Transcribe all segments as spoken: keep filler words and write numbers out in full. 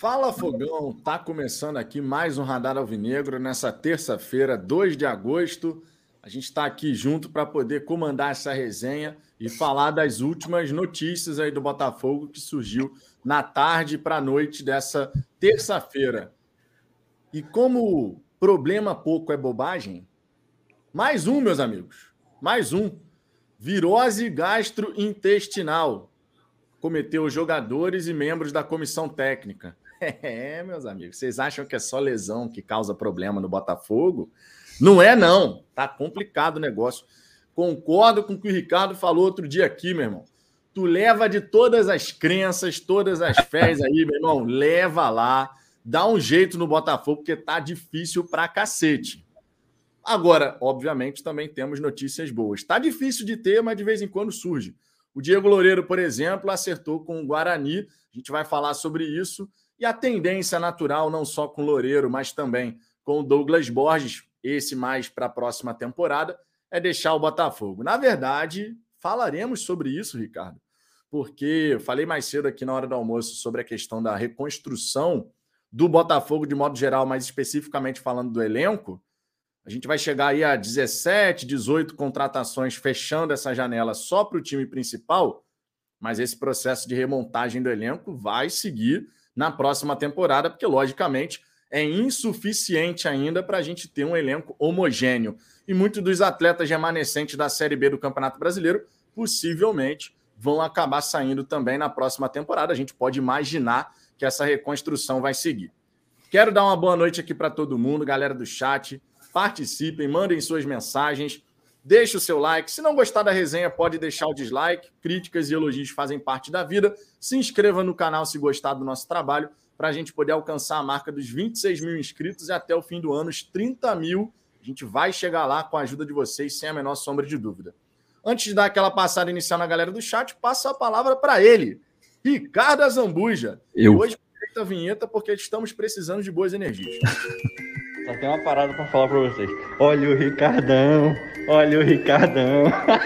Fala, Fogão! Tá começando aqui mais um Radar Alvinegro nessa terça-feira, dois de agosto. A gente está aqui junto para poder comandar essa resenha e falar das últimas notícias aí do Botafogo que surgiu na tarde para a noite dessa terça-feira. E como problema pouco é bobagem, mais um, meus amigos, mais um. Virose gastrointestinal cometeu jogadores e membros da comissão técnica. É, meus amigos, vocês acham que é só lesão que causa problema no Botafogo? Não é, não. Tá complicado o negócio. Concordo com o que o Ricardo falou outro dia aqui, meu irmão. Tu leva de todas as crenças, todas as fés aí, meu irmão, leva lá, dá um jeito no Botafogo, porque tá difícil pra cacete. Agora, obviamente, também temos notícias boas. Tá difícil de ter, mas de vez em quando surge. O Diego Loureiro, por exemplo, acertou com o Guarani. A gente vai falar sobre isso. E a tendência natural, não só com o Loureiro, mas também com o Douglas Borges, esse mais para a próxima temporada, é deixar o Botafogo. Na verdade, falaremos sobre isso, Ricardo, porque eu falei mais cedo aqui na hora do almoço sobre a questão da reconstrução do Botafogo de modo geral, mais especificamente falando do elenco. A gente vai chegar aí a dezessete, dezoito contratações fechando essa janela só para o time principal, mas esse processo de remontagem do elenco vai seguir na próxima temporada, porque, logicamente, é insuficiente ainda para a gente ter um elenco homogêneo. E muitos dos atletas remanescentes da Série B do Campeonato Brasileiro possivelmente vão acabar saindo também na próxima temporada. A gente pode imaginar que essa reconstrução vai seguir. Quero dar uma boa noite aqui para todo mundo, galera do chat. Participem, mandem suas mensagens, deixe o seu like. Se não gostar da resenha, pode deixar o dislike. Críticas e elogios fazem parte da vida. Se inscreva no canal se gostar do nosso trabalho, para a gente poder alcançar a marca dos vinte e seis mil inscritos e até o fim do ano os trinta mil. A gente vai chegar lá com a ajuda de vocês, sem a menor sombra de dúvida. Antes de dar aquela passada inicial na galera do chat, passo a palavra para ele, Ricardo Azambuja. Eu. Hoje, a vinheta, porque estamos precisando de boas energias. Só tem uma parada pra falar pra vocês. Olha o Ricardão, olha o Ricardão.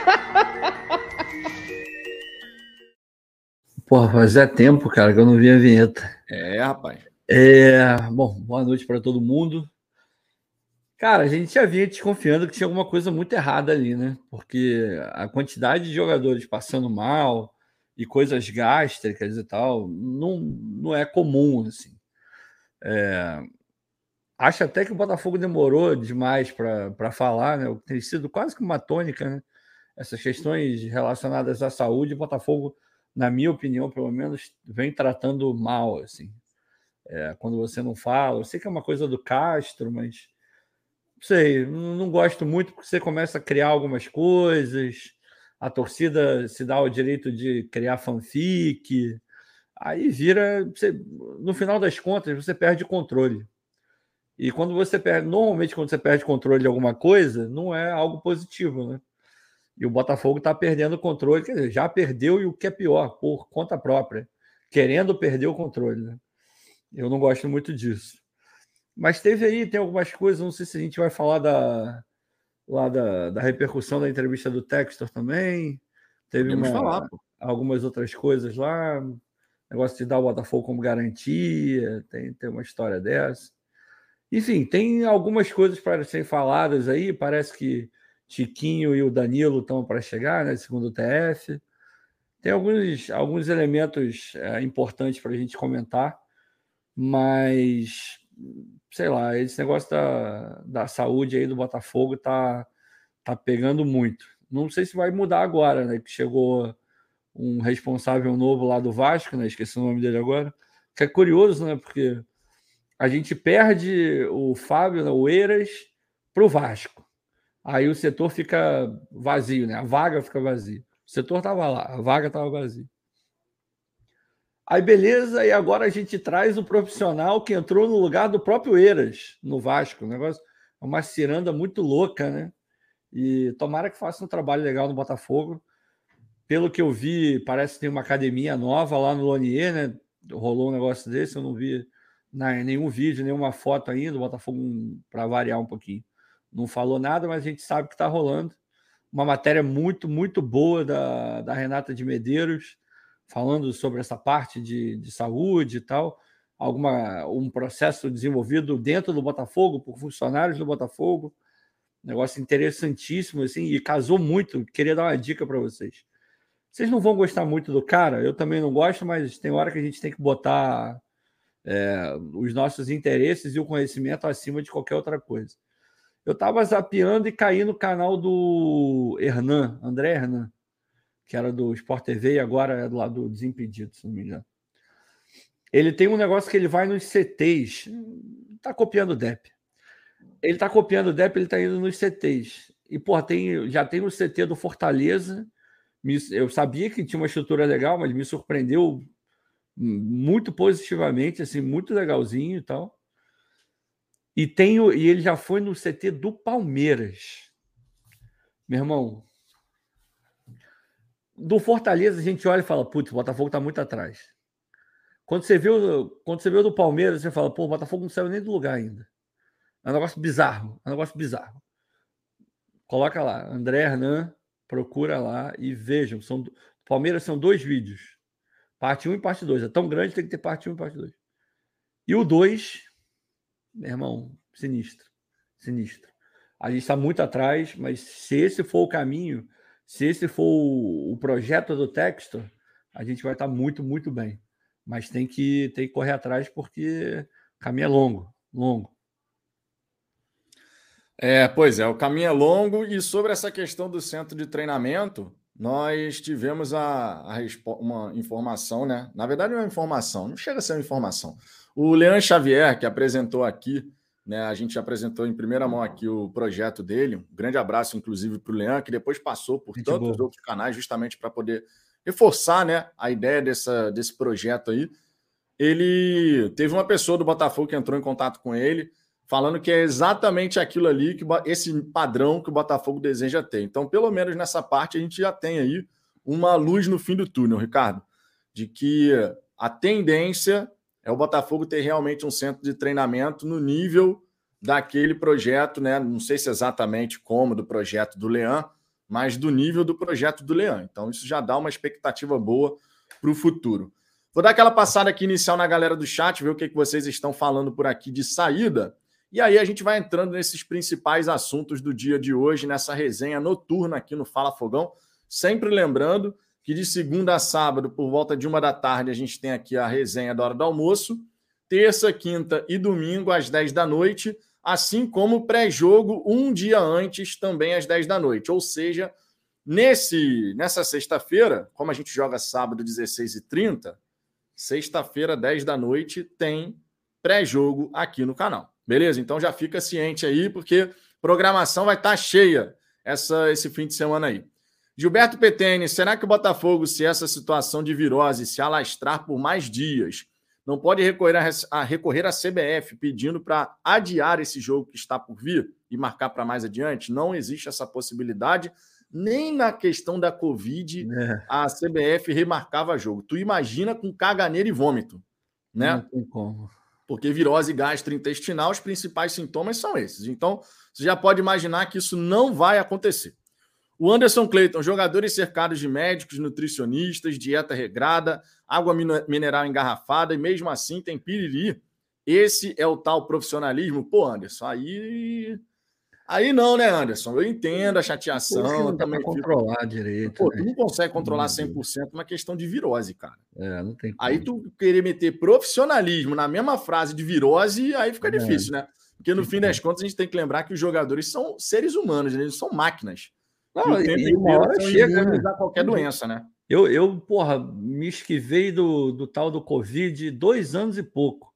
Porra, fazia tempo, cara, que eu não vi a vinheta. É, rapaz. É, bom, boa noite pra todo mundo. Cara, a gente já vinha desconfiando que tinha alguma coisa muito errada ali, né? Porque a quantidade de jogadores passando mal e coisas gástricas e tal não, não é comum, assim. É... Acho até que o Botafogo demorou demais para falar, né? Tem sido quase que uma tônica, né? Essas questões relacionadas à saúde, o Botafogo, na minha opinião, pelo menos, vem tratando mal, assim. É, quando você não fala, eu sei que é uma coisa do Castro, mas não sei, não gosto muito porque você começa a criar algumas coisas, a torcida se dá o direito de criar fanfic, aí vira, você, no final das contas, você perde o controle. E quando você perde, normalmente quando você perde controle de alguma coisa, não é algo positivo, né? E o Botafogo está perdendo o controle, quer dizer, já perdeu e o que é pior, por conta própria, querendo perder o controle, né? Eu não gosto muito disso. Mas teve aí, tem algumas coisas, não sei se a gente vai falar da, lá da, da repercussão da entrevista do Textor também. Teve uma, falar, algumas outras coisas lá, negócio de dar o Botafogo como garantia, tem, tem uma história dessa. Enfim, tem algumas coisas para serem faladas aí. Parece que Tiquinho e o Danilo estão para chegar, né, segundo o T F. Tem alguns, alguns elementos é, importantes para a gente comentar, mas, sei lá, esse negócio da, da saúde aí do Botafogo tá, tá pegando muito. Não sei se vai mudar agora, né, que chegou um responsável novo lá do Vasco, né, esqueci o nome dele agora, que é curioso, né, porque a gente perde o Fábio, né, o Eiras, para o Vasco. Aí o setor fica vazio, né? A vaga fica vazia. O setor estava lá, a vaga estava vazia. Aí beleza, e agora a gente traz o profissional que entrou no lugar do próprio Eiras, no Vasco. Um negócio, uma ciranda muito louca, né? E tomara que faça um trabalho legal no Botafogo. Pelo que eu vi, parece que tem uma academia nova lá no Lonier, né? Rolou um negócio desse, eu não vi nenhum vídeo, nenhuma foto ainda. O Botafogo, para variar um pouquinho, não falou nada, mas a gente sabe que está rolando. Uma matéria muito, muito boa da, da Renata de Medeiros, falando sobre essa parte de, de saúde e tal. alguma, um processo desenvolvido dentro do Botafogo, por funcionários do Botafogo. Negócio interessantíssimo, assim, e casou muito. Queria dar uma dica para vocês. Vocês não vão gostar muito do cara, eu também não gosto, mas tem hora que a gente tem que botar é, os nossos interesses e o conhecimento acima de qualquer outra coisa. Eu estava zapeando e caí no canal do Hernan, André Hernan, que era do Sport T V e agora é do lado do Desimpedido, se não me engano. Ele tem um negócio que ele vai nos C Ts, está copiando o D E P. Ele está copiando o D E P, ele está indo nos C Ts. E, pô, tem, já tem o C T do Fortaleza. Eu sabia que tinha uma estrutura legal, mas me surpreendeu muito positivamente, assim, muito legalzinho e tal. E, tem, e ele já foi no C T do Palmeiras. Meu irmão, do Fortaleza a gente olha e fala, putz, o Botafogo está muito atrás. Quando você vê o, quando você vê o do Palmeiras, você fala, pô, o Botafogo não saiu nem do lugar ainda. É um negócio bizarro, é um negócio bizarro. Coloca lá, André Hernan, procura lá e vejam. São, Palmeiras são dois vídeos. Parte um e parte dois. É tão grande, tem que ter parte um e parte dois. E o dois, meu irmão, sinistro. Sinistro. A gente está muito atrás, mas se esse for o caminho, se esse for o, o projeto do Textor, a gente vai estar muito, muito bem. Mas tem que, tem que correr atrás porque o caminho é longo, longo. É, pois é, o caminho é longo e sobre essa questão do centro de treinamento, nós tivemos a, a uma informação, né? Na verdade, não é uma informação, não chega a ser uma informação. O Leandro Xavier, que apresentou aqui, né? A gente apresentou em primeira mão aqui o projeto dele. Um grande abraço, inclusive, para o Leandro, que depois passou por Gente tantos boa. outros canais, justamente para poder reforçar, né, a ideia dessa, desse projeto aí. Ele teve uma pessoa do Botafogo que entrou em contato com ele, falando que é exatamente aquilo ali, que esse padrão que o Botafogo deseja ter. Então, pelo menos nessa parte, a gente já tem aí uma luz no fim do túnel, Ricardo, de que a tendência é o Botafogo ter realmente um centro de treinamento no nível daquele projeto, né? Não sei se exatamente como do projeto do Leão, mas do nível do projeto do Leão. Então, isso já dá uma expectativa boa para o futuro. Vou dar aquela passada aqui inicial na galera do chat, ver o que vocês estão falando por aqui de saída. E aí a gente vai entrando nesses principais assuntos do dia de hoje, nessa resenha noturna aqui no Fala Fogão. Sempre lembrando que de segunda a sábado, por volta de uma da tarde, a gente tem aqui a resenha da hora do almoço. Terça, quinta e domingo, às dez da noite. Assim como pré-jogo, um dia antes, também às dez da noite. Ou seja, nesse, nessa sexta-feira, como a gente joga sábado, dezesseis e trinta, sexta-feira, dez da noite, tem pré-jogo aqui no canal. Beleza? Então já fica ciente aí, porque programação vai estar cheia essa, esse fim de semana aí. Gilberto Petene, será que o Botafogo, se essa situação de virose se alastrar por mais dias, não pode recorrer a, a, recorrer à C B F pedindo para adiar esse jogo que está por vir e marcar para mais adiante? Não existe essa possibilidade. Nem na questão da Covid, é. a C B F remarcava jogo. Tu imagina com caganeira e vômito, né? Não tem como. Porque virose gastrointestinal, os principais sintomas são esses. Então, você já pode imaginar que isso não vai acontecer. O Anderson Clayton, jogadores cercados de médicos, nutricionistas, dieta regrada, água mineral engarrafada, e mesmo assim tem piriri. Esse é o tal profissionalismo? Pô, Anderson, aí... Aí não, né, Anderson? Eu entendo a chateação. Pô, não dá também pra controlar fico... direito. Pô, né? Tu não consegue controlar cem por cento uma questão de virose, cara. É, não tem como. Aí tu querer meter profissionalismo na mesma frase de virose, aí fica é. difícil, né? Porque no fim das contas a gente tem que lembrar que os jogadores são seres humanos, eles são máquinas. Não, e, e uma hora chega, né? A qualquer doença, né? Eu, eu, porra, me esquivei do, do tal do Covid dois anos e pouco.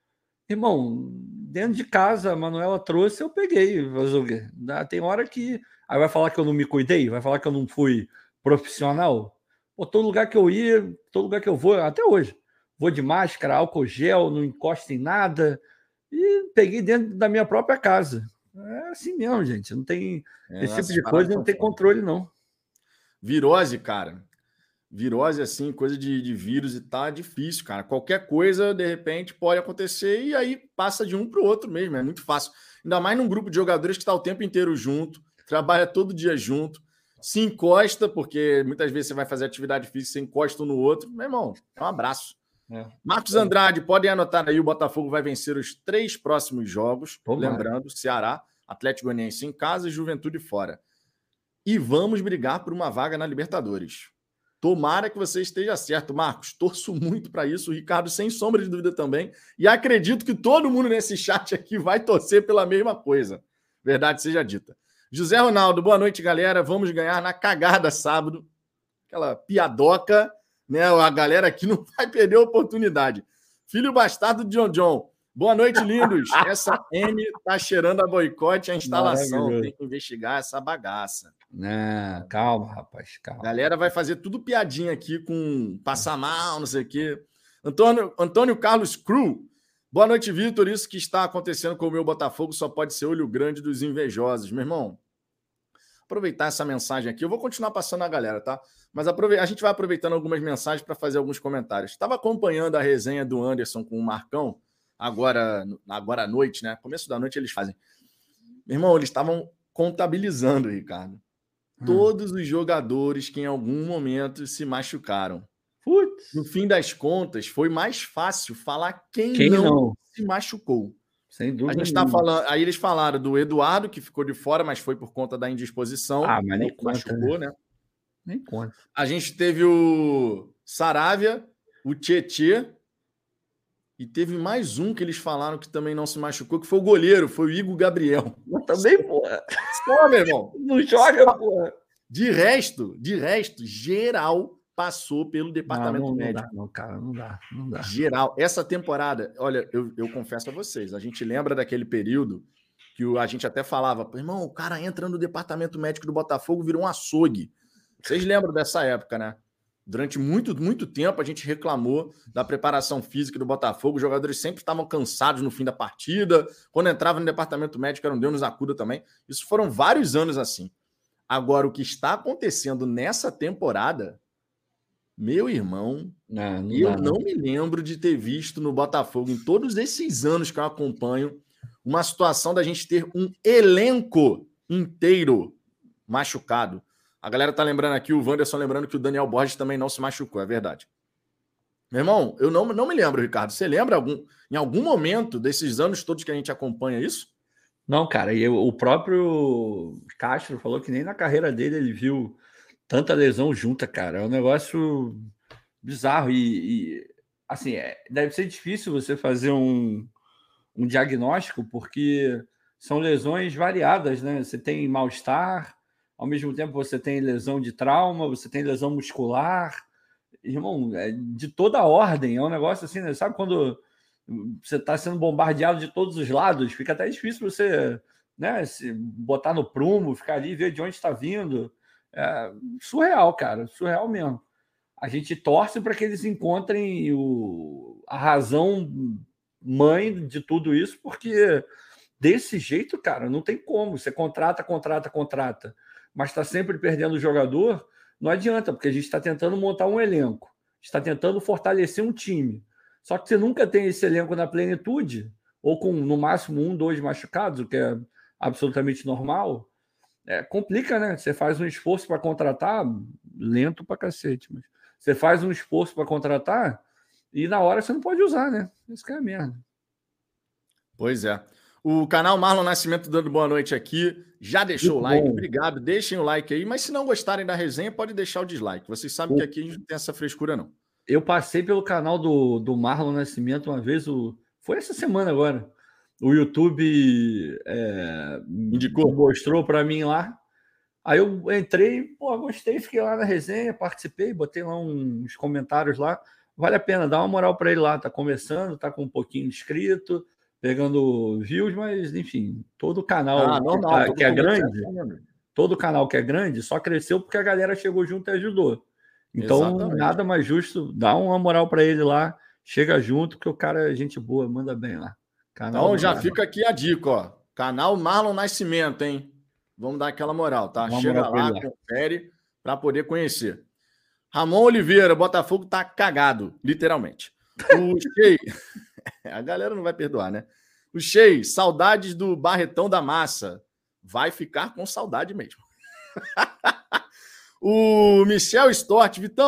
Irmão, dentro de casa, a Manuela trouxe, eu peguei. Tem hora que... Aí vai falar que eu não me cuidei? Vai falar que eu não fui profissional? Pô, todo lugar que eu ia, todo lugar que eu vou, até hoje, vou de máscara, álcool gel, não encosto em nada. E peguei dentro da minha própria casa. É assim mesmo, gente. Não tem... É, esse tipo de coisa não tem controle, não. Virose, cara. Virose, assim, coisa de, de vírus e tá difícil, cara. Qualquer coisa, de repente, pode acontecer e aí passa de um para o outro mesmo. É muito fácil. Ainda mais num grupo de jogadores que está o tempo inteiro junto, trabalha todo dia junto, se encosta, porque muitas vezes você vai fazer atividade física, você encosta um no outro. Meu irmão, é um abraço. É. Marcos Andrade, podem anotar aí, o Botafogo vai vencer os três próximos jogos. Tomara. Lembrando, Ceará, Atlético Goianiense em casa e Juventude fora. E vamos brigar por uma vaga na Libertadores. Tomara que você esteja certo, Marcos. Torço muito para isso. O Ricardo, sem sombra de dúvida também. E acredito que todo mundo nesse chat aqui vai torcer pela mesma coisa. Verdade seja dita. José Ronaldo, boa noite, galera. Vamos ganhar na cagada sábado. Aquela piadoca, né? A galera aqui não vai perder a oportunidade. Filho bastardo de John John. Boa noite, lindos. Essa M tá cheirando a boicote, a instalação. Tem que investigar essa bagaça. Não, calma, rapaz, calma. A galera vai fazer tudo piadinha aqui com passar mal, não sei o quê. Antônio, Antônio Carlos Cru. Boa noite, Vitor. Isso que está acontecendo com o meu Botafogo só pode ser olho grande dos invejosos. Meu irmão, aproveitar essa mensagem aqui. Eu vou continuar passando a galera, tá? Mas aprove... a gente vai aproveitando algumas mensagens para fazer alguns comentários. Estava acompanhando a resenha do Anderson com o Marcão, agora, agora à noite, né? Começo da noite eles fazem. Meu irmão, eles estavam contabilizando, Ricardo. Hum. Todos os jogadores que em algum momento se machucaram. Putz. No fim das contas, foi mais fácil falar quem, quem não, não se machucou. Sem dúvida. A gente tá falando, aí eles falaram do Eduardo, que ficou de fora, mas foi por conta da indisposição. Ah, mas nem conta, machucou, né? né? Nem conta. A gente teve o Saravia, o Tietê, e teve mais um que eles falaram que também não se machucou, que foi o goleiro, foi o Igor Gabriel. Mas também, porra. Só, meu irmão. Não joga, porra. De resto, de resto, geral passou pelo departamento não, não, médico. Não dá, não, cara, não dá, não dá. Geral. Essa temporada, olha, eu, eu confesso a vocês, a gente lembra daquele período que o, a gente até falava, irmão, o cara entra no departamento médico do Botafogo, virou um açougue. Vocês lembram dessa época, né? Durante muito, muito tempo a gente reclamou da preparação física do Botafogo, os jogadores sempre estavam cansados no fim da partida, quando entrava no departamento médico era um Deus nos acuda também. Isso foram vários anos assim. Agora, o que está acontecendo nessa temporada, meu irmão, não, não eu dá, não não. me lembro de ter visto no Botafogo, em todos esses anos que eu acompanho, uma situação da gente ter um elenco inteiro machucado. A galera tá lembrando aqui, o Wanderson lembrando que o Daniel Borges também não se machucou, é verdade. Meu irmão, eu não, não me lembro, Ricardo. Você lembra algum, em algum momento desses anos todos que a gente acompanha isso? Não, cara, e eu, o próprio Castro falou que nem na carreira dele ele viu tanta lesão junta, cara. É um negócio bizarro e, e assim, é, deve ser difícil você fazer um, um diagnóstico porque são lesões variadas, né? Você tem mal-estar, ao mesmo tempo você tem lesão de trauma, você tem lesão muscular. Irmão, é de toda a ordem. É um negócio assim, né? Sabe quando você está sendo bombardeado de todos os lados? Fica até difícil você, né, se botar no prumo, ficar ali e ver de onde está vindo. É surreal, cara. Surreal mesmo. A gente torce para que eles encontrem o, a razão mãe de tudo isso, porque desse jeito, cara, não tem como. Você contrata, contrata, contrata, mas está sempre perdendo o jogador, não adianta, porque a gente está tentando montar um elenco, está tentando fortalecer um time. Só que você nunca tem esse elenco na plenitude, ou com no máximo um, dois machucados, o que é absolutamente normal. É, complica, né? Você faz um esforço para contratar, lento pra cacete, mas você faz um esforço para contratar e na hora você não pode usar, né? Isso que é a merda. Pois é. O canal Marlon Nascimento dando boa noite aqui. Já deixou Muito o like? Bom. Obrigado. Deixem o like aí. Mas se não gostarem da resenha, pode deixar o dislike. Vocês sabem o... que aqui a gente não tem essa frescura, não. Eu passei pelo canal do, do Marlon Nascimento uma vez. O... Foi essa semana agora. O YouTube é... indicou, mostrou para mim lá. Aí eu entrei, pô, gostei, fiquei lá na resenha, participei, botei lá uns comentários lá. Vale a pena, dá uma moral para ele lá. Tá começando, tá com um pouquinho inscrito, pegando views, mas enfim, todo canal ah, normal, que, tá, que é grande, todo canal que é grande só cresceu porque a galera chegou junto e ajudou. Então, Exatamente. Nada mais justo, dá uma moral para ele lá, chega junto, que o cara é gente boa, manda bem lá. Canal então já fica aqui a dica, ó. Canal Marlon Nascimento, hein? Vamos dar aquela moral, tá? Uma Chega moral lá, confere para poder conhecer. Ramon Oliveira, Botafogo tá cagado, literalmente. O Shei, a galera não vai perdoar, né? O Shei, saudades do Barretão da Massa. Vai ficar com saudade mesmo. O Michel Stort, Vitão,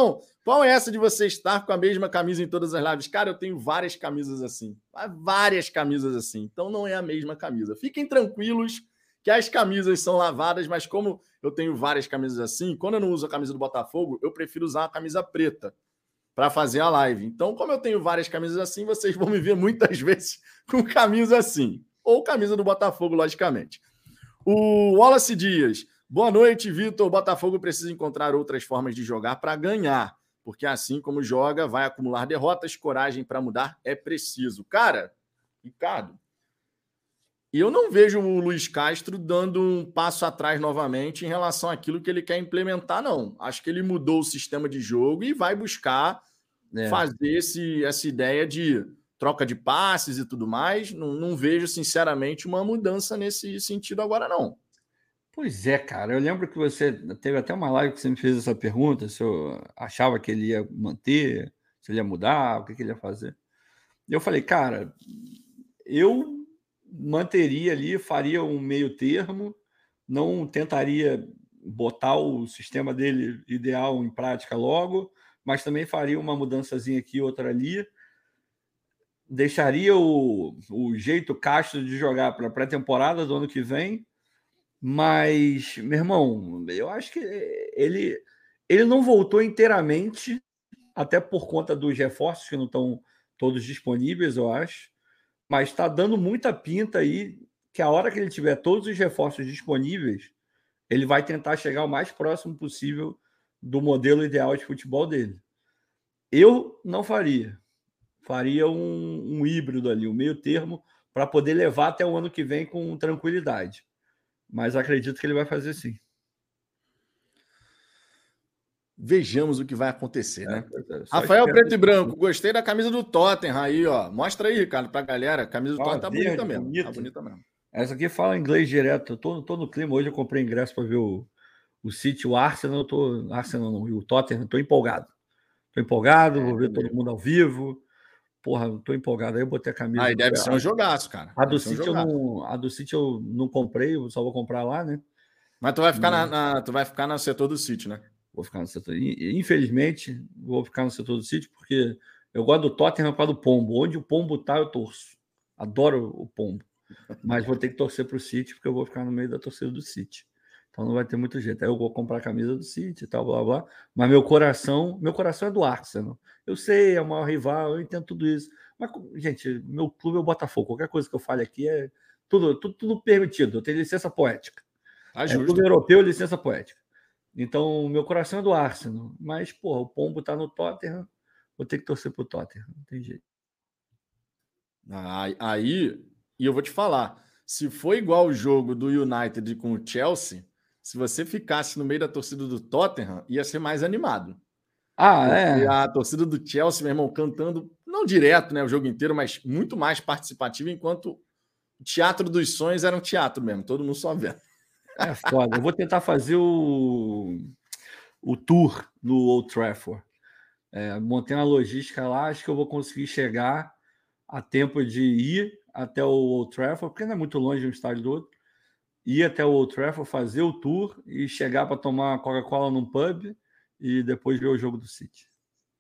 Qual é essa de você estar com a mesma camisa em todas as lives? Cara, eu tenho várias camisas assim. Várias camisas assim. Então não é a mesma camisa. Fiquem tranquilos que as camisas são lavadas, mas como eu tenho várias camisas assim, quando eu não uso a camisa do Botafogo, eu prefiro usar a camisa preta para fazer a live. Então, como eu tenho várias camisas assim, vocês vão me ver muitas vezes com camisa assim. Ou camisa do Botafogo, logicamente. O Wallace Dias. Boa noite, Vitor. O Botafogo precisa encontrar outras formas de jogar para ganhar, porque assim como joga, vai acumular derrotas, coragem para mudar é preciso. Cara, Ricardo, eu não vejo o Luiz Castro dando um passo atrás novamente em relação àquilo que ele quer implementar, não. Acho que ele mudou o sistema de jogo e vai buscar é. fazer esse, essa ideia de troca de passes e tudo mais. Não, não vejo, sinceramente, uma mudança nesse sentido agora, não. Pois é, cara. Eu lembro que você teve até uma live que você me fez essa pergunta, se eu achava que ele ia manter, se ele ia mudar, o que, que ele ia fazer. E eu falei, cara, eu manteria ali, faria um meio termo, não tentaria botar o sistema dele ideal em prática logo, mas também faria uma mudançazinha aqui, outra ali. Deixaria o, o jeito Castro de jogar para a pré-temporada do ano que vem. Mas, meu irmão, eu acho que ele, ele não voltou inteiramente, até por conta dos reforços que não estão todos disponíveis, eu acho. Mas está dando muita pinta aí que a hora que ele tiver todos os reforços disponíveis, ele vai tentar chegar o mais próximo possível do modelo ideal de futebol dele. Eu não faria. Faria um, um híbrido ali, um meio termo, para poder levar até o ano que vem com tranquilidade. Mas acredito que ele vai fazer sim. Vejamos o que vai acontecer, né? É, é, Rafael Preto e Branco, gostei da camisa do Tottenham aí, ó. Mostra aí, Ricardo, pra galera. A camisa do ah, Tottenham tá verde, bonita mesmo. Bonita. Tá bonita mesmo. Essa aqui fala inglês direto. Eu tô, tô no clima. Hoje eu comprei ingresso para ver o, o City, o Arsenal. Eu tô, Arsenal não, e o Tottenham. Tô empolgado. Tô empolgado, é, vou ver todo mundo ao vivo. Porra, tô empolgado. Aí eu botei a camisa. Aí deve ser um jogaço, cara. A do, City um eu não, a do City eu não comprei, eu só vou comprar lá, né? Mas tu vai ficar, na, na, tu vai ficar no setor do City, né? Vou ficar no setor. Infelizmente, vou ficar no setor do City, porque eu gosto do Tottenham para do Pombo. Onde o Pombo tá, eu torço. Adoro o Pombo. Mas vou ter que torcer para o City, porque eu vou ficar no meio da torcida do City. Então não vai ter muito jeito. Aí eu vou comprar a camisa do City e tal, blá, blá. Mas meu coração, meu coração é do Arsenal. Eu sei, é o maior rival, eu entendo tudo isso. Mas, gente, meu clube é o Botafogo. Qualquer coisa que eu fale aqui é tudo, tudo, tudo permitido. Eu tenho licença poética. Ah, é clube europeu, licença poética. Então, meu coração é do Arsenal. Mas, porra, o Pombo tá no Tottenham. Vou ter que torcer pro Tottenham. Não tem jeito. Aí, e eu vou te falar, se for igual o jogo do United com o Chelsea, se você ficasse no meio da torcida do Tottenham, ia ser mais animado. Ah, Porque é? A torcida do Chelsea, meu irmão, cantando, não direto, né, o jogo inteiro, mas muito mais participativa, enquanto o Teatro dos Sonhos era um teatro mesmo, todo mundo só vendo. É foda. Eu vou tentar fazer o, o tour no Old Trafford. É, montei uma logística lá, acho que eu vou conseguir chegar a tempo de ir até o Old Trafford, porque não é muito longe de um estádio do outro, ir até o Old Trafford, fazer o tour e chegar para tomar uma Coca-Cola num pub e depois ver o jogo do City.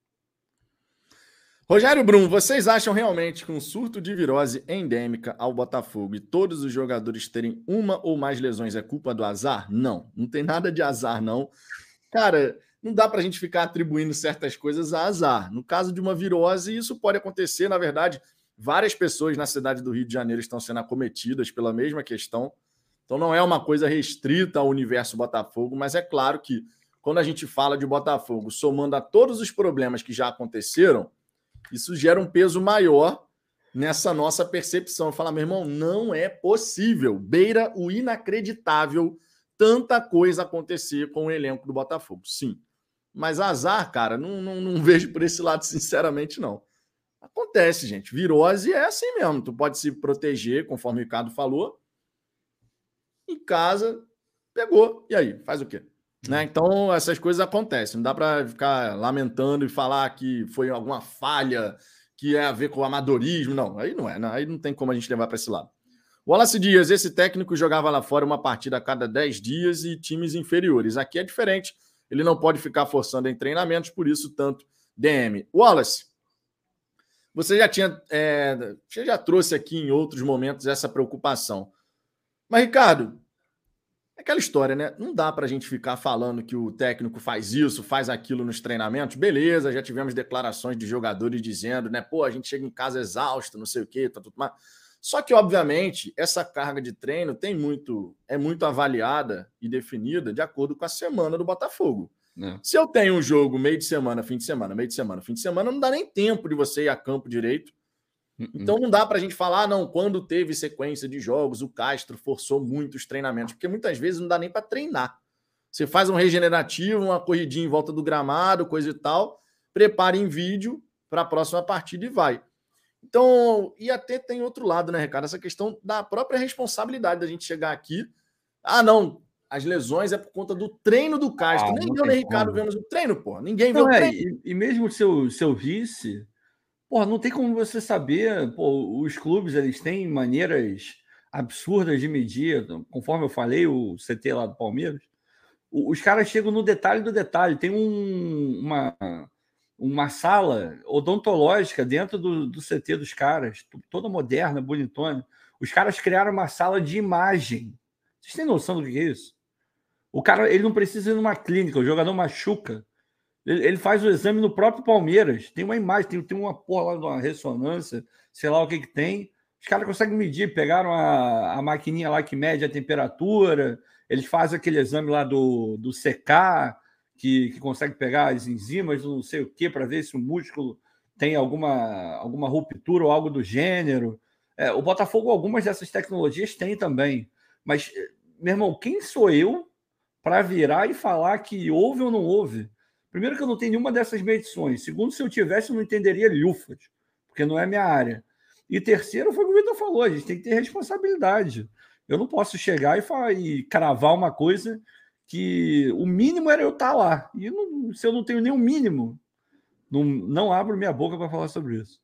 Rogério Brum, vocês acham realmente que um surto de virose endêmica ao Botafogo e todos os jogadores terem uma ou mais lesões é culpa do azar? Não, não tem nada de azar, não. Cara, não dá para a gente ficar atribuindo certas coisas a azar. No caso de uma virose, isso pode acontecer. Na verdade, várias pessoas na cidade do Rio de Janeiro estão sendo acometidas pela mesma questão. Então não é uma coisa restrita ao universo Botafogo, mas é claro que quando a gente fala de Botafogo, somando a todos os problemas que já aconteceram, isso gera um peso maior nessa nossa percepção. Falar, meu irmão, não é possível. Beira o inacreditável tanta coisa acontecer com o elenco do Botafogo. Sim. Mas azar, cara, não, não, não vejo por esse lado, sinceramente, não. Acontece, gente. Virose é assim mesmo. Tu pode se proteger, conforme o Ricardo falou. Em casa, pegou. E aí? Faz o quê? Né? Então, essas coisas acontecem. Não dá para ficar lamentando e falar que foi alguma falha que é a ver com o amadorismo. Não, aí não é. Não. Aí não tem como a gente levar para esse lado. Wallace Dias, esse técnico jogava lá fora uma partida a cada dez dias e times inferiores. Aqui é diferente. ele não pode ficar forçando em treinamentos, por isso tanto D M. Wallace, você já tinha, é, você já trouxe aqui em outros momentos essa preocupação. Mas, Ricardo, é aquela história, né? Não dá para a gente ficar falando que o técnico faz isso, faz aquilo nos treinamentos. Beleza, já tivemos declarações de jogadores dizendo, né? Pô, a gente chega em casa exausto, não sei o quê, tá tudo mais. Só que, obviamente, essa carga de treino tem muito, é muito avaliada e definida de acordo com a semana do Botafogo. É. Se eu tenho um jogo meio de semana, fim de semana, meio de semana, fim de semana, não dá nem tempo de você ir a campo direito. Uh-uh. Então não dá para a gente falar, ah, não, quando teve sequência de jogos, o Castro forçou muito os treinamentos, porque muitas vezes não dá nem para treinar. Você faz um regenerativo, uma corridinha em volta do gramado, coisa e tal, prepara em vídeo para a próxima partida e vai. Então, e até tem outro lado, né, Ricardo? Essa questão da própria responsabilidade da gente chegar aqui. Ah, não, as lesões é por conta do treino do Castro. Ah, nem eu, nem Ricardo vemos o treino, pô. Ninguém não, vê o é, treino. E, e mesmo seu, seu vice, pô, não tem como você saber. Pô, os clubes, eles têm maneiras absurdas de medir. Conforme eu falei, o C T lá do Palmeiras, os caras chegam no detalhe do detalhe. Tem um, uma... uma sala odontológica dentro do, do C T dos caras, toda moderna, bonitona. Os caras criaram uma sala de imagem. Vocês têm noção do que é isso? O cara, ele não precisa ir numa clínica, o jogador machuca. Ele, ele faz o exame no próprio Palmeiras. Tem uma imagem, tem, tem uma porra lá de uma ressonância, sei lá o que que tem. Os caras conseguem medir, pegaram a, a maquininha lá que mede a temperatura, eles fazem aquele exame lá do, do C K, Que, que consegue pegar as enzimas, não sei o que, para ver se o músculo tem alguma, alguma ruptura ou algo do gênero. É, o Botafogo, algumas dessas tecnologias tem também. Mas, meu irmão, quem sou eu para virar e falar que houve ou não houve? Primeiro que eu não tenho nenhuma dessas medições. Segundo, se eu tivesse, eu não entenderia lufas, porque não é minha área. E terceiro, foi o que o Vitor falou, a gente tem que ter responsabilidade. Eu não posso chegar e, falar, e cravar uma coisa que o mínimo era eu estar lá. E não, se eu não tenho nem o mínimo, não, não abro minha boca para falar sobre isso.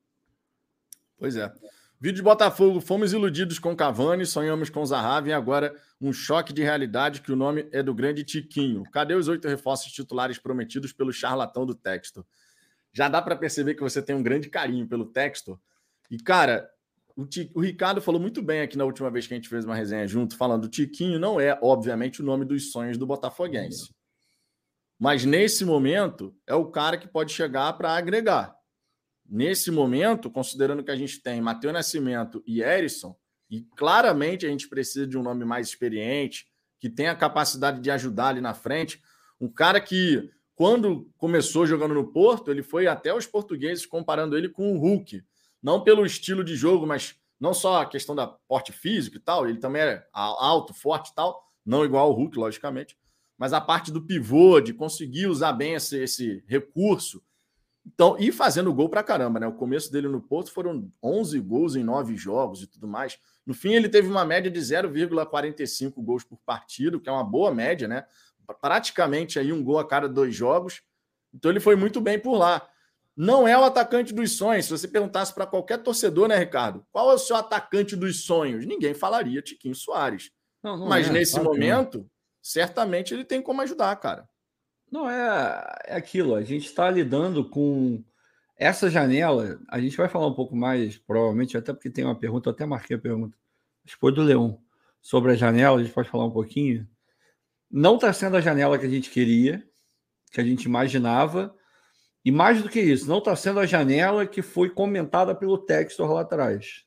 Pois é. Vídeo de Botafogo, fomos iludidos com Cavani, sonhamos com Zahavi e agora um choque de realidade que o nome é do grande Tiquinho. Cadê os oito reforços titulares prometidos pelo charlatão do Textor? Já dá para perceber que você tem um grande carinho pelo Textor. E, cara, O, Ti, o Ricardo falou muito bem aqui na última vez que a gente fez uma resenha junto, falando o Tiquinho não é, obviamente, o nome dos sonhos do botafoguense. Mas, nesse momento, é o cara que pode chegar para agregar. Nesse momento, considerando que a gente tem Matheus Nascimento e Erisson, e claramente a gente precisa de um nome mais experiente, que tenha a capacidade de ajudar ali na frente, um cara que, quando começou jogando no Porto, ele foi até os portugueses comparando ele com o Hulk. Não pelo estilo de jogo, mas não só a questão da porte físico e tal, ele também é alto, forte e tal, não igual ao Hulk, logicamente, mas a parte do pivô, de conseguir usar bem esse, esse recurso. Então, e fazendo gol pra caramba, né? O começo dele no Porto foram onze gols em nove jogos e tudo mais. No fim, ele teve uma média de zero vírgula quarenta e cinco gols por partido, que é uma boa média, né? Praticamente aí um gol a cada dois jogos. Então, ele foi muito bem por lá. Não é o atacante dos sonhos. Se você perguntasse para qualquer torcedor, né, Ricardo? Qual é o seu atacante dos sonhos? Ninguém falaria Tiquinho Soares. Não, não Mas é, nesse claro momento, certamente ele tem como ajudar, cara. Não, é, é aquilo. A gente está lidando com essa janela. A gente vai falar um pouco mais, provavelmente, até porque tem uma pergunta, eu até marquei a pergunta. Acho que foi do Leão. Sobre a janela, a gente pode falar um pouquinho. Não está sendo a janela que a gente queria, que a gente imaginava. E mais do que isso, não está sendo a janela que foi comentada pelo Textor lá atrás.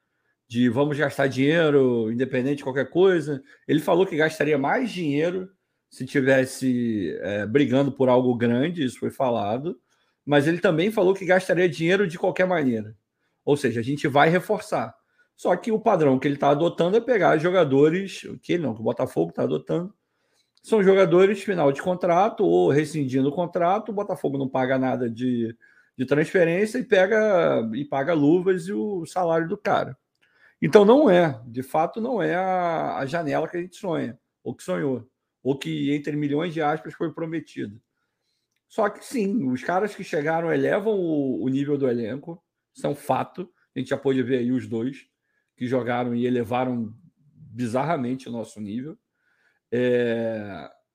De vamos gastar dinheiro, independente de qualquer coisa. Ele falou que gastaria mais dinheiro se tivesse é, brigando por algo grande, isso foi falado. Mas ele também falou que gastaria dinheiro de qualquer maneira. Ou seja, a gente vai reforçar. Só que o padrão que ele está adotando é pegar jogadores, que ele não, que o Botafogo está adotando, são jogadores final de contrato ou rescindindo o contrato, o Botafogo não paga nada de, de transferência e pega e paga luvas e o salário do cara. Então não é, de fato não é a, a janela que a gente sonha, ou que sonhou, ou que entre milhões de aspas foi prometido. Só que sim, os caras que chegaram elevam o, o nível do elenco, isso é um fato, a gente já pôde ver aí os dois que jogaram e elevaram bizarramente o nosso nível. É...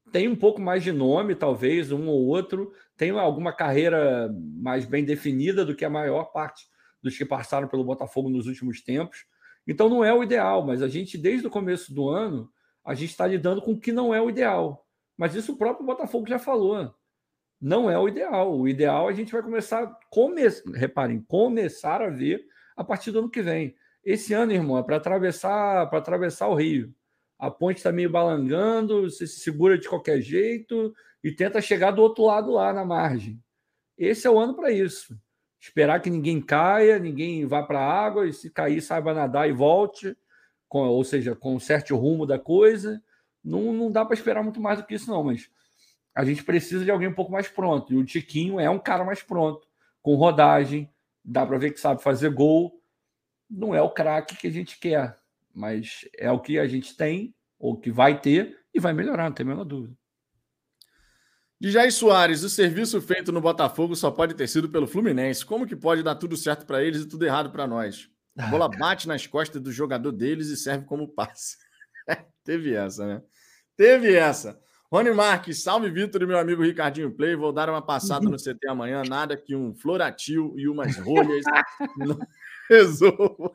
tem um pouco mais de nome, talvez, um ou outro, tem alguma carreira mais bem definida do que a maior parte dos que passaram pelo Botafogo nos últimos tempos. Então não é o ideal, mas a gente, desde o começo do ano, a gente está lidando com o que não é o ideal. Mas isso o próprio Botafogo já falou. Não é o ideal. O ideal a gente vai começar, come... reparem, começar a ver a partir do ano que vem. Esse ano, irmão, é para atravessar, para atravessar o rio. A ponte está meio balangando, você se segura de qualquer jeito e tenta chegar do outro lado lá na margem. Esse é o ano para isso. Esperar que ninguém caia, ninguém vá para a água e se cair saiba nadar e volte, com, ou seja, conserte o rumo da coisa. Não, não dá para esperar muito mais do que isso não, mas a gente precisa de alguém um pouco mais pronto. E o Tiquinho é um cara mais pronto, com rodagem, dá para ver que sabe fazer gol. Não é o craque que a gente quer, mas é o que a gente tem, ou que vai ter, e vai melhorar, não tem a menor dúvida. De Jair Soares, o serviço feito no Botafogo só pode ter sido pelo Fluminense. Como que pode dar tudo certo para eles e tudo errado para nós? A bola bate nas costas do jogador deles e serve como passe. Teve essa, né? Teve essa. Rony Marques, salve Vitor e meu amigo Ricardinho Play. Vou dar uma passada no C T amanhã. Nada que um floratil e umas rolhas não resolvam.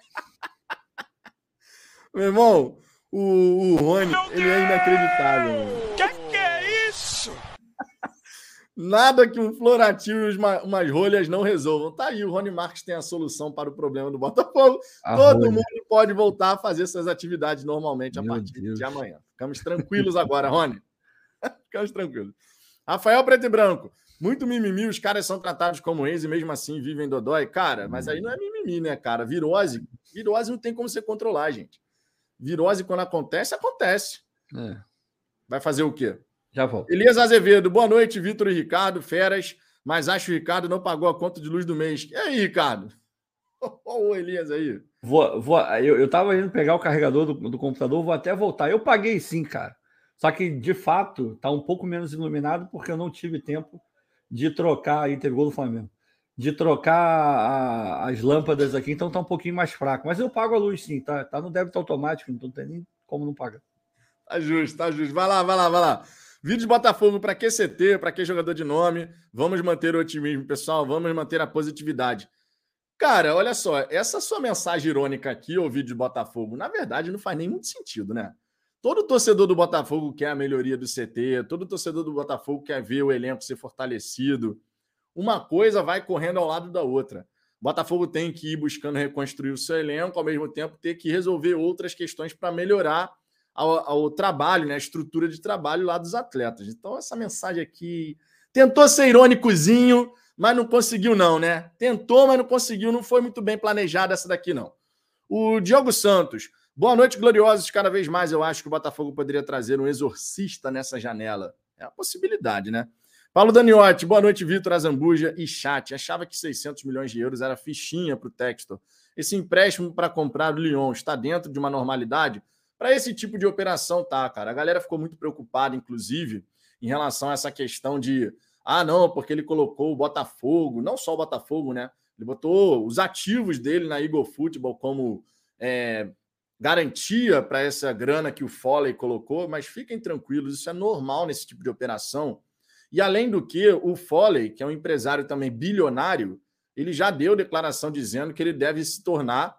Meu irmão, o, o Rony, ele é inacreditável. Mano. Que que é isso? Nada que um floratil e uma, umas rolhas não resolvam. Tá aí, o Rony Marques tem a solução para o problema do Botafogo. A Todo rolha. mundo pode voltar a fazer suas atividades normalmente Meu a partir Deus. de amanhã. Ficamos tranquilos agora, Rony. Ficamos tranquilos. Rafael Preto e Branco. Muito mimimi, os caras são tratados como ex e mesmo assim vivem dodói. Cara, mas aí não é mimimi, né, cara? Virose, virose não tem como você controlar, gente. Virose, quando acontece, acontece. É. Vai fazer o quê? Já volto. Elias Azevedo, boa noite, Vitor e Ricardo, feras, mas acho que o Ricardo não pagou a conta de luz do mês. E aí, Ricardo? Olha o Elias aí. Vou, vou, eu, eu tava indo pegar o carregador do, do computador, vou até voltar. Eu paguei sim, cara. Só que, de fato, tá um pouco menos iluminado porque eu não tive tempo de trocar, aí teve gol do Flamengo, de trocar a, as lâmpadas aqui, então tá um pouquinho mais fraco. Mas eu pago a luz sim, tá, tá no débito automático, então não tem nem como não pagar. Tá justo, tá justo. Vai lá, vai lá, vai lá. Vídeo de Botafogo, para que C T, para que jogador de nome? Vamos manter o otimismo, pessoal, vamos manter a positividade. Cara, olha só, essa sua mensagem irônica aqui, o vídeo de Botafogo, na verdade não faz nem muito sentido, né? Todo torcedor do Botafogo quer a melhoria do C T, todo torcedor do Botafogo quer ver o elenco ser fortalecido. Uma coisa vai correndo ao lado da outra. O Botafogo tem que ir buscando reconstruir o seu elenco, ao mesmo tempo ter que resolver outras questões para melhorar Ao, ao trabalho, né? A estrutura de trabalho lá dos atletas. Então, essa mensagem aqui tentou ser irônicozinho, mas não conseguiu, não, né? Tentou, mas não conseguiu. Não foi muito bem planejada essa daqui, não. O Diogo Santos. Boa noite, gloriosos. Cada vez mais eu acho que o Botafogo poderia trazer um exorcista nessa janela. É uma possibilidade, né? Paulo Daniotti. Boa noite, Vitor Azambuja e chat. Achava que seiscentos milhões de euros era fichinha para o Textor. Esse empréstimo para comprar o Lyon está dentro de uma normalidade? Para esse tipo de operação, tá, cara? A galera ficou muito preocupada, inclusive, em relação a essa questão de ah, não, porque ele colocou o Botafogo, não só o Botafogo, né? Ele botou os ativos dele na Eagle Football como é, garantia para essa grana que o Foley colocou, mas fiquem tranquilos, isso é normal nesse tipo de operação. E, além do que, o Foley, que é um empresário também bilionário, ele já deu declaração dizendo que ele deve se tornar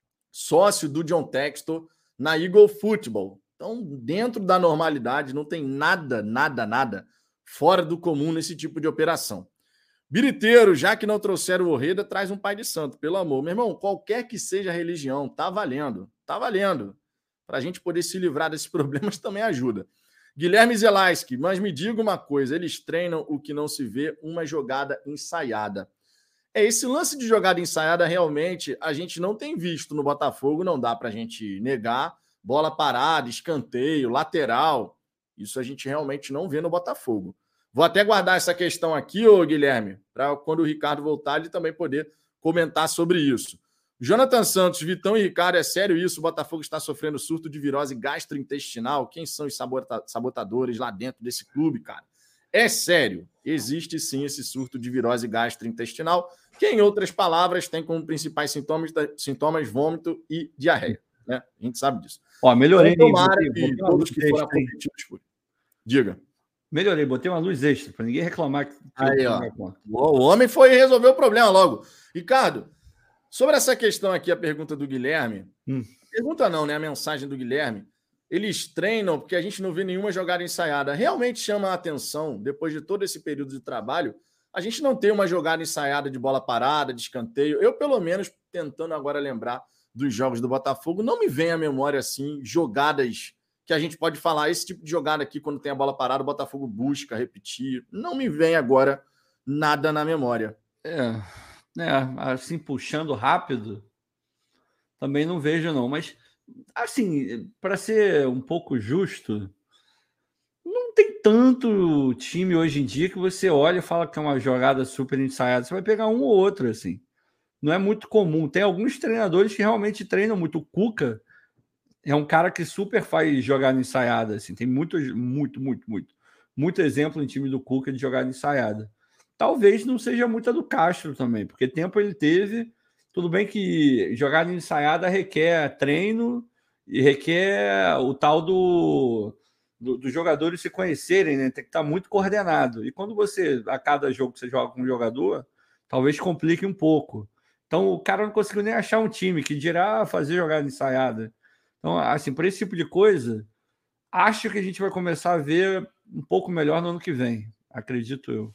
sócio do John Textor na Eagle Football. Então, dentro da normalidade, não tem nada, nada, nada fora do comum nesse tipo de operação. Biriteiro, já que não trouxeram o Orreda, traz um pai de santo, pelo amor. Meu irmão, qualquer que seja a religião, tá valendo, tá valendo. Para a gente poder se livrar desses problemas também ajuda. Guilherme Zelaiski, mas me diga uma coisa, eles treinam o que não se vê, uma jogada ensaiada. É, esse lance de jogada ensaiada, realmente, a gente não tem visto no Botafogo, não dá para a gente negar. Bola parada, escanteio, lateral. Isso a gente realmente não vê no Botafogo. Vou até guardar essa questão aqui, ô Guilherme, para quando o Ricardo voltar, ele também poder comentar sobre isso. Jonathan Santos, Vitão e Ricardo, é sério isso? O Botafogo está sofrendo surto de virose gastrointestinal? Quem são os sabota- sabotadores lá dentro desse clube, cara? É sério, existe sim esse surto de virose gastrointestinal, que, em outras palavras, tem como principais sintomas, sintomas vômito e diarreia, né? A gente sabe disso. Ó, melhorei. Então, tomara que todos que foram acometidos por... Diga. Melhorei, botei uma luz extra, para ninguém reclamar que, que Aí, eu ó. O homem foi resolver o problema logo. Ricardo, sobre essa questão aqui, a pergunta do Guilherme. Hum. Pergunta não, né? A mensagem do Guilherme. Eles treinam porque a gente não vê nenhuma jogada ensaiada. Realmente chama a atenção, depois de todo esse período de trabalho, a gente não tem uma jogada ensaiada de bola parada, de escanteio. Eu, pelo menos, tentando agora lembrar dos jogos do Botafogo, não me vem à memória, assim, jogadas que a gente pode falar, esse tipo de jogada aqui, quando tem a bola parada, o Botafogo busca repetir. Não me vem agora nada na memória. É, né, assim, puxando rápido, também não vejo, não. Mas, assim, para ser um pouco justo, não tem tanto time hoje em dia que você olha e fala que é uma jogada super ensaiada. Você vai pegar um ou outro, assim. Não é muito comum. Tem alguns treinadores que realmente treinam muito. O Cuca é um cara que super faz jogada ensaiada, assim. Tem muito, muito, muito, muito. Muito exemplo em time do Cuca de jogada ensaiada. Talvez não seja muita do Castro também, porque tempo ele teve. Tudo bem que jogada ensaiada requer treino e requer o tal do, do, dos jogadores se conhecerem, né? Tem que estar muito coordenado. E quando você, a cada jogo que você joga com um jogador, talvez complique um pouco. Então o cara não conseguiu nem achar um time que dirá fazer jogada ensaiada. Então, assim, por esse tipo de coisa, acho que a gente vai começar a ver um pouco melhor no ano que vem, acredito eu.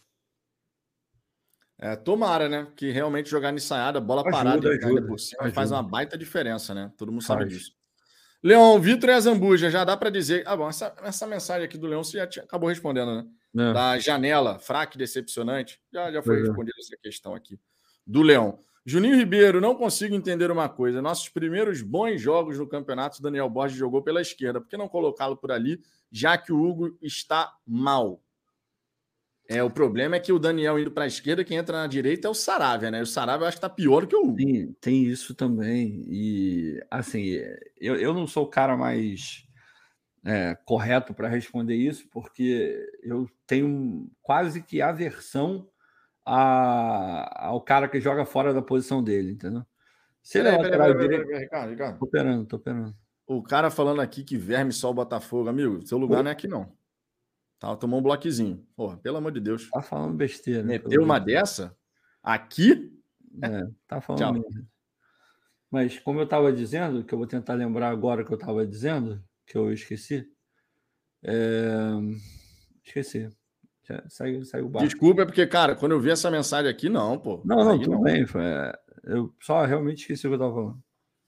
É, tomara, né? Que realmente jogar ensaiada, bola Ajuda, parada ajuda, ainda por cima, ajuda. faz uma baita diferença, né? Todo mundo Faz. sabe disso. Leão, Vitor e a Zambuja, já dá para dizer. Ah, bom, essa, essa mensagem aqui do Leão você já tinha, acabou respondendo, né? É. Da janela, fraca e decepcionante. Já, já foi é. respondida essa questão aqui. Do Leão. Juninho Ribeiro, não consigo entender uma coisa. Nossos primeiros bons jogos no campeonato, o Daniel Borges jogou pela esquerda. Por que não colocá-lo por ali, já que o Hugo está mal? É, o problema é que o Daniel indo para a esquerda, quem entra na direita é o Saravia, né? O Saravia eu acho que está pior que o Hugo. Tem, tem isso também. E, assim, eu, eu não sou o cara mais é, correto para responder isso, porque eu tenho quase que aversão a, ao cara que joga fora da posição dele, entendeu? Se ele é lateral direito... Ricardo, Ricardo. Tô operando, tô operando. O cara falando aqui que verme só o Botafogo. Amigo, seu lugar Pô. não é aqui, não. Tá, tomou um bloquezinho. Porra, pelo amor de Deus. Tá falando besteira. Meteu uma jeito. dessa? Aqui? É, tá falando mesmo. Mas como eu estava dizendo, que eu vou tentar lembrar agora o que eu estava dizendo, que eu esqueci. É... Esqueci. Já saiu, saiu o barco. Desculpa, é porque, cara, quando eu vi essa mensagem aqui, não, pô. Não, não, tudo não. bem. Eu só realmente esqueci o que eu estava falando.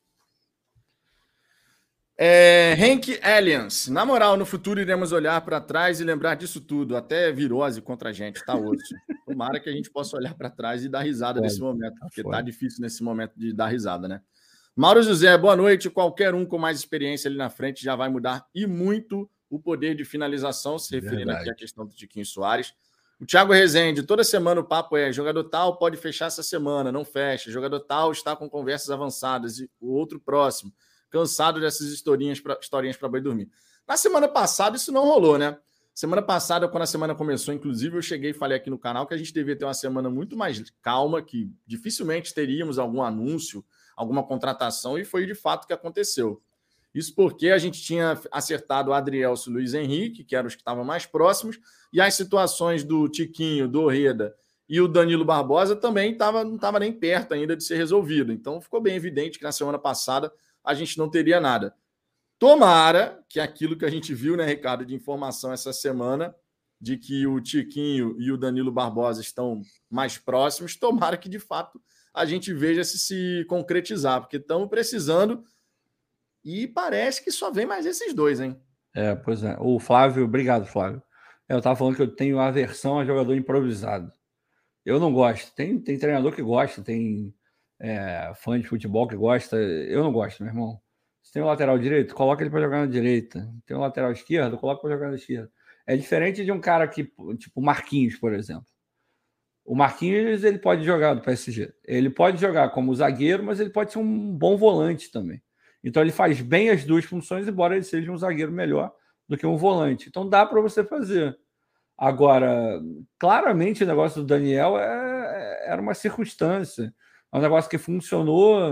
É, Hank Aliens. Na moral, no futuro iremos olhar para trás e lembrar disso tudo. Até virose contra a gente, tá osso. Tomara que a gente possa olhar para trás e dar risada Pode, nesse momento, porque tá, tá difícil nesse momento de dar risada, né? Mauro José, boa noite. Qualquer um com mais experiência ali na frente já vai mudar e muito o poder de finalização, se referindo Verdade. aqui à questão do Tiquinho Soares. O Thiago Rezende, toda semana o papo é jogador tal pode fechar essa semana, não fecha. Jogador tal está com conversas avançadas e o outro próximo. Cansado dessas historinhas para historinhas para boi dormir. Na semana passada isso não rolou, né? Semana passada, quando a semana começou, inclusive, eu cheguei e falei aqui no canal que a gente devia ter uma semana muito mais calma, que dificilmente teríamos algum anúncio, alguma contratação, e foi de fato o que aconteceu. Isso porque a gente tinha acertado o Adrielso e o Luiz Henrique, que eram os que estavam mais próximos, e as situações do Tiquinho, do Orreda e o Danilo Barbosa também tava, não estavam nem perto ainda de ser resolvido. Então ficou bem evidente que na semana passada a gente não teria nada. Tomara que aquilo que a gente viu, né, Ricardo, de informação essa semana, de que o Tiquinho e o Danilo Barbosa estão mais próximos, tomara que, de fato, a gente veja se se concretizar, porque estamos precisando e parece que só vem mais esses dois, hein? É, pois é. O Flávio, obrigado, Flávio. Eu estava falando que eu tenho aversão a jogador improvisado. Eu não gosto. Tem, tem treinador que gosta, tem é, fã de futebol que gosta. Eu não gosto, meu irmão. Se tem um lateral direito, coloca ele para jogar na direita. Tem um lateral esquerdo, coloca para jogar na esquerda. É diferente de um cara que, tipo, Marquinhos, por exemplo. O Marquinhos, ele pode jogar do P S G. Ele pode jogar como zagueiro, mas ele pode ser um bom volante também. Então ele faz bem as duas funções, embora ele seja um zagueiro melhor do que um volante. Então dá para você fazer. Agora, claramente o negócio do Daniel é, era uma circunstância. É um negócio que funcionou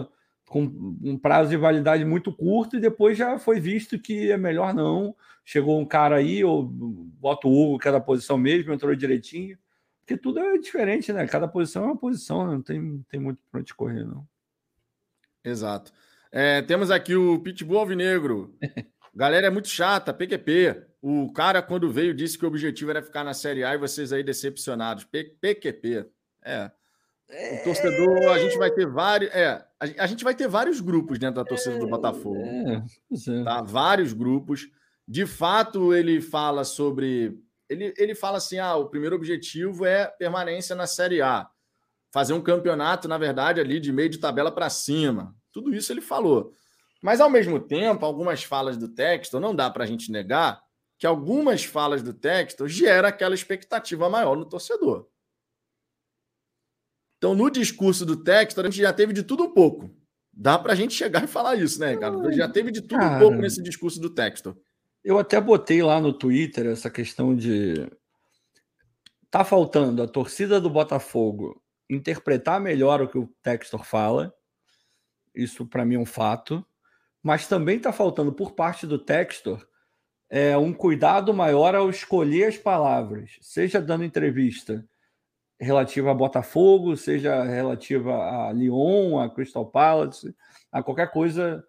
com um prazo de validade muito curto, e depois já foi visto que é melhor não. Chegou um cara aí, ou bota o Hugo, que é da posição mesmo, entrou direitinho. Porque tudo é diferente, né? Cada posição é uma posição, né? Não tem, tem muito para onde correr, não. Exato. É, temos aqui o Pitbull Alvinegro. Galera, é muito chata, P Q P. O cara, quando veio, disse que o objetivo era ficar na Série A e vocês aí decepcionados. P Q P. É. O torcedor, a gente vai ter vários. É, a gente vai ter vários grupos dentro da torcida do Botafogo. É, é. Tá? Vários grupos. De fato, ele fala sobre. Ele, ele fala assim: ah, o primeiro objetivo é permanência na Série A. Fazer um campeonato, na verdade, ali de meio de tabela para cima. Tudo isso ele falou. Mas, ao mesmo tempo, algumas falas do Textor, não dá para a gente negar que algumas falas do Textor geram aquela expectativa maior no torcedor. Então, no discurso do Textor, a gente já teve de tudo um pouco. Dá para a gente chegar e falar isso, né, Ricardo? Já teve de tudo Cara, um pouco nesse discurso do Textor. Eu até botei lá no Twitter essa questão de... Tá faltando a torcida do Botafogo interpretar melhor o que o Textor fala. Isso, para mim, é um fato. Mas também está faltando, por parte do Textor, é, um cuidado maior ao escolher as palavras, seja dando entrevista relativa a Botafogo, seja relativa a Lyon, a Crystal Palace, a qualquer coisa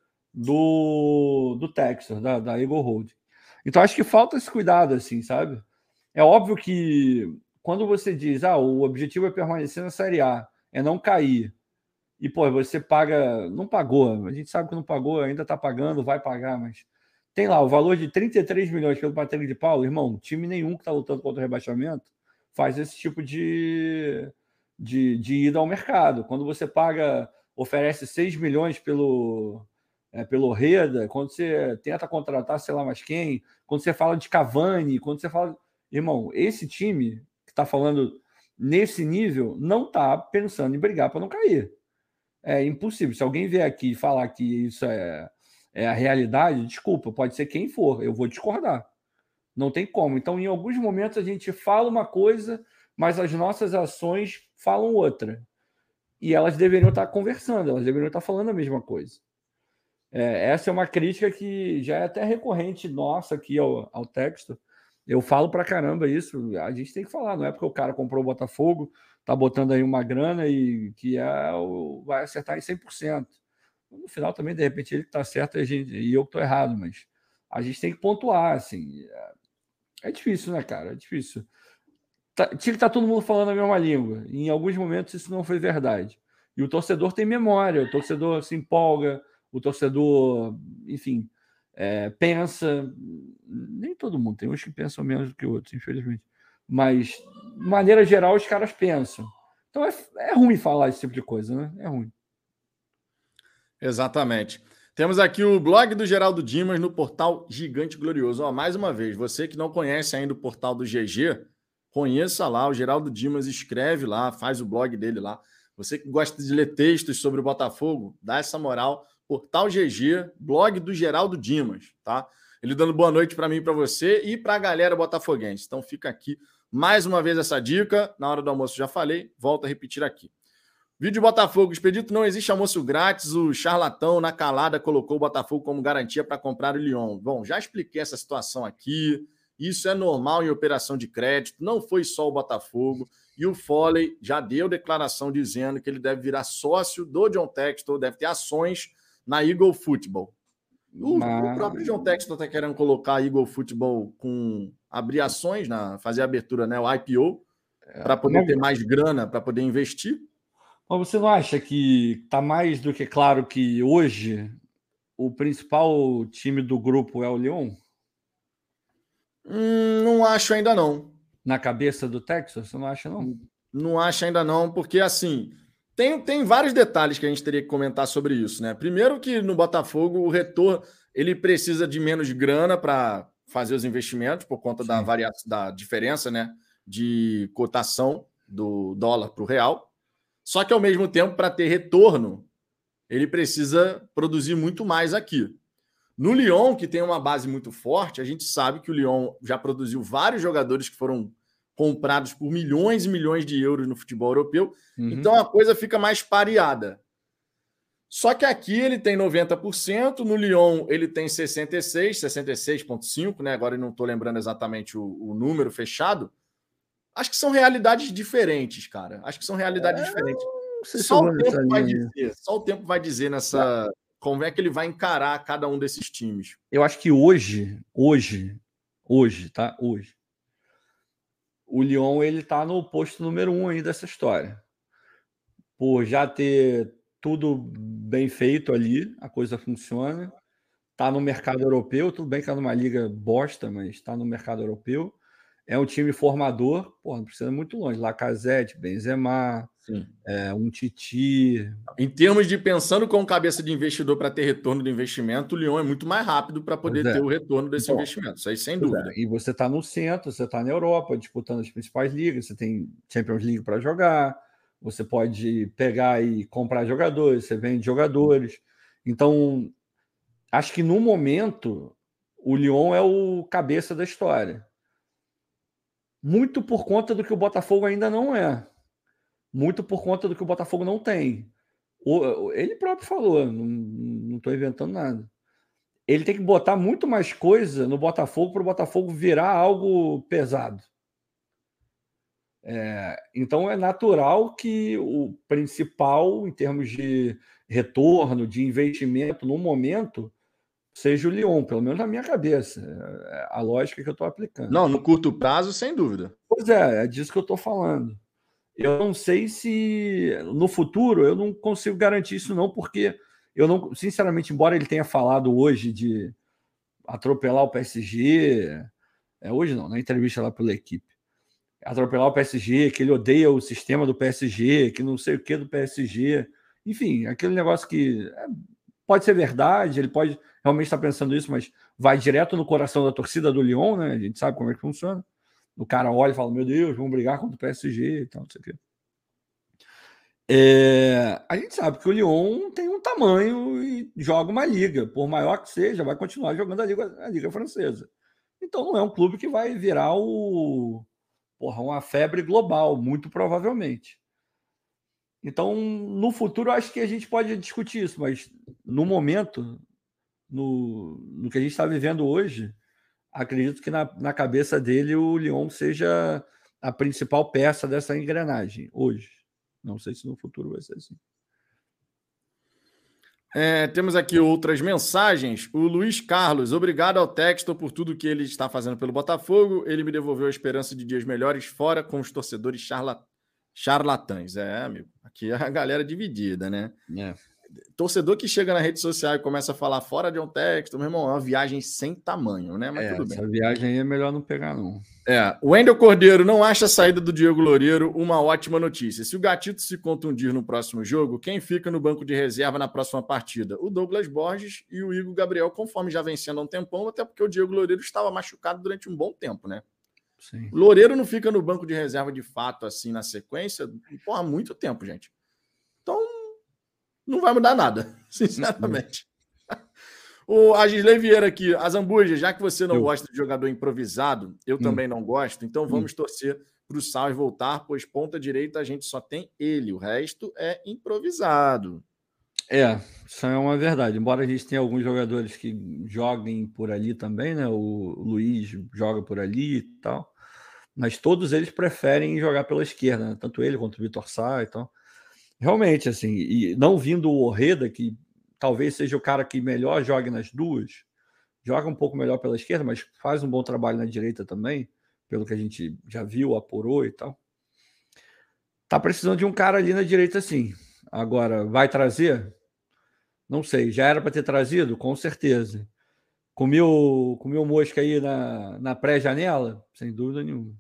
do, do Textor, da, da Eagle Road. Então, acho que falta esse cuidado, assim, sabe? É óbvio que quando você diz, ah, o objetivo é permanecer na Série A, é não cair, e, pô, você paga... Não pagou. A gente sabe que não pagou, ainda está pagando, vai pagar, mas... Tem lá o valor de trinta e três milhões pelo Patrick de Paulo. Irmão, time nenhum que está lutando contra o rebaixamento faz esse tipo de, de, de ida ao mercado. Quando você paga... Oferece seis milhões pelo... É, pelo Reda, quando você tenta contratar sei lá mais quem, quando você fala de Cavani, quando você fala... Irmão, esse time que está falando nesse nível não está pensando em brigar para não cair. É impossível. Se alguém vier aqui e falar que isso é, é a realidade, desculpa, pode ser quem for, eu vou discordar. Não tem como. Então, em alguns momentos, a gente fala uma coisa, mas as nossas ações falam outra. E elas deveriam estar conversando, elas deveriam estar falando a mesma coisa. É, essa é uma crítica que já é até recorrente nossa aqui ao, ao texto. Eu falo pra caramba isso, a gente tem que falar, não é porque o cara comprou o Botafogo, tá botando aí uma grana e que é o, vai acertar em cem por cento. No final também, de repente, ele que tá certo e, a gente, e eu que tô errado, mas a gente tem que pontuar, assim. É, é difícil, né, cara? É difícil. Tá, tinha que estar todo mundo falando a mesma língua. E em alguns momentos isso não foi verdade. E o torcedor tem memória, o torcedor se empolga, o torcedor, enfim, é, pensa. Nem todo mundo, tem uns que pensam menos do que outros, infelizmente. Mas, de maneira geral, os caras pensam. Então é, é ruim falar esse tipo de coisa, né? É ruim. Exatamente. Temos aqui o blog do Geraldo Dimas no portal Gigante Glorioso. Ó, mais uma vez, você que não conhece ainda o portal do G G, conheça lá, o Geraldo Dimas escreve lá, faz o blog dele lá. Você que gosta de ler textos sobre o Botafogo, dá essa moral. Portal G G, blog do Geraldo Dimas, tá? Ele dando boa noite para mim e para você e para a galera botafoguense. Então fica aqui mais uma vez essa dica. Na hora do almoço já falei, volto a repetir aqui. Vídeo Botafogo, Expedito, não existe almoço grátis. O charlatão na calada colocou o Botafogo como garantia para comprar o Lyon. Bom, já expliquei essa situação aqui. Isso é normal em operação de crédito. Não foi só o Botafogo. E o Foley já deu declaração dizendo que ele deve virar sócio do John Textor, deve ter ações na Eagle Football. O, Mas... o próprio John Textor está querendo colocar a Eagle Football com abrir ações, na, fazer a abertura, né, o I P O, é, para poder mas... ter mais grana, para poder investir. Mas você não acha que está mais do que claro que hoje o principal time do grupo é o Lyon? Hum, não acho ainda não. Na cabeça do Texas, você não acha não? Não, não acho ainda não, porque assim... Tem, tem vários detalhes que a gente teria que comentar sobre isso, né? Primeiro que no Botafogo o retorno ele precisa de menos grana para fazer os investimentos por conta da, varia... da diferença, né, de cotação do dólar para o real. Só que ao mesmo tempo, para ter retorno, ele precisa produzir muito mais aqui. No Lyon, que tem uma base muito forte, a gente sabe que o Lyon já produziu vários jogadores que foram comprados por milhões e milhões de euros no futebol europeu. Uhum. Então a coisa fica mais pareada. Só que aqui ele tem noventa por cento, no Lyon ele tem sessenta e seis, sessenta e seis vírgula cinco, né? Agora eu não estou lembrando exatamente o, o número fechado. Acho que são realidades diferentes, cara. Acho que são realidades é, diferentes. Não sei só se o tempo vai dizer, só o tempo vai dizer nessa como é que ele vai encarar cada um desses times. Eu acho que hoje, hoje, hoje, tá? Hoje, o Lyon ele tá no posto número um aí dessa história. Por já ter tudo bem feito ali, a coisa funciona. Tá no mercado europeu, tudo bem que é numa liga bosta, mas está no mercado europeu. É um time formador, pô, não precisa ir muito longe. Lacazette, Benzema, é, um Titi. Em termos de pensando com cabeça de investidor para ter retorno do investimento, o Lyon é muito mais rápido para poder é. ter o retorno desse então, investimento. Isso aí, sem dúvida. É. E você está no centro, você está na Europa, disputando as principais ligas, você tem Champions League para jogar, você pode pegar e comprar jogadores, você vende jogadores. Então, acho que no momento o Lyon é o cabeça da história. Muito por conta do que o Botafogo ainda não é. Muito por conta do que o Botafogo não tem. O, ele próprio falou, não estou inventando nada. Ele tem que botar muito mais coisa no Botafogo para o Botafogo virar algo pesado. É, então é natural que o principal, em termos de retorno, de investimento no momento, seja o Lyon, pelo menos na minha cabeça. É a lógica que eu estou aplicando. Não, no curto prazo, sem dúvida. Pois é, é disso que eu estou falando. Eu não sei se no futuro eu não consigo garantir isso, não, porque eu não, sinceramente, embora ele tenha falado hoje de atropelar o P S G, é hoje não, na entrevista lá pela equipe, atropelar o P S G, que ele odeia o sistema do P S G, que não sei o que do P S G, enfim, aquele negócio que é, pode ser verdade, ele pode realmente estar pensando isso, mas vai direto no coração da torcida do Lyon, né? A gente sabe como é que funciona. O cara olha e fala, meu Deus, vamos brigar contra o P S G e tal, não sei o quê. É, a gente sabe que o Lyon tem um tamanho e joga uma liga, por maior que seja, vai continuar jogando a liga, a liga francesa. Então não é um clube que vai virar o, porra, uma febre global, muito provavelmente. Então, no futuro, acho que a gente pode discutir isso, mas no momento, no, no que a gente está vivendo hoje, acredito que na, na cabeça dele o Lyon seja a principal peça dessa engrenagem hoje. Não sei se no futuro vai ser assim. É, temos aqui outras mensagens. O Luiz Carlos, obrigado ao Textor por tudo que ele está fazendo pelo Botafogo. Ele me devolveu a esperança de dias melhores fora com os torcedores charla... charlatães. É, amigo, aqui é a galera dividida, né? É. Torcedor que chega na rede social e começa a falar fora de um texto, meu irmão, é uma viagem sem tamanho, né? Mas é, tudo bem. Essa viagem aí é melhor não pegar, não. É, o Wendel Cordeiro não acha a saída do Diego Loureiro uma ótima notícia. Se o Gatito se contundir no próximo jogo, quem fica no banco de reserva na próxima partida? O Douglas Borges e o Igor Gabriel, conforme já vencendo há um tempão, até porque o Diego Loureiro estava machucado durante um bom tempo, né? Sim. O Loureiro não fica no banco de reserva de fato, assim, na sequência, porra, há muito tempo, gente. Então, não vai mudar nada, sinceramente. O Agisley Vieira aqui, a Zambuja, já que você não eu. gosta de jogador improvisado, eu hum. também não gosto, então vamos hum. torcer para o Salles voltar, pois ponta direita a gente só tem ele, o resto é improvisado. É, isso é uma verdade. Embora a gente tenha alguns jogadores que joguem por ali também, né? O Luiz joga por ali e tal, mas todos eles preferem jogar pela esquerda, né? Tanto ele quanto o Vitor Sá e tal. Realmente, assim, e não vindo o Orreda, que talvez seja o cara que melhor jogue nas duas, joga um pouco melhor pela esquerda, mas faz um bom trabalho na direita também, pelo que a gente já viu, apurou e tal. Tá precisando de um cara ali na direita, sim. Agora, vai trazer? Não sei. Já era para ter trazido? Com certeza. Comeu, comeu mosca aí na, na pré-janela? Sem dúvida nenhuma.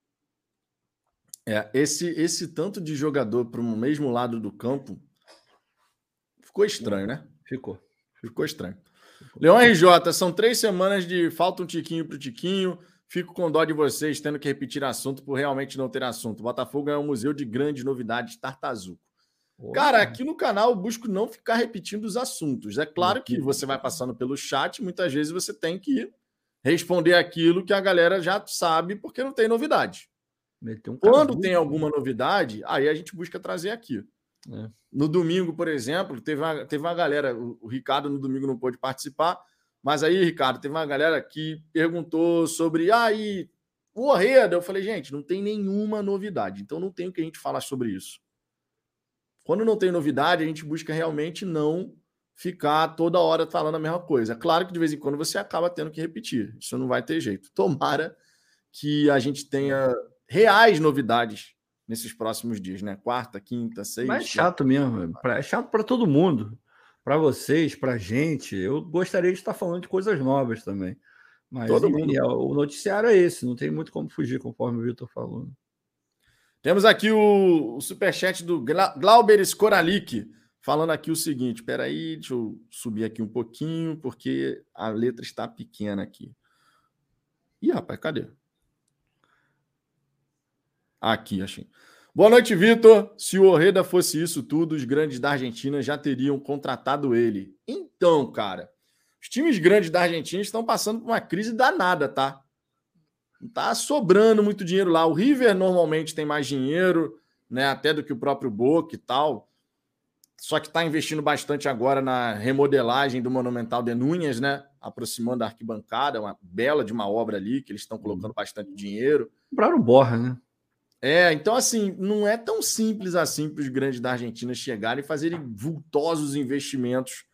É, esse, esse tanto de jogador para o mesmo lado do campo ficou estranho, né? Ficou. Ficou estranho. Ficou. Leão R J, são três semanas de falta um tiquinho para o tiquinho. Fico com dó de vocês tendo que repetir assunto por realmente não ter assunto. Botafogo é um museu de grandes novidades, Tartazuco. Opa. Cara, aqui no canal eu busco não ficar repetindo os assuntos. É claro que você vai passando pelo chat, muitas vezes você tem que responder aquilo que a galera já sabe, porque não tem novidade. Um Quando tem alguma novidade, aí a gente busca trazer aqui. É. No domingo, por exemplo, teve uma, teve uma galera, o, o Ricardo no domingo não pôde participar, mas aí, Ricardo, teve uma galera que perguntou sobre, ah, e o Orreda. Eu falei, gente, não tem nenhuma novidade, então não tem o que a gente falar sobre isso. Quando não tem novidade, a gente busca realmente não ficar toda hora falando a mesma coisa. Claro que de vez em quando você acaba tendo que repetir, isso não vai ter jeito. Tomara que a gente tenha reais novidades nesses próximos dias, né? Quarta, quinta, sexta. Mas é chato mesmo, é chato para todo mundo, para vocês, para a gente. Eu gostaria de estar falando de coisas novas também. Mas todo enfim, mundo. o noticiário é esse, não tem muito como fugir, conforme o Vitor falou. Temos aqui o, o superchat do Glauber Skoralik, falando aqui o seguinte, espera aí, deixa eu subir aqui um pouquinho, porque a letra está pequena aqui. Ih, rapaz, cadê? Aqui, achei. Boa noite, Vitor. Se o Orreda fosse isso tudo, os grandes da Argentina já teriam contratado ele. Então, cara, os times grandes da Argentina estão passando por uma crise danada, tá? Não tá sobrando muito dinheiro lá. O River normalmente tem mais dinheiro, né, até do que o próprio Boca e tal. Só que está investindo bastante agora na remodelagem do Monumental de Núñez, né? Aproximando a arquibancada, uma bela de uma obra ali, que eles estão colocando bastante dinheiro. Compraram o Borja, né? É, então assim, não é tão simples assim para os grandes da Argentina chegarem e fazerem vultosos investimentos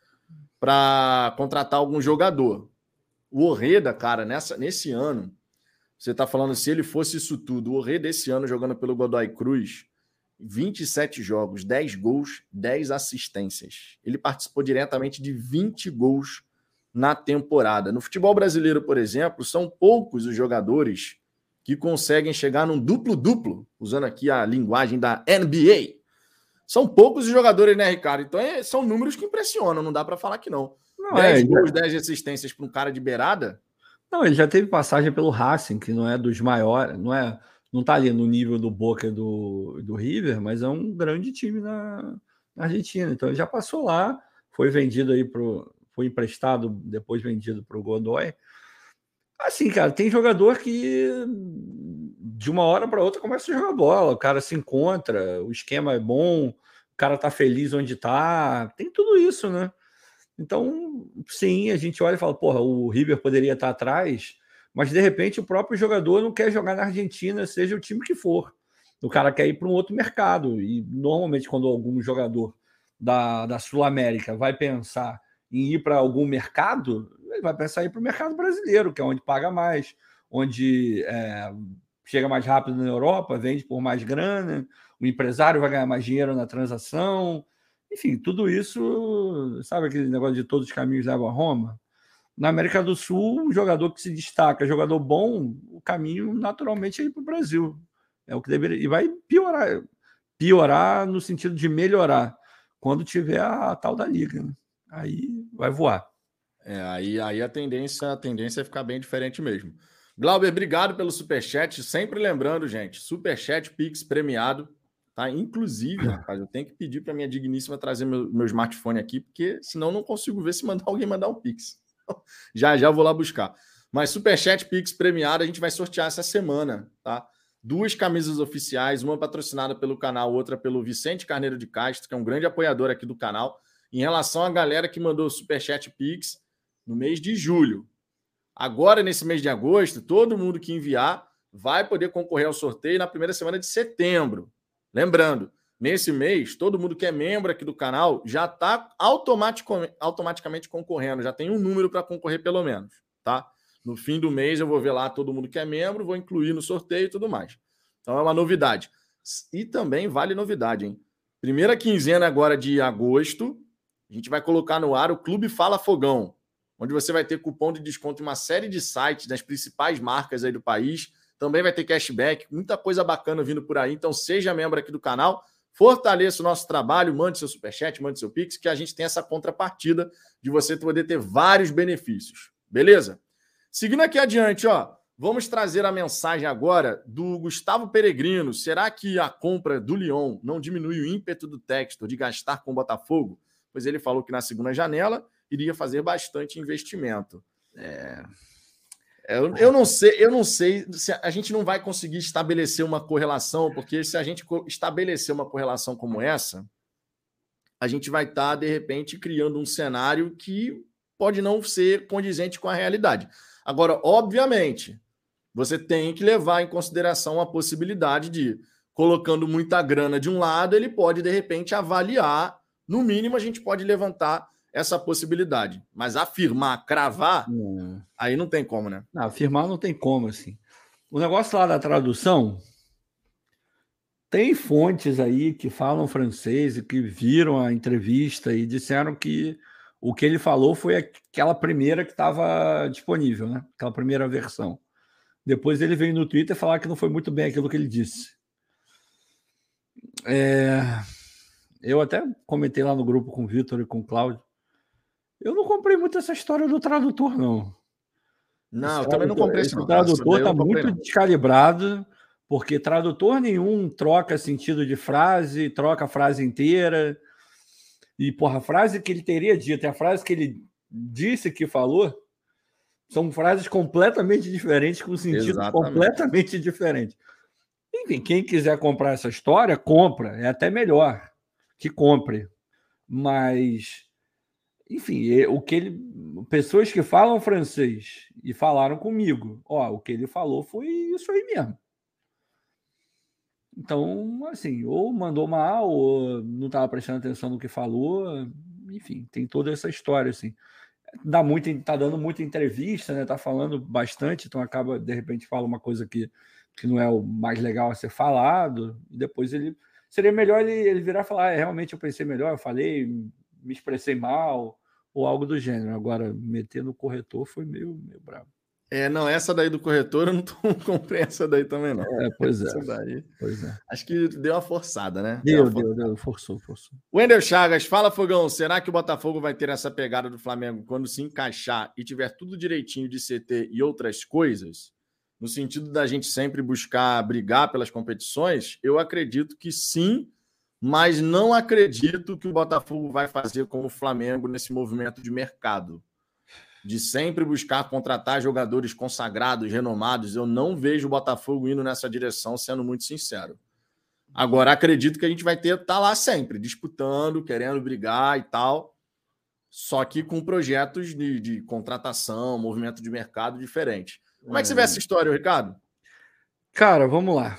para contratar algum jogador. O Orreda, cara, nessa, nesse ano, você está falando, se ele fosse isso tudo, o Orreda esse ano jogando pelo Godoy Cruz, vinte e sete jogos, dez gols, dez assistências. Ele participou diretamente de vinte gols na temporada. No futebol brasileiro, por exemplo, são poucos os jogadores que conseguem chegar num duplo-duplo, usando aqui a linguagem da N B A. São poucos os jogadores, né, Ricardo? Então é, são números que impressionam, não dá para falar que não. não dez é, gols, já... dez assistências para um cara de beirada. Não, ele já teve passagem pelo Racing, que não é dos maiores, não é, não tá ali no nível do Boca e do, do River, mas é um grande time na, na Argentina. Então ele já passou lá, foi vendido aí pro, foi emprestado, depois vendido para o Godoy. Assim, cara, tem jogador que de uma hora para outra começa a jogar bola, o cara se encontra, o esquema é bom, o cara tá feliz onde tá, tem tudo isso, né? Então, sim, a gente olha e fala, porra, o River poderia estar atrás, mas de repente o próprio jogador não quer jogar na Argentina, seja o time que for. O cara quer ir para um outro mercado, e normalmente quando algum jogador da, da Sul-América vai pensar em ir para algum mercado, ele vai pensar em ir para o mercado brasileiro, que é onde paga mais, onde é, chega mais rápido na Europa, vende por mais grana, o empresário vai ganhar mais dinheiro na transação. Enfim, tudo isso, sabe aquele negócio de todos os caminhos levam a Roma? Na América do Sul, um jogador que se destaca, jogador bom, o caminho naturalmente é ir para o Brasil. É o que deveria. E vai piorar, piorar no sentido de melhorar quando tiver a, a tal da liga, né? Aí vai voar. É, aí, aí a tendência, a tendência é ficar bem diferente mesmo. Glauber, obrigado pelo superchat. Sempre lembrando, gente, superchat Pix premiado. Tá? Inclusive, rapaz, eu tenho que pedir para minha digníssima trazer meu, meu smartphone aqui, porque senão eu não consigo ver se mandar alguém mandar um Pix. Já já vou lá buscar. Mas superchat Pix premiado a gente vai sortear essa semana, tá? Duas camisas oficiais, uma patrocinada pelo canal, outra pelo Vicente Carneiro de Castro, que é um grande apoiador aqui do canal, em relação à galera que mandou superchat Pix no mês de julho. Agora, nesse mês de agosto, todo mundo que enviar vai poder concorrer ao sorteio na primeira semana de setembro. Lembrando, nesse mês, todo mundo que é membro aqui do canal já está automaticamente, automaticamente concorrendo, já tem um número para concorrer pelo menos, tá? No fim do mês eu vou ver lá todo mundo que é membro, vou incluir no sorteio e tudo mais. Então é uma novidade. E também vale novidade, hein? Primeira quinzena agora de agosto, a gente vai colocar no ar o Clube Fala Fogão, onde você vai ter cupom de desconto em uma série de sites das principais marcas aí do país. Também vai ter cashback, muita coisa bacana vindo por aí. Então, seja membro aqui do canal, fortaleça o nosso trabalho, mande seu superchat, mande seu Pix, que a gente tem essa contrapartida de você poder ter vários benefícios. Beleza? Seguindo aqui adiante, ó, vamos trazer a mensagem agora do Gustavo Peregrino. Será que a compra do Lyon não diminui o ímpeto do Textor de gastar com o Botafogo? Pois ele falou que na segunda janela iria fazer bastante investimento. É... Eu, eu não sei, eu não sei se a gente não vai conseguir estabelecer uma correlação, porque se a gente estabelecer uma correlação como essa, a gente vai estar, de repente, criando um cenário que pode não ser condizente com a realidade. Agora, obviamente, você tem que levar em consideração a possibilidade de, colocando muita grana de um lado, ele pode, de repente, avaliar, no mínimo, a gente pode levantar essa possibilidade. Mas afirmar, cravar, É. aí não tem como, né? Não, afirmar não tem como, assim. O negócio lá da tradução, tem fontes aí que falam francês e que viram a entrevista e disseram que o que ele falou foi aquela primeira que estava disponível, né? Aquela primeira versão. Depois ele veio no Twitter falar que não foi muito bem aquilo que ele disse. É... Eu até comentei lá no grupo com o Vitor e com o Cláudio. Eu não comprei muito essa história do tradutor, não. Não, esse eu também não comprei isso, esse não. tradutor está muito não. descalibrado, porque tradutor nenhum troca sentido de frase, troca a frase inteira. E, porra, a frase que ele teria dito e a frase que ele disse que falou são frases completamente diferentes, com sentidos Exatamente. completamente diferentes. Enfim, quem quiser comprar essa história, compra. É até melhor que compre. Mas, enfim, o que ele... pessoas que falam francês e falaram comigo, ó, o que ele falou foi isso aí mesmo. Então, assim, ou mandou mal, ou não estava prestando atenção no que falou, enfim, tem toda essa história, assim. Dá muito, tá dando muita entrevista, né? Tá falando bastante, então acaba, de repente, fala uma coisa que, que não é o mais legal a ser falado, e depois ele... Seria melhor ele, ele virar e falar, ah, realmente eu pensei melhor, eu falei, me expressei mal, ou algo do gênero. Agora, meter no corretor foi meio, meio bravo. É, não, essa daí do corretor eu não tô, comprei essa daí também, não. É, pois é. Essa daí, pois é. acho que deu uma forçada, né? Deu, deu, deu, deu, forçou, forçou. Wendel Chagas, fala, Fogão, será que o Botafogo vai ter essa pegada do Flamengo quando se encaixar e tiver tudo direitinho de C T e outras coisas? No sentido da gente sempre buscar brigar pelas competições, eu acredito que sim, mas não acredito que o Botafogo vai fazer como o Flamengo nesse movimento de mercado. De sempre buscar contratar jogadores consagrados, renomados. Eu não vejo o Botafogo indo nessa direção, sendo muito sincero. Agora, acredito que a gente vai ter estar tá lá sempre, disputando, querendo brigar e tal, só que com projetos de, de contratação, movimento de mercado diferente. Como é que você vê essa história, Ricardo? Cara, vamos lá.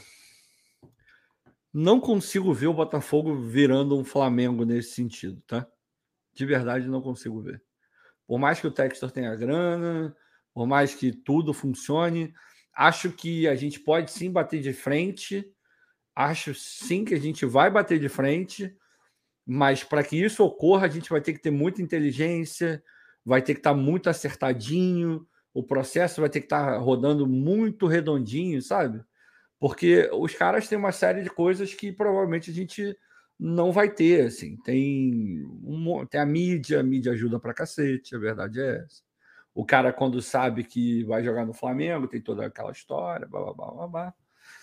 Não consigo ver o Botafogo virando um Flamengo nesse sentido, tá? De verdade, não consigo ver. Por mais que o Textor tenha grana, por mais que tudo funcione, acho que a gente pode sim bater de frente, acho sim que a gente vai bater de frente, mas para que isso ocorra, a gente vai ter que ter muita inteligência, vai ter que estar muito acertadinho, o processo vai ter que estar rodando muito redondinho, sabe? Porque os caras têm uma série de coisas que provavelmente a gente não vai ter, assim. Tem, um, tem a mídia, a mídia ajuda pra cacete, a verdade é essa. O cara, quando sabe que vai jogar no Flamengo, tem toda aquela história, blá, blá, blá, blá, blá.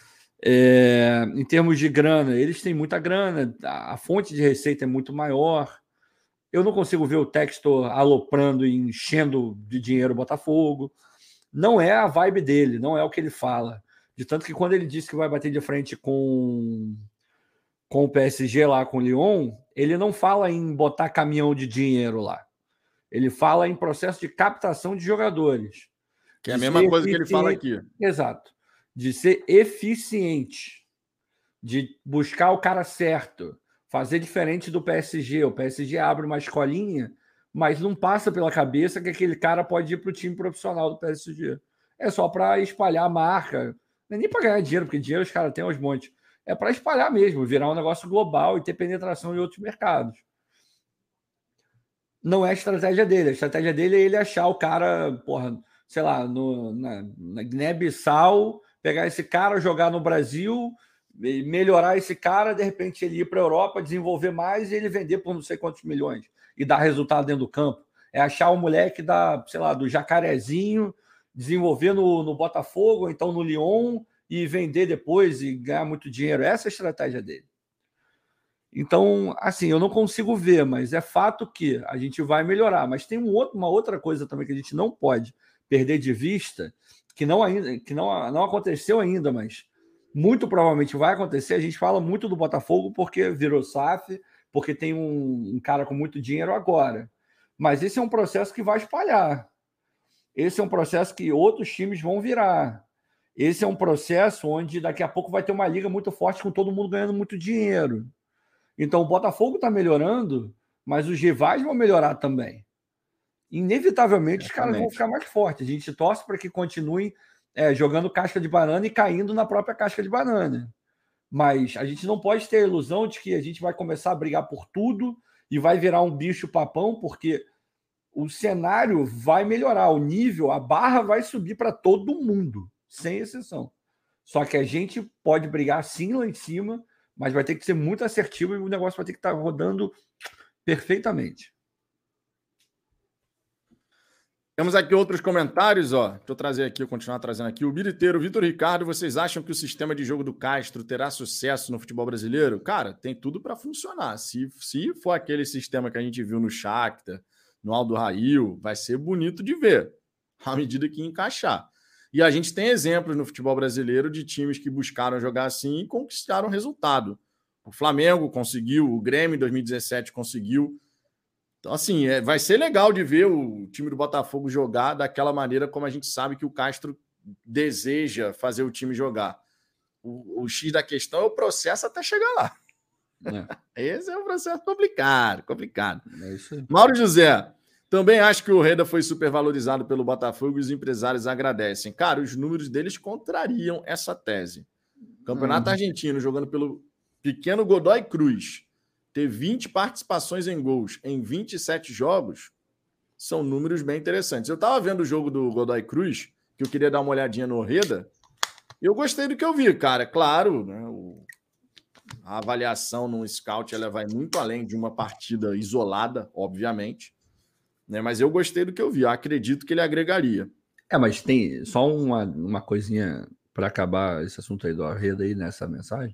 É, em termos de grana, eles têm muita grana, a fonte de receita é muito maior. Eu não consigo ver o Textor aloprando e enchendo de dinheiro o Botafogo. Não é a vibe dele, não é o que ele fala. De tanto que quando ele disse que vai bater de frente com, com o P S G lá, com o Lyon, ele não fala em botar caminhão de dinheiro lá. Ele fala em processo de captação de jogadores. Que é a mesma coisa que ele fala aqui. Exato. De ser eficiente, de buscar o cara certo, fazer diferente do P S G. O P S G abre uma escolinha, mas não passa pela cabeça que aquele cara pode ir para o time profissional do P S G. É só para espalhar a marca. Não é nem para ganhar dinheiro, porque dinheiro os caras têm aos montes. É para espalhar mesmo, virar um negócio global e ter penetração em outros mercados. Não é a estratégia dele. A estratégia dele é ele achar o cara, porra, sei lá, no, na, na Guiné-Bissau, pegar esse cara, jogar no Brasil, melhorar esse cara, de repente ele ir para a Europa, desenvolver mais e ele vender por não sei quantos milhões e dar resultado dentro do campo. É achar o moleque da, sei lá, do Jacarezinho, desenvolver no, no Botafogo, ou então no Lyon, e vender depois e ganhar muito dinheiro. Essa é a estratégia dele. Então, assim, eu não consigo ver, mas é fato que a gente vai melhorar. Mas tem um outro, uma outra coisa também que a gente não pode perder de vista, que não, ainda, que não, não aconteceu ainda, mas muito provavelmente vai acontecer. A gente fala muito do Botafogo porque virou S A F, porque tem um, um cara com muito dinheiro agora. Mas esse é um processo que vai espalhar. Esse é um processo que outros times vão virar. Esse é um processo onde daqui a pouco vai ter uma liga muito forte com todo mundo ganhando muito dinheiro. Então o Botafogo está melhorando, mas os rivais vão melhorar também. Inevitavelmente, os caras vão ficar mais fortes. A gente torce para que continuem é, jogando casca de banana e caindo na própria casca de banana. Mas a gente não pode ter a ilusão de que a gente vai começar a brigar por tudo e vai virar um bicho-papão, porque o cenário vai melhorar, o nível, a barra vai subir para todo mundo, sem exceção. Só que a gente pode brigar sim lá em cima, mas vai ter que ser muito assertivo e o negócio vai ter que estar rodando perfeitamente. Temos aqui outros comentários, ó. Deixa eu trazer aqui, eu continuar trazendo aqui. O Biriteiro, o Vitor Ricardo, vocês acham que o sistema de jogo do Castro terá sucesso no futebol brasileiro? Cara, tem tudo para funcionar. Se, se for aquele sistema que a gente viu no Shakhtar, no Aldo Rail, vai ser bonito de ver, à medida que encaixar. E a gente tem exemplos no futebol brasileiro de times que buscaram jogar assim e conquistaram resultado. O Flamengo conseguiu, o Grêmio em dois mil e dezessete conseguiu. Então, assim, é, vai ser legal de ver o time do Botafogo jogar daquela maneira como a gente sabe que o Castro deseja fazer o time jogar. O, o X da questão é o processo até chegar lá. É. Esse é um processo complicado, complicado. É isso aí. Mauro José, também acho que o Reda foi supervalorizado pelo Botafogo e os empresários agradecem. Cara, os números deles contrariam essa tese. Campeonato uhum. Argentino, jogando pelo pequeno Godoy Cruz, ter vinte participações em gols em vinte e sete jogos, são números bem interessantes. Eu estava vendo o jogo do Godoy Cruz, que eu queria dar uma olhadinha no Reda, e eu gostei do que eu vi, cara. Claro, né, o, a avaliação no scout ela vai muito além de uma partida isolada, obviamente, né, mas eu gostei do que eu vi. Eu acredito que ele agregaria. É, mas tem só uma, uma coisinha para acabar esse assunto aí do Reda aí nessa mensagem.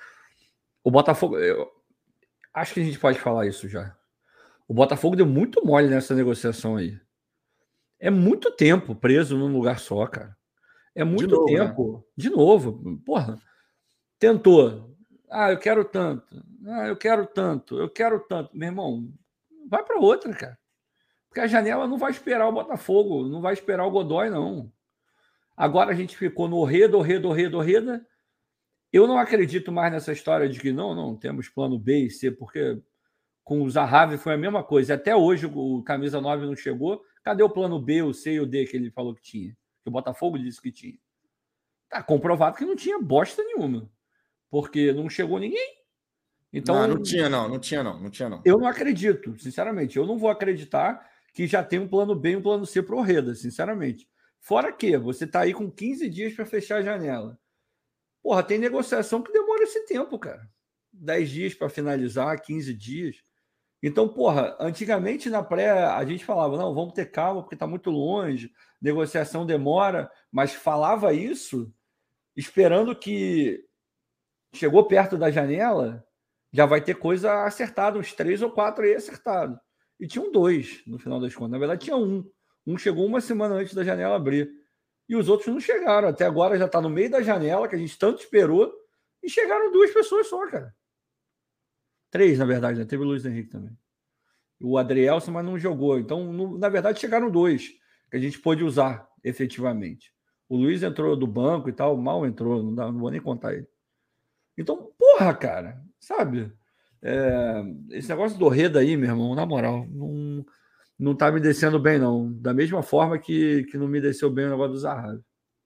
O Botafogo... Eu... Acho que a gente pode falar isso já. O Botafogo deu muito mole nessa negociação aí. É muito tempo preso num lugar só, cara. É muito de novo, tempo. Né? De novo. Porra. Tentou. Ah, eu quero tanto. Ah, eu quero tanto. Eu quero tanto. Meu irmão, vai para outra, cara. Porque a janela não vai esperar o Botafogo. Não vai esperar o Godoy, não. Agora a gente ficou no Orreda, Orreda, Orreda, Orreda. Eu não acredito mais nessa história de que não, não, temos plano B e C, porque com o Zahavi foi a mesma coisa. Até hoje o camisa nove não chegou. Cadê o plano B, o C e o D que ele falou que tinha? Que o Botafogo disse que tinha. Tá comprovado que não tinha bosta nenhuma. Porque não chegou ninguém. Então, não, não tinha não, não tinha não, não tinha não. Eu não acredito, sinceramente. Eu não vou acreditar que já tem um plano B e um plano C para o Orreda, sinceramente. Fora que você tá aí com quinze dias para fechar a janela. Porra, tem negociação que demora esse tempo, cara. dez dias para finalizar, quinze dias. Então, porra, antigamente na pré a gente falava, não, vamos ter calma porque está muito longe, negociação demora, mas falava isso esperando que chegou perto da janela, já vai ter coisa acertada, uns três ou quatro aí acertado. E tinham dois, no final das contas. Na verdade, tinha um. Um chegou uma semana antes da janela abrir. E os outros não chegaram. Até agora já está no meio da janela, que a gente tanto esperou, e chegaram duas pessoas só, cara. Três, na verdade, né? Teve o Luiz Henrique também. O Adrielson, mas não jogou. Então, no, na verdade, chegaram dois, que a gente pôde usar efetivamente. O Luiz entrou do banco e tal, mal entrou, não, dá, não vou nem contar ele. Então, porra, cara, sabe? É, esse negócio do Orreda aí, meu irmão, na moral, não... não tá me descendo bem, não. Da mesma forma que, que não me desceu bem o negócio do Zahavi.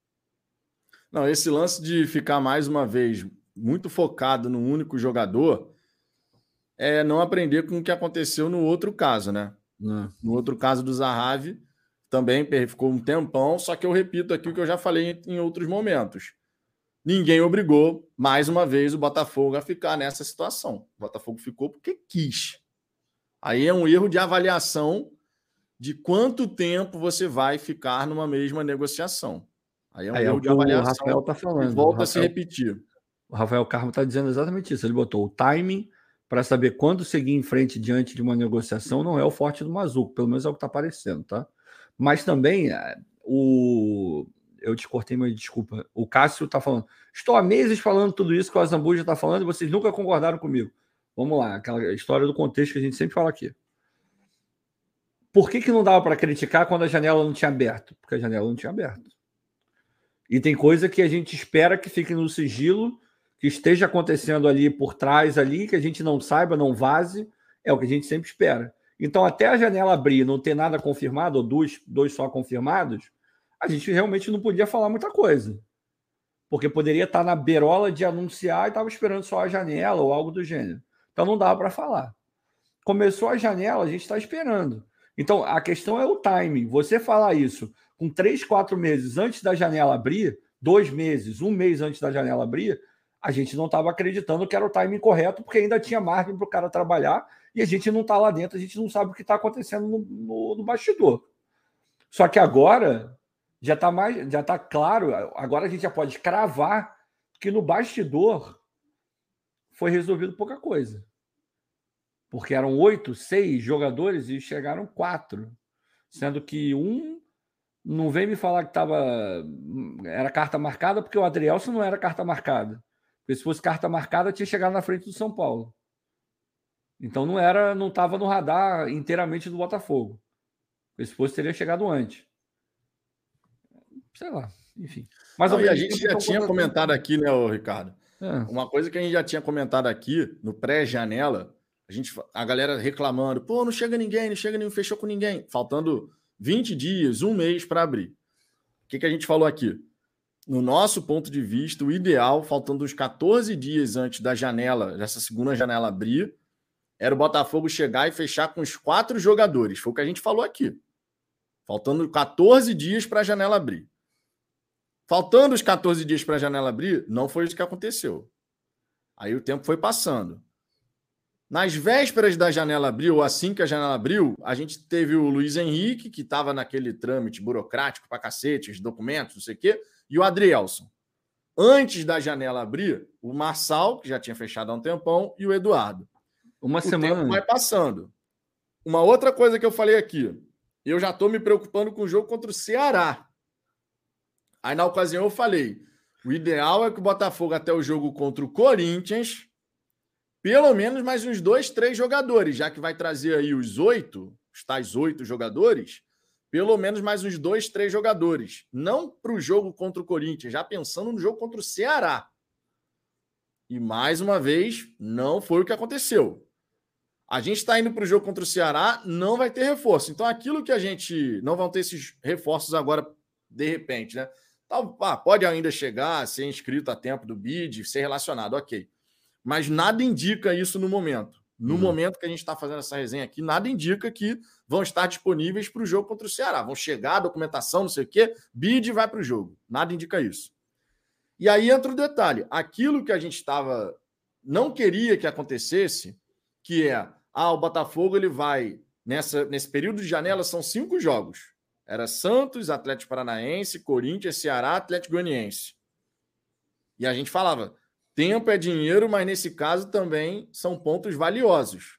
Não, esse lance de ficar mais uma vez muito focado no único jogador é não aprender com o que aconteceu no outro caso, né? Não. No outro caso do Zahavi, também ficou um tempão, só que eu repito aqui o que eu já falei em outros momentos. Ninguém obrigou, mais uma vez, o Botafogo a ficar nessa situação. O Botafogo ficou porque quis. Aí é um erro de avaliação de quanto tempo você vai ficar numa mesma negociação. Aí é um Aí erro é de avaliação. O Rafael está falando. E volta Rafael, a se repetir. O Rafael Carmo está dizendo exatamente isso. Ele botou o timing para saber quando seguir em frente diante de uma negociação não é o forte do Mazuco, pelo menos é o que está aparecendo, tá? Mas também o... Eu te cortei, mas desculpa. O Cássio está falando. Estou há meses falando tudo isso que o Azambuja está falando e vocês nunca concordaram comigo. vamos lá, aquela história do contexto que a gente sempre fala aqui. Por que, que não dava para criticar quando a janela não tinha aberto? Porque a janela não tinha aberto. E tem coisa que a gente espera que fique no sigilo, que esteja acontecendo ali por trás, ali, que a gente não saiba, não vaze, é o que a gente sempre espera. Então, até a janela abrir e não ter nada confirmado, ou dois, dois só confirmados, a gente realmente não podia falar muita coisa. Porque poderia estar na beirola de anunciar e estava esperando só a janela ou algo do gênero. Então, não dava para falar. Começou a janela, a gente está esperando. Então, a questão é o timing. Você falar isso com três, quatro meses antes da janela abrir, dois meses, um mês antes da janela abrir, a gente não estava acreditando que era o timing correto, porque ainda tinha margem para o cara trabalhar e a gente não está lá dentro, a gente não sabe o que está acontecendo no, no, no bastidor. Só que agora já está mais, já está claro, agora a gente já pode cravar que no bastidor foi resolvido pouca coisa. Porque eram oito, seis jogadores e chegaram quatro. Sendo que um não vem me falar que tava, era carta marcada, porque o Adrielson não era carta marcada. Porque se fosse carta marcada, tinha chegado na frente do São Paulo. Então não era, não estava no radar inteiramente do Botafogo. Porque se fosse, teria chegado antes. Sei lá, enfim. Mas não, e a gente já tinha comentado aqui, né, ô Ricardo? É. Uma coisa que a gente já tinha comentado aqui, no pré-janela, a, gente, a galera reclamando, pô, não chega ninguém, não chega ninguém, fechou com ninguém. Faltando vinte dias, um mês para abrir. O que, que a gente falou aqui? No nosso ponto de vista, o ideal, faltando uns quatorze dias antes da janela, dessa segunda janela abrir, era o Botafogo chegar e fechar com os quatro jogadores. Foi o que a gente falou aqui. Faltando quatorze dias para a janela abrir. Faltando os quatorze dias para a janela abrir, não foi isso que aconteceu. Aí o tempo foi passando. Nas vésperas da janela abrir, ou assim que a janela abriu, a gente teve o Luiz Henrique, que estava naquele trâmite burocrático para cacete, os documentos, não sei o quê, e o Adrielson. Antes da janela abrir, o Marçal, que já tinha fechado há um tempão, e o Eduardo. Uma o semana. tempo vai passando. Uma outra coisa que eu falei aqui, eu já estou me preocupando com o jogo contra o Ceará. Aí, na ocasião, eu falei, o ideal é que o Botafogo, até o jogo contra o Corinthians, pelo menos mais uns dois, três jogadores, já que vai trazer aí os oito, os tais oito jogadores, pelo menos mais uns dois, três jogadores. Não para o jogo contra o Corinthians, já pensando no jogo contra o Ceará. E, mais uma vez, não foi o que aconteceu. A gente está indo para o jogo contra o Ceará, não vai ter reforço. Então, aquilo que a gente... Não vão ter esses reforços agora, de repente, né? Ah, pode ainda chegar, ser inscrito a tempo do B I D, ser relacionado, ok. Mas nada indica isso no momento. No uhum. momento que a gente está fazendo essa resenha aqui, nada indica que vão estar disponíveis para o jogo contra o Ceará. Vão chegar, documentação, não sei o quê, B I D vai para o jogo. Nada indica isso. E aí entra o detalhe. Aquilo que a gente estava... não queria que acontecesse, que é, ah, o Botafogo ele vai, nessa, nesse período de janela, são cinco jogos. Era Santos, Atlético Paranaense, Corinthians, Ceará, Atlético Goianiense. E a gente falava, tempo é dinheiro, mas nesse caso também são pontos valiosos.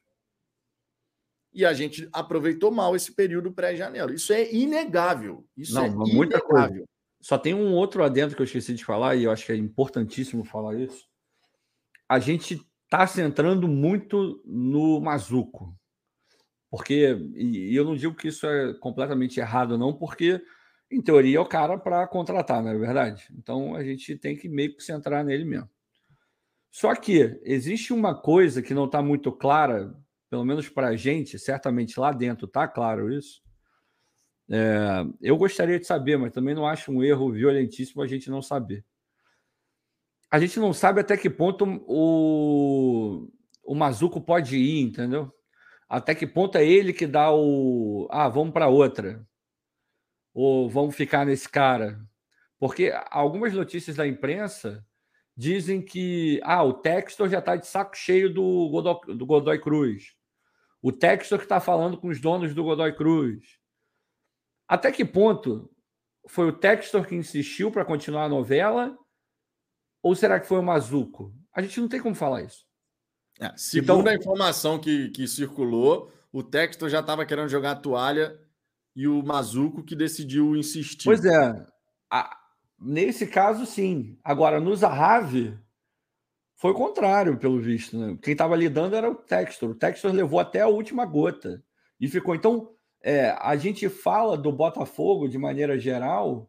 E a gente aproveitou mal esse período pré-janela. Isso é inegável. Isso Não, é muita inegável. Coisa. Só tem um outro adendo que eu esqueci de falar, e eu acho que é importantíssimo falar isso. A gente está centrando muito no Mazuco. Porque, e eu não digo que isso é completamente errado, não, porque, em teoria, é o cara para contratar, não é verdade? Então, a gente tem que meio que centrar nele mesmo. Só que existe uma coisa que não está muito clara, pelo menos para a gente, certamente lá dentro está claro isso. É, eu gostaria de saber, mas também não acho um erro violentíssimo a gente não saber. A gente não sabe até que ponto o, o Mazuco pode ir, entendeu? Até que ponto é ele que dá o... Ah, vamos para outra. Ou vamos ficar nesse cara. Porque algumas notícias da imprensa dizem que ah, o Textor já está de saco cheio do Godoy, do Godoy Cruz. O Textor que está falando com os donos do Godoy Cruz. Até que ponto foi o Textor que insistiu para continuar a novela? Ou será que foi o Mazuco? A gente não tem como falar isso. É, segundo então, a informação que, que circulou, o Textor já estava querendo jogar a toalha e o Mazuco que decidiu insistir. Pois é. A, nesse caso, sim. Agora, no Zahavi, Foi o contrário, pelo visto, né? Quem estava lidando era o Textor. O Textor levou até a última gota e ficou. Então, é, a gente fala do Botafogo de maneira geral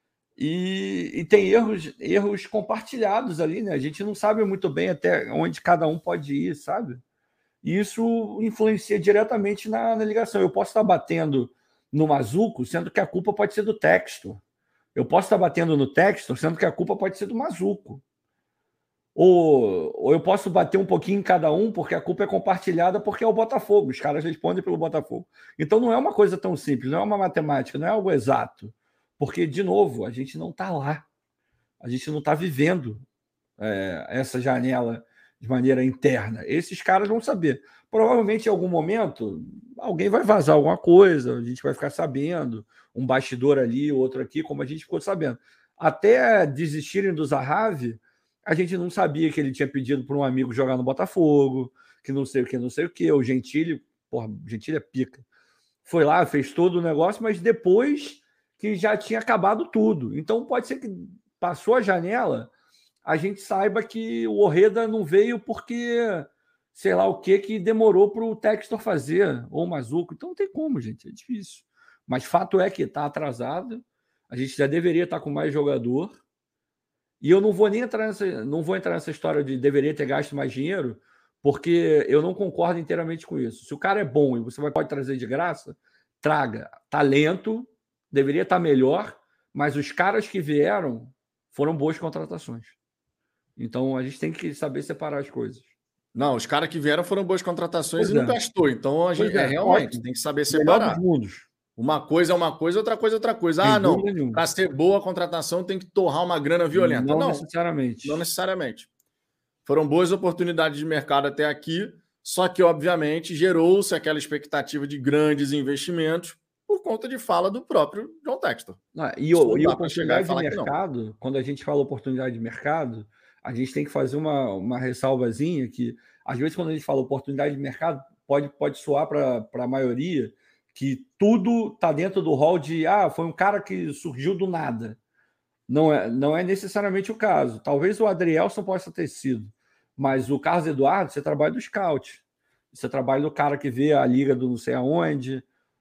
e, e tem erros, erros compartilhados ali, né? A gente não sabe muito bem até onde cada um pode ir, sabe? E isso influencia diretamente na, na ligação. Eu posso estar batendo no Mazuco, sendo que a culpa pode ser do Textor. Eu posso estar batendo no Textor, sendo que a culpa pode ser do Mazuco. Ou, ou eu posso bater um pouquinho em cada um, porque a culpa é compartilhada, porque é o Botafogo. Os caras respondem pelo Botafogo. Então não é uma coisa tão simples, não é uma matemática, não é algo exato. Porque, de novo, a gente não está lá. A gente não está vivendo é, essa janela de maneira interna. Esses caras vão saber. Provavelmente, em algum momento, alguém vai vazar alguma coisa, a gente vai ficar sabendo, um bastidor ali, outro aqui, como a gente ficou sabendo. Até desistirem do Zahavi, a gente não sabia que ele tinha pedido para um amigo jogar no Botafogo, que não sei o que, não sei o que. O Gentili, porra, o Gentili é pica. Foi lá, fez todo o negócio, mas depois que já tinha acabado tudo. Então pode ser que passou a janela, a gente saiba que o Orreda não veio porque, sei lá o que, que demorou para o Textor fazer, ou o Mazuco. Então não tem como, gente, é difícil. Mas fato é que está atrasado, a gente já deveria estar com mais jogador. E eu não vou nem entrar nessa, não vou entrar nessa história de deveria ter gasto mais dinheiro, porque eu não concordo inteiramente com isso. Se o cara é bom e você vai, pode trazer de graça, traga. Talento, deveria estar melhor, mas os caras que vieram foram boas contratações. Então a gente tem que saber separar as coisas. Não, os caras que vieram foram boas contratações Pois e não é. gastou. Então a gente Pois é, é, realmente ótimo. tem que saber Melhor separar. dos mundos. Uma coisa é uma coisa, outra coisa é outra coisa. Sem Ah, não. dúvida nenhuma. Para ser boa a contratação tem que torrar uma grana violenta. Não Não, necessariamente. não necessariamente. Foram boas oportunidades de mercado até aqui, só que, obviamente, gerou-se aquela expectativa de grandes investimentos por conta de fala do próprio John Textor. Ah, e, Isso não e dá pra chegar e oportunidade de falar que não. mercado, quando a gente fala oportunidade de mercado, a gente tem que fazer uma, uma ressalvazinha que, às vezes, quando a gente fala oportunidade de mercado, pode, pode soar para a maioria que tudo está dentro do rol de ah, foi um cara que surgiu do nada. Não é, não é necessariamente o caso. Talvez o Adrielson possa ter sido, mas o Carlos Eduardo, você trabalha do scout. Você trabalha do cara que vê a liga do não sei aonde.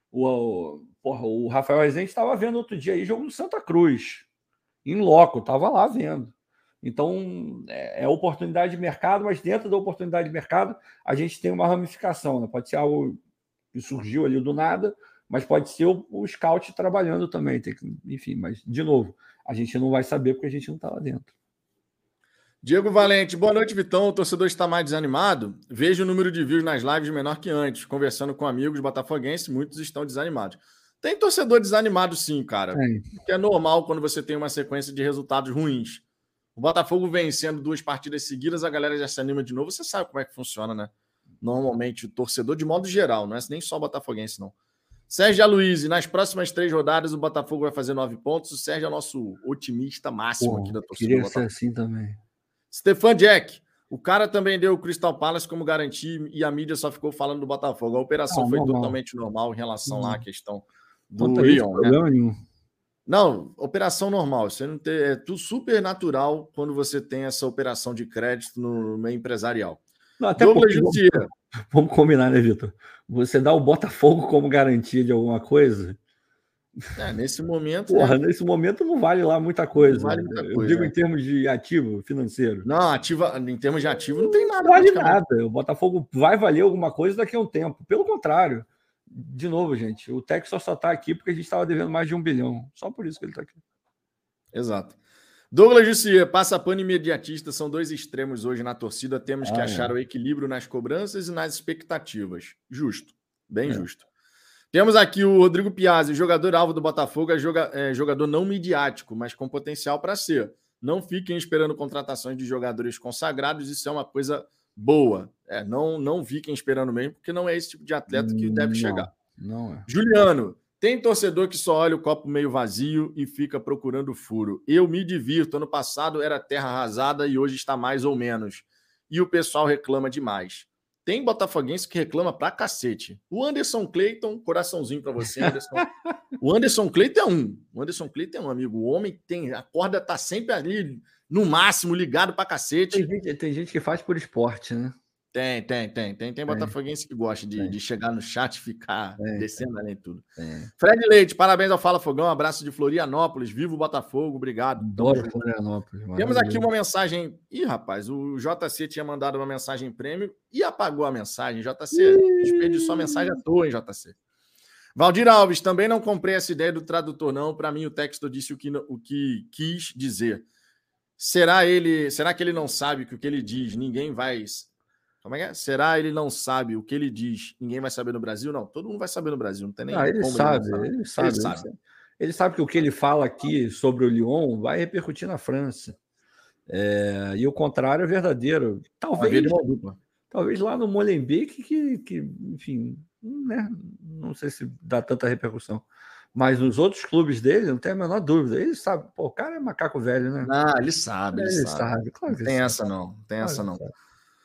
O, porra, o Rafael Rezende estava vendo outro dia aí jogo no Santa Cruz, em loco, estava lá vendo. Então, é, é oportunidade de mercado, mas dentro da oportunidade de mercado, a gente tem uma ramificação. Né? Pode ser algo que surgiu ali do nada, mas pode ser o, o scout trabalhando também. Tem que, enfim, mas, de novo, a gente não vai saber porque a gente não está lá dentro. Diego Valente, boa noite, Vitão. O torcedor está mais desanimado? Vejo o número de views nas lives menor que antes. Conversando com amigos botafoguenses, muitos estão desanimados. Tem torcedor desanimado sim, cara. É. Que é normal quando você tem uma sequência de resultados ruins. O Botafogo vencendo duas partidas seguidas, a galera já se anima de novo. Você sabe como é que funciona, né? Normalmente, o torcedor, de modo geral, não é nem só botafoguense, não. Sérgio Aloysio, nas próximas três rodadas, o Botafogo vai fazer nove pontos. O Sérgio é o nosso otimista máximo. Pô, aqui da torcida. Queria ser assim também. Stefan Jack, o cara também deu o Crystal Palace como garantia e a mídia só ficou falando do Botafogo. A operação ah, foi normal. totalmente normal em relação uhum. lá à questão do Conta Lyon. Isso, né? Nenhum. Não, operação normal. Você não tem, é tudo super natural quando você tem essa operação de crédito no meio empresarial. Não, até Douglas Jussier. Vamos, vamos combinar, né, Vitor? Você dá o Botafogo como garantia de alguma coisa? É, nesse momento. Porra, né? nesse momento não vale lá muita coisa. Não vale muita Eu coisa, digo né? em termos de ativo financeiro. Não, ativa, em termos de ativo não tem nada. Não vale nada. O Botafogo vai valer alguma coisa daqui a um tempo. Pelo contrário. De novo, gente, o Texas só está aqui porque a gente estava devendo mais de um bilhão. Só por isso que ele está aqui. Exato. Douglas Jussier, passa pano imediatista, são dois extremos hoje na torcida. Temos ah, que achar é. o equilíbrio nas cobranças e nas expectativas. Justo, bem é. justo. Temos aqui o Rodrigo Piazzi, jogador-alvo do Botafogo, é, joga, é jogador não midiático, mas com potencial para ser. Não fiquem esperando contratações de jogadores consagrados, isso é uma coisa boa. É, não, não fiquem esperando mesmo, porque não é esse tipo de atleta que deve não, chegar. Não é. Juliano, tem torcedor que só olha o copo meio vazio e fica procurando furo. Eu me divirto, ano passado era terra arrasada e hoje está mais ou menos. E o pessoal reclama demais. tem botafoguense que reclama pra cacete. O Anderson Clayton, coraçãozinho pra você, Anderson. O Anderson Clayton é um. O Anderson Clayton é um amigo. O homem tem... A corda tá sempre ali, no máximo, ligado pra cacete. Tem gente, tem gente que faz por esporte, né? Tem, tem, tem. Tem, tem botafoguense que gosta de, de chegar no chat e ficar tem, descendo além de tudo. Tem. Fred Leite, parabéns ao Fala Fogão. Um abraço de Florianópolis. Viva o Botafogo. Obrigado. Adoro Florianópolis. Temos aqui uma mensagem. Ih, rapaz, o J C tinha mandado uma mensagem prêmio e apagou a mensagem. J C, desperdiçou a mensagem à toa, hein, J C? Valdir Alves, também não comprei essa ideia do tradutor, não. Para mim, o texto disse o que, o que quis dizer. Será ele? Será que ele não sabe que o que ele diz ninguém vai... Como é que é? Será ele não sabe o que ele diz? Ninguém vai saber no Brasil? Não, todo mundo vai saber no Brasil. Não tem nem ah, ele como sabe, ele, ele sabe, ele sabe. Ele, ele sabe que o que ele fala aqui sobre o Lyon vai repercutir na França. É, e o contrário é verdadeiro. Talvez, talvez lá no Molenbeek, que, que, enfim, né, não sei se dá tanta repercussão. Mas nos outros clubes dele, não tem a menor dúvida. Ele sabe, pô, o cara é macaco velho, né? Ah, ele sabe, ele, ele sabe. sabe. Claro que tem sabe. essa não, tem claro essa não. Sabe.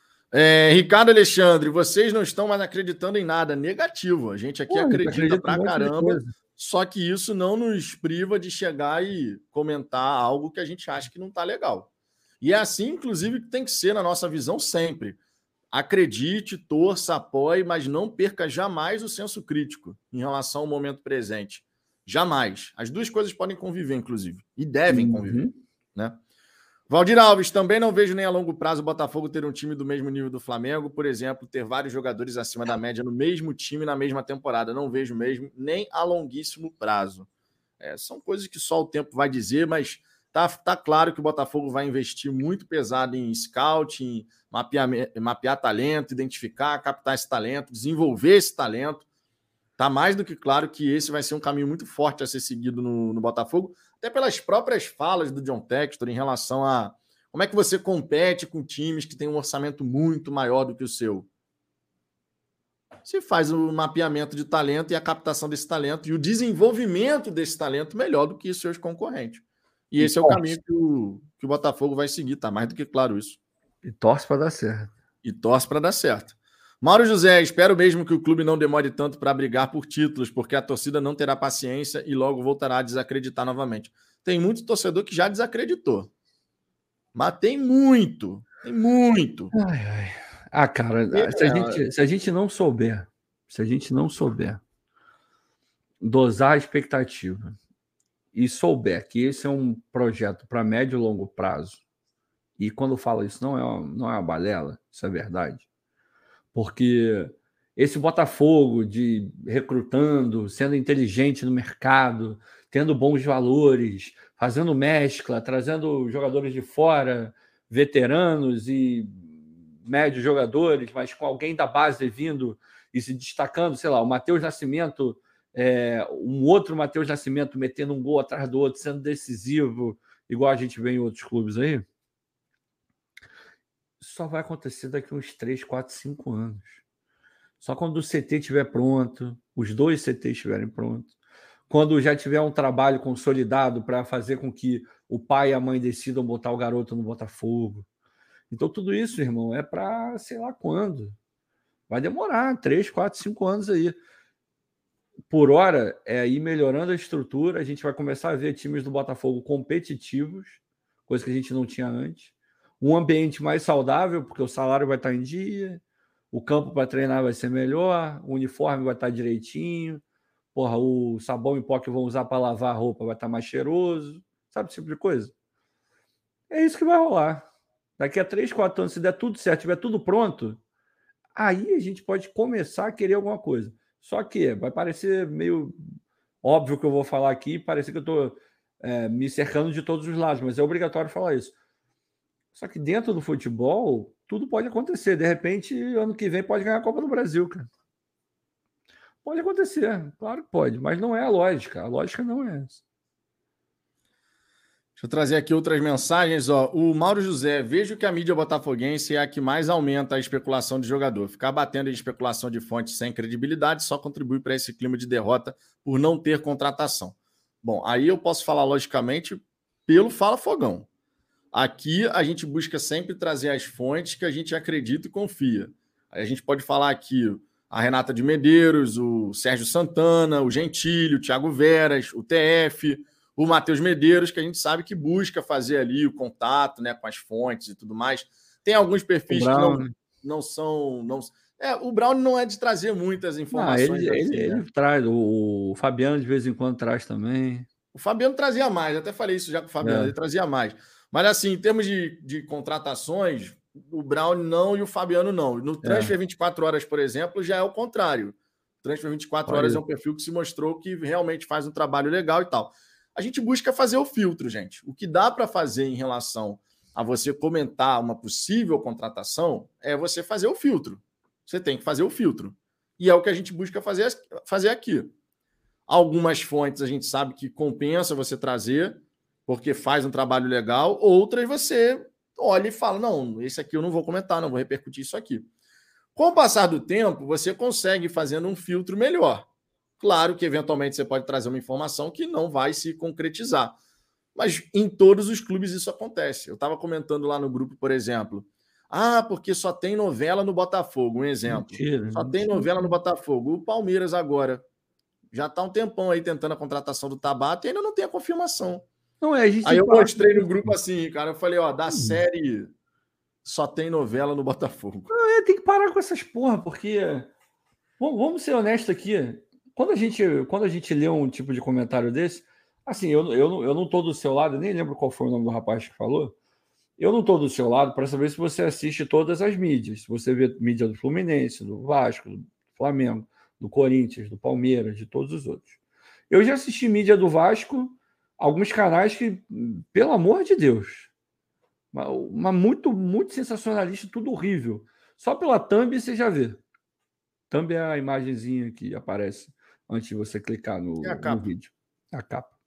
É, Ricardo Alexandre, vocês não estão mais acreditando em nada. Negativo. A gente aqui Pô, acredita pra caramba, só que isso não nos priva de chegar e comentar algo que a gente acha que não tá legal. E é assim, inclusive, que tem que ser na nossa visão sempre. Acredite, torça, apoie, mas não perca jamais o senso crítico em relação ao momento presente. Jamais. As duas coisas podem conviver, inclusive. E devem uhum. conviver, né? Valdir Alves, também não vejo nem a longo prazo o Botafogo ter um time do mesmo nível do Flamengo, por exemplo, ter vários jogadores acima da média no mesmo time na mesma temporada. Não vejo mesmo nem a longuíssimo prazo. É, são coisas que só o tempo vai dizer, mas tá, tá claro que o Botafogo vai investir muito pesado em scout, em mapear, mapear talento, identificar, captar esse talento, desenvolver esse talento. Tá mais do que claro que esse vai ser um caminho muito forte a ser seguido no, no Botafogo, até pelas próprias falas do John Textor em relação a como é que você compete com times que têm um orçamento muito maior do que o seu. Você faz o mapeamento de talento e a captação desse talento e o desenvolvimento desse talento melhor do que os seus concorrentes. E, e esse torce. É o caminho que o, que o Botafogo vai seguir, tá mais do que claro isso. E torce para dar certo. E torce para dar certo. Mauro José, espero mesmo que o clube não demore tanto para brigar por títulos, porque a torcida não terá paciência e logo voltará a desacreditar novamente. Tem muito torcedor que já desacreditou. Mas tem muito, tem muito. Ai, ai. Ah, cara, é, se, a gente, se a gente não souber, se a gente não souber dosar a expectativa e souber que esse é um projeto para médio e longo prazo, e quando eu falo isso não é uma, não é uma balela, isso é verdade. Porque esse Botafogo de recrutando, sendo inteligente no mercado, tendo bons valores, fazendo mescla, trazendo jogadores de fora, veteranos e médios jogadores, mas com alguém da base vindo e se destacando, sei lá, o Matheus Nascimento, é, um outro Matheus Nascimento metendo um gol atrás do outro, sendo decisivo, igual a gente vê em outros clubes aí. Só vai acontecer daqui uns três, quatro, cinco anos. Só quando o C T estiver pronto, os dois C Ts estiverem prontos, quando já tiver um trabalho consolidado para fazer com que o pai e a mãe decidam botar o garoto no Botafogo. Então, tudo isso, irmão, é para sei lá quando. Vai demorar três, quatro, cinco anos aí. Por hora, é ir melhorando a estrutura. A gente vai começar a ver times do Botafogo competitivos, coisa que a gente não tinha antes. Um ambiente mais saudável, porque o salário vai estar em dia, o campo para treinar vai ser melhor, o uniforme vai estar direitinho, porra, o sabão em pó que vão usar para lavar a roupa vai estar mais cheiroso, sabe esse tipo de coisa? É isso que vai rolar. Daqui a três, quatro anos, se der tudo certo, tiver tudo pronto, aí a gente pode começar a querer alguma coisa. Só que vai parecer meio óbvio que eu vou falar aqui, parecer que eu estou é, me cercando de todos os lados, mas é obrigatório falar isso. Só que dentro do futebol, tudo pode acontecer. De repente, ano que vem pode ganhar a Copa do Brasil, cara. Pode acontecer, claro que pode, mas não é a lógica. A lógica não é essa. Deixa eu trazer aqui outras mensagens. Ó. O Mauro José, vejo que a mídia botafoguense é a que mais aumenta a especulação de jogador. Ficar batendo em especulação de fontes sem credibilidade só contribui para esse clima de derrota por não ter contratação. Bom, aí eu posso falar logicamente pelo Fala Fogão. Aqui a gente busca sempre trazer as fontes que a gente acredita e confia. A gente pode falar aqui a Renata de Medeiros, o Sérgio Santana, o Gentilho, o Thiago Veras, o T F, o Matheus Medeiros, que a gente sabe que busca fazer ali o contato, né, com as fontes e tudo mais. Tem alguns perfis que não, não são... Não... É, o Brown não é de trazer muitas informações. Não, ele, assim, ele, né? ele traz, o Fabiano de vez em quando traz também. O Fabiano trazia mais, até falei isso já com o Fabiano, é. ele trazia mais. Mas assim, em termos de, de contratações, o Brown não e o Fabiano não. No Transfer é. vinte e quatro horas, por exemplo, já é o contrário. O Transfer vinte e quatro horas é um perfil que se mostrou que realmente faz um trabalho legal e tal. A gente busca fazer o filtro, gente. O que dá para fazer em relação a você comentar uma possível contratação é você fazer o filtro. Você tem que fazer o filtro. E é o que a gente busca fazer, fazer aqui. Algumas fontes a gente sabe que compensa você trazer, porque faz um trabalho legal. Outras você olha e fala, não, esse aqui eu não vou comentar, não vou repercutir isso aqui. Com o passar do tempo, você consegue ir fazendo um filtro melhor. Claro que, eventualmente, você pode trazer uma informação que não vai se concretizar. Mas em todos os clubes isso acontece. Eu estava comentando lá no grupo, por exemplo, ah, porque só tem novela no Botafogo, um exemplo. Mentira, só mentira. Tem novela no Botafogo. O Palmeiras agora já está um tempão aí tentando a contratação do Tabata e ainda não tem a confirmação. Não é, a gente aí eu mostrei no grupo assim, cara, eu falei, ó, da hum. série só tem novela no Botafogo. Não, é, tem que parar com essas porra, porque vamos ser honestos aqui, quando a gente, quando a gente lê um tipo de comentário desse, assim, eu, eu, eu não tô do seu lado, nem lembro qual foi o nome do rapaz que falou, eu não tô do seu lado para saber se você assiste todas as mídias, se você vê mídia do Fluminense, do Vasco, do Flamengo, do Corinthians, do Palmeiras, de todos os outros. Eu já assisti mídia do Vasco, alguns canais que, pelo amor de Deus, uma, uma muito, muito sensacionalista, tudo horrível. Só pela thumb você já vê. Thumb é a imagenzinha que aparece antes de você clicar no, no vídeo. A capa.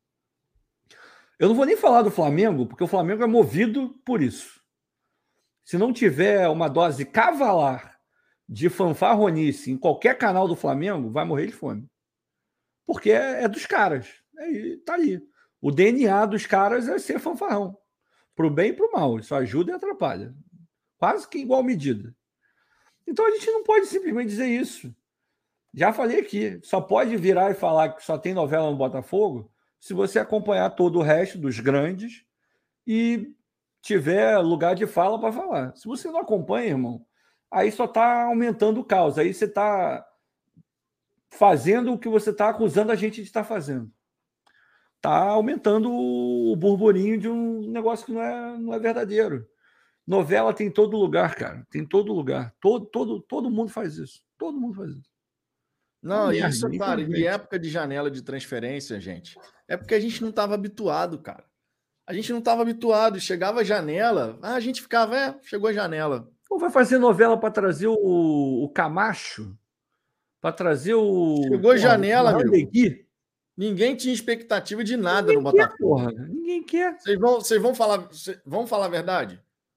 Eu não vou nem falar do Flamengo, porque o Flamengo é movido por isso. Se não tiver uma dose cavalar de fanfarronice em qualquer canal do Flamengo, vai morrer de fome. Porque é, é dos caras. É, tá aí. O D N A dos caras é ser fanfarrão. Pro bem e pro mal. Isso ajuda e atrapalha. Quase que igual medida. Então a gente não pode simplesmente dizer isso. Já falei aqui. Só pode virar e falar que só tem novela no Botafogo se você acompanhar todo o resto dos grandes e tiver lugar de fala para falar. Se você não acompanha, irmão, aí só está aumentando o caos. Aí você está fazendo o que você está acusando a gente de estar fazendo. Está aumentando o burburinho de um negócio que não é, não é verdadeiro. Novela tem em todo lugar, cara. Tem em todo lugar. Todo, todo, todo mundo faz isso. Todo mundo faz isso. Não, não isso, merda, cara, em época de janela de transferência, gente, é porque a gente não estava habituado, cara. A gente não estava habituado. Chegava a janela, ah, a gente ficava, é, chegou a janela. Ou vai fazer novela para trazer o, o Camacho? Para trazer o... Chegou a janela, meu. Ninguém tinha expectativa de nada Ninguém no Botafogo. Quer, porra. Ninguém quer. Vocês vão, vocês vão falar, vão falar a verdade?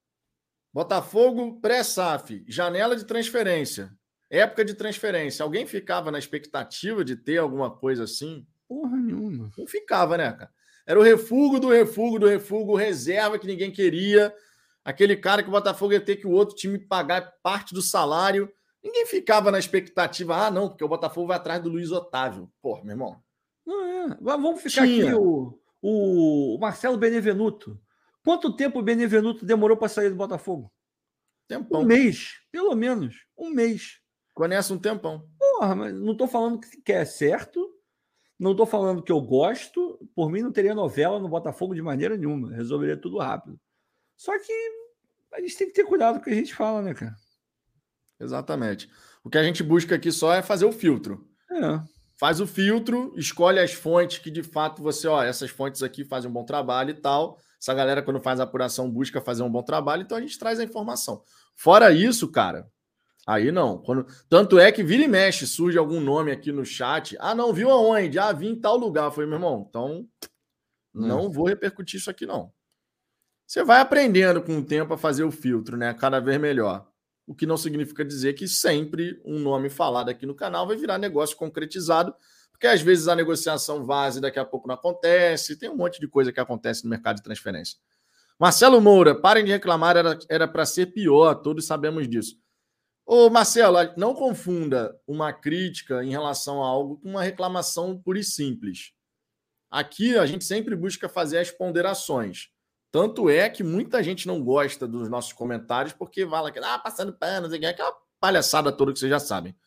Botafogo pré-S A F, janela de transferência, época de transferência. Alguém ficava na expectativa de ter alguma coisa assim? Porra nenhuma. Não ficava, né, cara? Era o refúgio do refúgio do refúgio, reserva que ninguém queria. Aquele cara que o Botafogo ia ter que o outro time pagar parte do salário. Ninguém ficava na expectativa, ah, não, porque o Botafogo vai atrás do Luiz Otávio. Porra, meu irmão. Não é. Vamos ficar Tinha. aqui o, o Marcelo Benevenuto. Quanto tempo o Benevenuto demorou para sair do Botafogo? Tempão. Um mês, pelo menos. Um mês. Conhece um tempão. Porra, mas não estou falando que é certo. Não estou falando que eu gosto. Por mim, não teria novela no Botafogo de maneira nenhuma. Resolveria tudo rápido. Só que a gente tem que ter cuidado com o que a gente fala, né, cara? Exatamente. O que a gente busca aqui só é fazer o filtro. É. Faz o filtro, escolhe as fontes que de fato você, ó, essas fontes aqui fazem um bom trabalho e tal. Essa galera, quando faz a apuração, busca fazer um bom trabalho, então a gente traz a informação. Fora isso, cara, aí não. Quando... Tanto é que vira e mexe, surge algum nome aqui no chat. Ah, não, viu aonde? Ah, vi em tal lugar. Eu falei, meu irmão, então não hum. vou repercutir isso aqui, não. Você vai aprendendo com o tempo a fazer o filtro, né? Cada vez melhor. O que não significa dizer que sempre um nome falado aqui no canal vai virar negócio concretizado, porque às vezes a negociação vaza e daqui a pouco não acontece, tem um monte de coisa que acontece no mercado de transferência. Marcelo Moura, parem de reclamar, era para ser pior, todos sabemos disso. Ô, Marcelo, não confunda uma crítica em relação a algo com uma reclamação pura e simples. Aqui a gente sempre busca fazer as ponderações. Tanto é que muita gente não gosta dos nossos comentários porque fala que ah, passando pano, aquela palhaçada toda que vocês já sabem.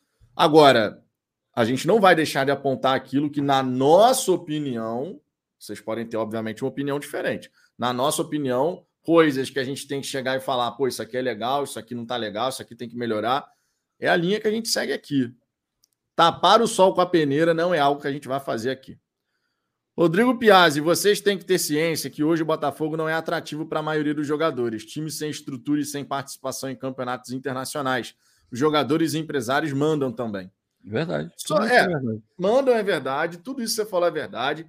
Agora, a gente não vai deixar de apontar aquilo que, na nossa opinião, vocês podem ter, obviamente, uma opinião diferente. Na nossa opinião, coisas que a gente tem que chegar e falar, pô, isso aqui é legal, isso aqui não tá legal, isso aqui tem que melhorar. É a linha que a gente segue aqui. Tapar o sol com a peneira não é algo que a gente vai fazer aqui. Rodrigo Piazzi, vocês têm que ter ciência que hoje o Botafogo não é atrativo para a maioria dos jogadores. Time sem estrutura e sem participação em campeonatos internacionais. Os jogadores e empresários mandam também. Verdade. Só, é, é verdade. Mandam é verdade, tudo isso que você falou é verdade.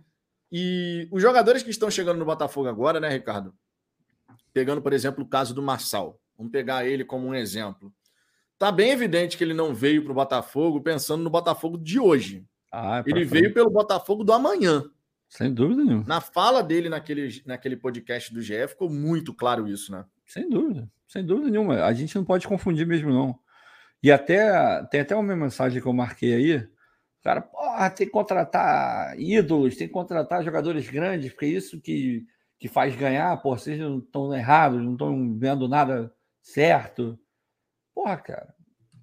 E os jogadores que estão chegando no Botafogo agora, né, Ricardo? Pegando, por exemplo, o caso do Marçal. Vamos pegar ele como um exemplo. Tá bem evidente que ele não veio para o Botafogo pensando no Botafogo de hoje. Ah, ele frente. veio pelo Botafogo do amanhã. Sem dúvida nenhuma. Na fala dele naquele, naquele podcast do G E ficou muito claro isso, né? Sem dúvida. Sem dúvida nenhuma. A gente não pode confundir mesmo, não. E até tem até uma mensagem que eu marquei aí. Cara, porra, tem que contratar ídolos, tem que contratar jogadores grandes, porque é isso que, que faz ganhar, pô, vocês não estão errados, não estão vendo nada certo. Porra, cara,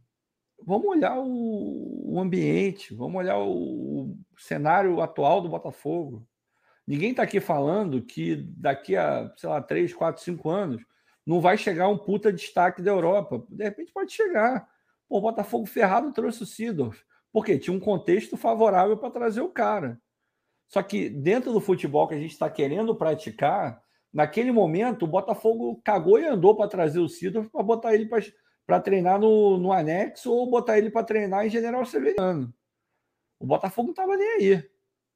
vamos olhar o, o ambiente, vamos olhar o, o cenário atual do Botafogo. Ninguém está aqui falando que daqui a, sei lá, três, quatro, cinco anos não vai chegar um puta destaque da Europa. De repente pode chegar. Pô, o Botafogo ferrado trouxe o Seedorf. Por quê? Tinha um contexto favorável para trazer o cara. Só que dentro do futebol que a gente está querendo praticar, naquele momento o Botafogo cagou e andou para trazer o Seedorf para botar ele para treinar no, no anexo ou botar ele para treinar em General Severiano. O Botafogo não estava nem aí.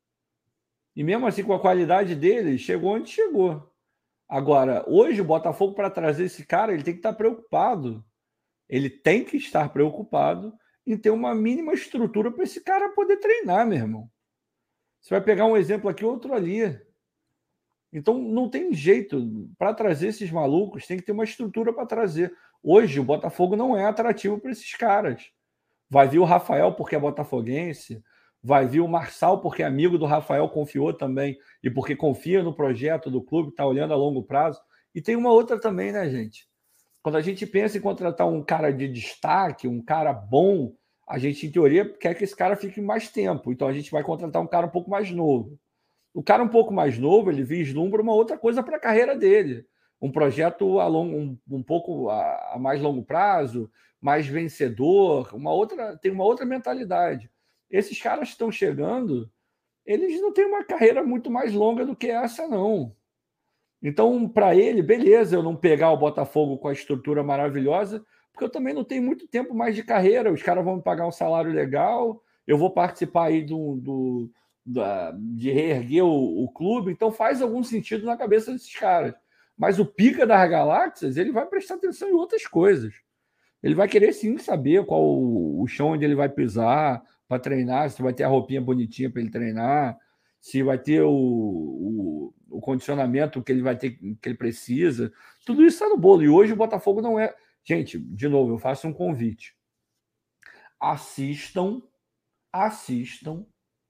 E mesmo assim, com a qualidade dele, chegou onde chegou. Agora, hoje o Botafogo, para trazer esse cara, ele tem que estar preocupado. Ele tem que estar preocupado em ter uma mínima estrutura para esse cara poder treinar, meu irmão. Você vai pegar um exemplo aqui, outro ali. Então, não tem jeito. Para trazer esses malucos, tem que ter uma estrutura para trazer. Hoje, o Botafogo não é atrativo para esses caras. Vai vir o Rafael porque é botafoguense, vai vir o Marçal porque é amigo do Rafael, confiou também, e porque confia no projeto do clube, está olhando a longo prazo. E tem uma outra também, né, gente? Quando a gente pensa em contratar um cara de destaque, um cara bom, a gente, em teoria, quer que esse cara fique mais tempo. Então, a gente vai contratar um cara um pouco mais novo. O cara um pouco mais novo, ele vislumbra uma outra coisa para a carreira dele. Um projeto a longo, um, um pouco a, a mais longo prazo, mais vencedor, uma outra, tem uma outra mentalidade. Esses caras que estão chegando, eles não têm uma carreira muito mais longa do que essa, não. Então, para ele, beleza, eu não pegar o Botafogo com a estrutura maravilhosa, porque eu também não tenho muito tempo mais de carreira. Os caras vão me pagar um salário legal, eu vou participar aí do, do, da, de reerguer o, o clube, então faz algum sentido na cabeça desses caras. Mas o pica das galáxias, ele vai prestar atenção em outras coisas. Ele vai querer sim saber qual o, o chão onde ele vai pisar para treinar, se vai ter a roupinha bonitinha para ele treinar, se vai ter o, o, o condicionamento que ele vai ter, que ele precisa. Tudo isso está no bolo. E hoje o Botafogo não é... Gente, de novo, eu faço um convite. Assistam, assistam.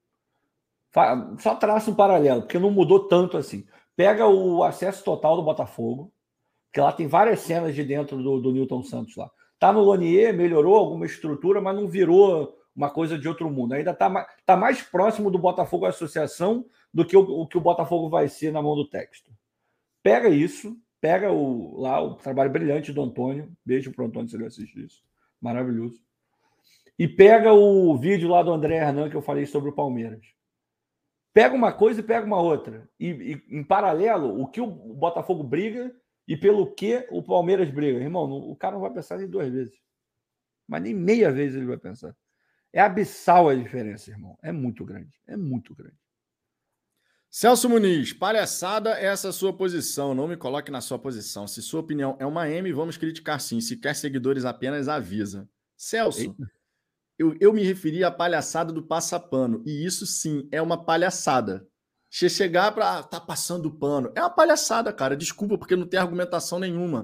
Só traça um paralelo, porque não mudou tanto assim. Pega o acesso total do Botafogo, que lá tem várias cenas de dentro do, do Newton Santos lá. Tá no Lonier, melhorou alguma estrutura, mas não virou uma coisa de outro mundo. Ainda tá, tá mais próximo do Botafogo Associação do que o, o que o Botafogo vai ser na mão do Texto. Pega isso, pega o, lá o trabalho brilhante do Antônio. Beijo pro Antônio se ele assistir isso. Maravilhoso. E pega o vídeo lá do André Hernan que eu falei sobre o Palmeiras. Pega uma coisa e pega uma outra. E, e em paralelo, o que o Botafogo briga e pelo que o Palmeiras briga. Irmão, não, o cara não vai pensar nem duas vezes. Mas nem meia vez ele vai pensar. É abissal a diferença, irmão. É muito grande. É muito grande. Celso Muniz, palhaçada é essa sua posição. Não me coloque na sua posição. Se sua opinião é uma M, vamos criticar sim. Se quer seguidores apenas, avisa. Celso, eu, eu me referi à palhaçada do passapano. E isso sim é uma palhaçada. Você chegar para... Ah, tá passando pano. É uma palhaçada, cara. Desculpa, porque não tem argumentação nenhuma.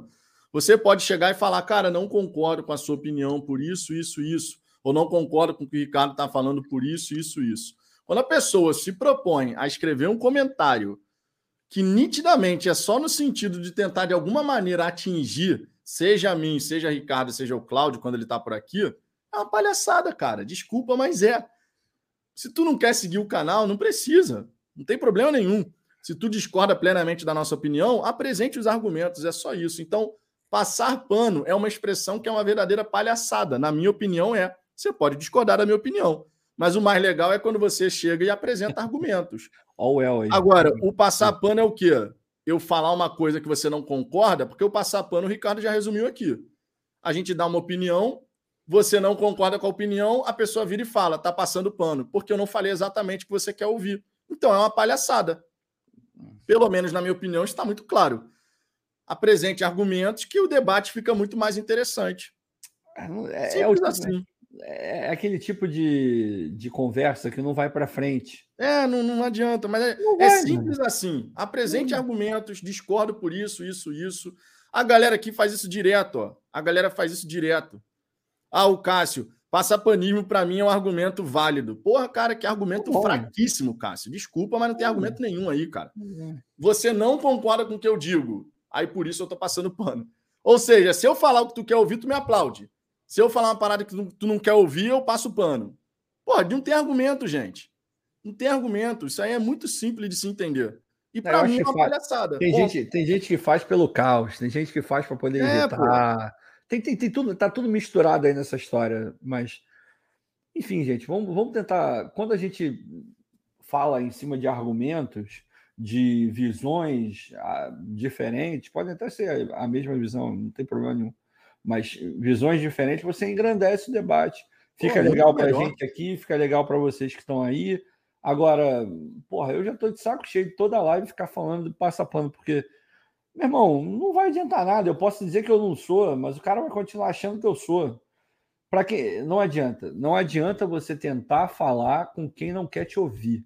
Você pode chegar e falar, cara, não concordo com a sua opinião por isso, isso, isso. Ou não concordo com o que o Ricardo está falando por isso, isso, isso. Quando a pessoa se propõe a escrever um comentário que nitidamente é só no sentido de tentar, de alguma maneira, atingir, seja a mim, seja a Ricardo, seja o Cláudio, quando ele está por aqui, é uma palhaçada, cara. Desculpa, mas é. Se tu não quer seguir o canal, não precisa. Não tem problema nenhum. Se tu discorda plenamente da nossa opinião, apresente os argumentos, é só isso. Então, passar pano é uma expressão que é uma verdadeira palhaçada. Na minha opinião, é. Você pode discordar da minha opinião, mas o mais legal é quando você chega e apresenta argumentos. Oh, well, aí. Agora, o passar pano é o quê? Eu falar uma coisa que você não concorda, porque o passar pano o Ricardo já resumiu aqui. A gente dá uma opinião, você não concorda com a opinião, a pessoa vira e fala, tá passando pano, porque eu não falei exatamente o que você quer ouvir. Então, é uma palhaçada. Pelo menos, na minha opinião, está muito claro. Apresente argumentos que o debate fica muito mais interessante. É, Simples é, assim. É aquele tipo de, de conversa que não vai para frente. É, não, não adianta, mas é, vai, é simples mano. assim. Apresente hum. argumentos, discordo por isso, isso, isso. A galera aqui faz isso direto, ó. A galera faz isso direto. Ah, o Cássio, passapanismo para mim é um argumento válido. Porra, cara, que argumento Bom, fraquíssimo, Cássio. Desculpa, mas não tem argumento nenhum aí, cara. Você não concorda com o que eu digo. Aí por isso eu tô passando pano. Ou seja, se eu falar o que tu quer ouvir, tu me aplaude. Se eu falar uma parada que tu não quer ouvir, eu passo pano. Pô, não tem argumento, gente. Não tem argumento. Isso aí é muito simples de se entender. E para mim é uma faz... palhaçada. Tem gente, tem gente que faz pelo caos, tem gente que faz para poder é, irritar. Tem, tem, tem tudo, tá tudo misturado aí nessa história. Mas, enfim, gente, vamos, vamos tentar. Quando a gente fala em cima de argumentos, de visões ah, diferentes, pode até ser a mesma visão, não tem problema nenhum. Mas visões diferentes, você engrandece o debate. Fica Pô, legal para a gente aqui, fica legal para vocês que estão aí. Agora, porra, eu já estou de saco cheio de toda a live ficar falando de passa-pano, porque, meu irmão, não vai adiantar nada. Eu posso dizer que eu não sou, mas o cara vai continuar achando que eu sou. Para que não adianta. Não adianta você tentar falar com quem não quer te ouvir.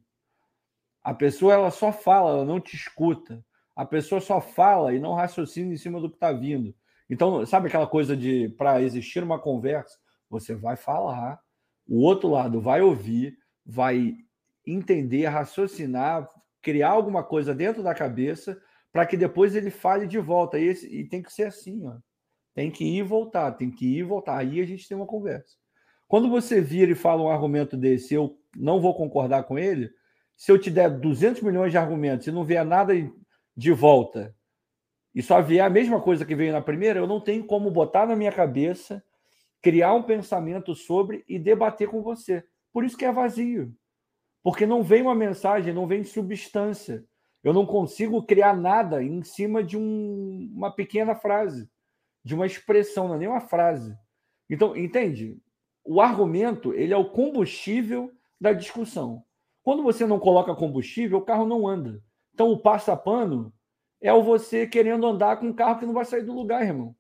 A pessoa ela só fala, ela não te escuta. A pessoa só fala e não raciocina em cima do que está vindo. Então, sabe aquela coisa de, para existir uma conversa, você vai falar, o outro lado vai ouvir, vai entender, raciocinar, criar alguma coisa dentro da cabeça, para que depois ele fale de volta. E, esse, e tem que ser assim, ó. Tem que ir e voltar, tem que ir e voltar. Aí a gente tem uma conversa. Quando você vira e fala um argumento desse, eu não vou concordar com ele, se eu te der duzentos milhões de argumentos e não vier nada de volta, e só vier a mesma coisa que veio na primeira, eu não tenho como botar na minha cabeça, criar um pensamento sobre e debater com você. Por isso que é vazio. Porque não vem uma mensagem, não vem substância. Eu não consigo criar nada em cima de um, uma pequena frase, de uma expressão, não é nem uma frase. Então, entende? O argumento, ele é o combustível da discussão. Quando você não coloca combustível, o carro não anda. Então, o passa-pano é o você querendo andar com um carro que não vai sair do lugar, irmão.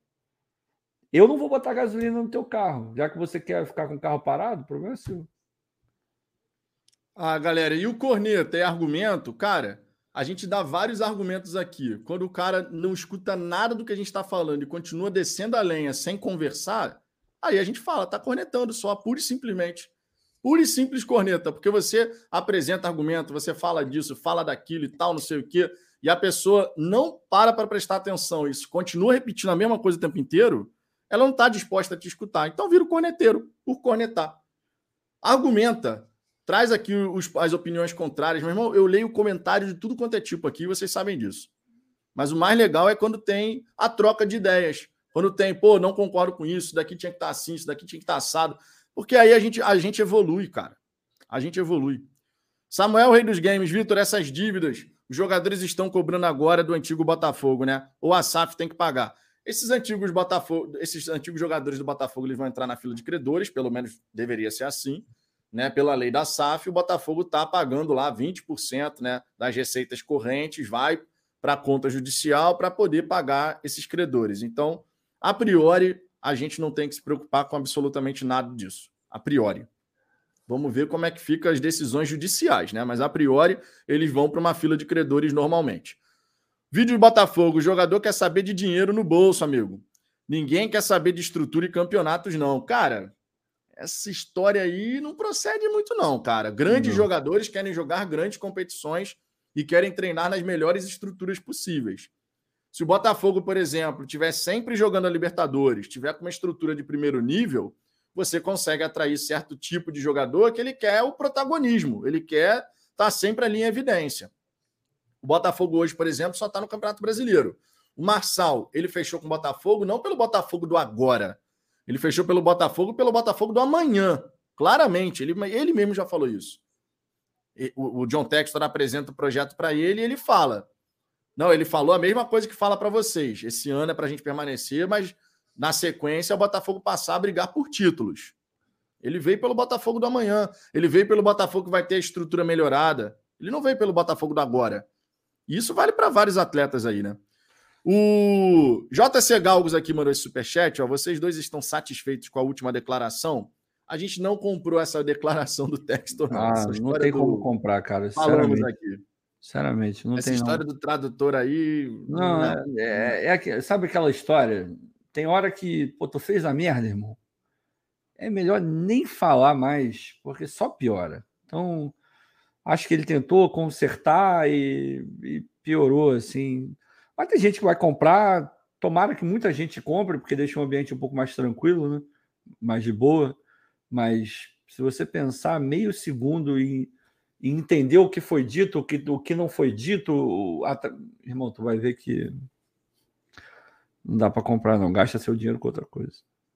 Eu não vou botar gasolina no teu carro. Já que você quer ficar com o carro parado, o problema é seu. Ah, galera, e o corneta é argumento? Cara, a gente dá vários argumentos aqui. Quando o cara não escuta nada do que a gente está falando e continua descendo a lenha sem conversar, aí a gente fala, tá cornetando só, pura e simplesmente. Pura e simples corneta, porque você apresenta argumento, você fala disso, fala daquilo e tal, não sei o quê, e a pessoa não para para prestar atenção, isso continua repetindo a mesma coisa o tempo inteiro, ela não está disposta a te escutar. Então vira o corneteiro, por cornetar. Argumenta, traz aqui os, as opiniões contrárias. Meu irmão, eu leio comentários de tudo quanto é tipo aqui, vocês sabem disso. Mas o mais legal é quando tem a troca de ideias. Quando tem, pô, não concordo com isso, isso daqui tinha que estar assim, isso daqui tinha que estar assado. Porque aí a gente, a gente evolui, cara. A gente evolui. Samuel, rei dos games. Vitor, essas dívidas, os jogadores estão cobrando agora do antigo Botafogo, né? Ou a S A F tem que pagar. Esses antigos Botafogo, esses antigos jogadores do Botafogo, eles vão entrar na fila de credores, pelo menos deveria ser assim, né? Pela lei da S A F, o Botafogo está pagando lá vinte por cento, né, das receitas correntes, vai para a conta judicial para poder pagar esses credores. Então, a priori, a gente não tem que se preocupar com absolutamente nada disso. A priori. Vamos ver como é que ficam as decisões judiciais, né? Mas a priori, eles vão para uma fila de credores normalmente. Vídeo de Botafogo. O jogador quer saber de dinheiro no bolso, amigo. Ninguém quer saber de estrutura e campeonatos, não. Cara, essa história aí não procede muito, não, cara. Grandes não. jogadores querem jogar grandes competições e querem treinar nas melhores estruturas possíveis. Se o Botafogo, por exemplo, estiver sempre jogando a Libertadores, tiver com uma estrutura de primeiro nível, você consegue atrair certo tipo de jogador que ele quer o protagonismo, ele quer estar sempre ali em evidência. O Botafogo hoje, por exemplo, só está no Campeonato Brasileiro. O Marçal, ele fechou com o Botafogo não pelo Botafogo do agora, ele fechou pelo Botafogo pelo Botafogo do amanhã. Claramente, ele, ele mesmo já falou isso. O, o John Textor apresenta o projeto para ele e ele fala... Não, ele falou a mesma coisa que fala para vocês. Esse ano é para a gente permanecer, mas na sequência o Botafogo passar a brigar por títulos. Ele veio pelo Botafogo do amanhã. Ele veio pelo Botafogo que vai ter a estrutura melhorada. Ele não veio pelo Botafogo do agora. E isso vale para vários atletas aí, né? O J C Galgos aqui mandou esse superchat. Ó, vocês dois estão satisfeitos com a última declaração? A gente não comprou essa declaração do Textor, não. Ah, não tem do... como comprar, cara. Falamos aqui. Sinceramente, não Essa tem história não. do tradutor aí... Não, é, é, é, é, sabe aquela história? Tem hora que, pô, tu fez a merda, irmão. É melhor nem falar mais, porque só piora. Então, acho que ele tentou consertar e, e piorou, assim. Mas tem gente que vai comprar, tomara que muita gente compre, porque deixa o ambiente um pouco mais tranquilo, né? Mais de boa. Mas se você pensar meio segundo em... e entender o que foi dito, o que, o que não foi dito, irmão, tu vai ver que não dá para comprar, não. Gasta seu dinheiro com outra coisa.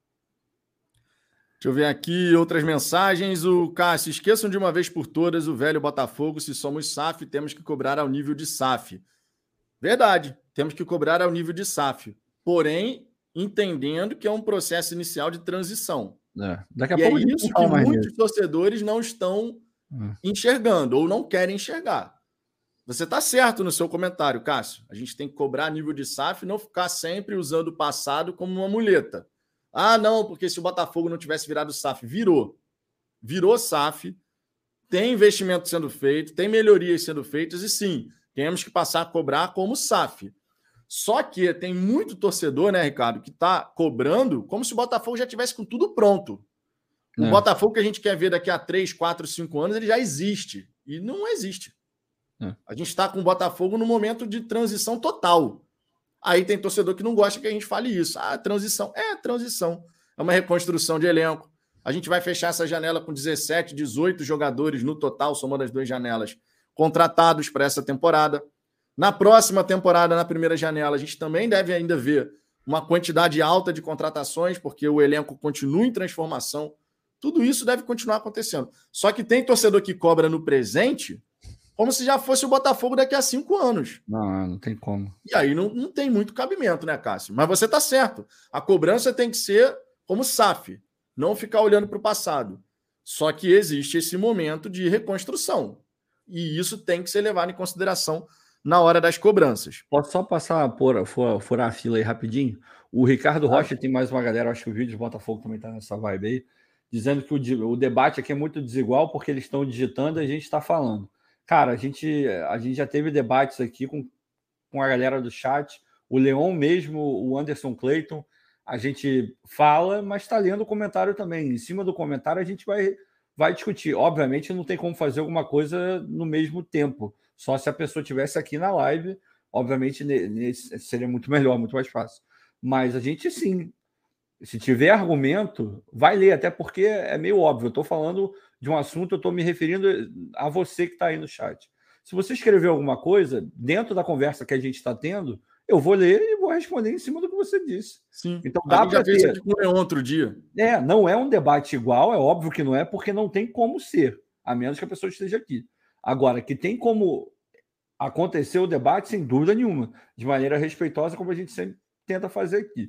Deixa eu ver aqui outras mensagens. O Cássio, esqueçam de uma vez por todas o velho Botafogo. Se somos S A F, temos que cobrar ao nível de S A F. Verdade, temos que cobrar ao nível de S A F. Porém, entendendo que é um processo inicial de transição. É. Daqui a e pouco é isso que muitos mesmo. torcedores não estão enxergando ou não querem enxergar. Você está certo no seu comentário, Cássio. A gente tem que cobrar nível de S A F e não ficar sempre usando o passado como uma muleta. Ah, não, porque se o Botafogo não tivesse virado S A F, virou. Virou S A F, tem investimento sendo feito, tem melhorias sendo feitas e sim, temos que passar a cobrar como S A F. Só que tem muito torcedor, né, Ricardo, que está cobrando como se o Botafogo já tivesse com tudo pronto. O é. Botafogo que a gente quer ver daqui a três, quatro, cinco anos, ele já existe. E não existe. É. A gente está com o Botafogo no momento de transição total. Aí tem torcedor que não gosta que a gente fale isso. Ah, transição. É, transição. É uma reconstrução de elenco. A gente vai fechar essa janela com dezessete, dezoito jogadores no total, somando as duas janelas, contratados para essa temporada. Na próxima temporada, na primeira janela, a gente também deve ainda ver uma quantidade alta de contratações, porque o elenco continua em transformação. Tudo isso deve continuar acontecendo. Só que tem torcedor que cobra no presente como se já fosse o Botafogo daqui a cinco anos. Não, não tem como. E aí não, não tem muito cabimento, né, Cássio? Mas você está certo. A cobrança tem que ser como S A F, não ficar olhando para o passado. Só que existe esse momento de reconstrução. E isso tem que ser levado em consideração na hora das cobranças. Posso só passar por furar a fila aí rapidinho? O Ricardo Rocha, tem mais uma galera, acho que o vídeo de Botafogo também está nessa vibe aí, dizendo que o, o debate aqui é muito desigual porque eles estão digitando e a gente está falando. Cara, a gente, a gente já teve debates aqui com, com a galera do chat, o Leon mesmo, o Anderson Clayton, a gente fala, mas está lendo o comentário também. Em cima do comentário a gente vai, vai discutir. Obviamente não tem como fazer alguma coisa no mesmo tempo, só se a pessoa estivesse aqui na live, obviamente nesse, seria muito melhor, muito mais fácil. Mas a gente sim, se tiver argumento, vai ler, até porque é meio óbvio. Eu estou falando de um assunto, eu estou me referindo a você que está aí no chat. Se você escrever alguma coisa, dentro da conversa que a gente está tendo, eu vou ler e vou responder em cima do que você disse. Sim. Então dá para ter. Isso com o Leon outro dia. É, não é um debate igual, é óbvio que não é, porque não tem como ser, a menos que a pessoa esteja aqui. Agora, que tem como acontecer o debate, sem dúvida nenhuma, de maneira respeitosa, como a gente sempre tenta fazer aqui.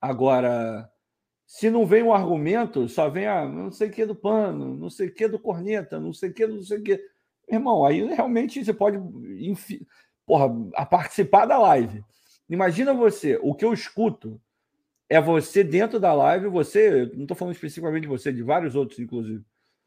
Agora, se não vem um argumento, só vem a não sei o que do pano, não sei o que do corneta, não sei o que, não sei o que. Irmão, aí realmente você pode enfi... Porra, a participar da live. Imagina você, o que eu escuto é você dentro da live, você, não estou falando especificamente de você, de vários outros, inclusive.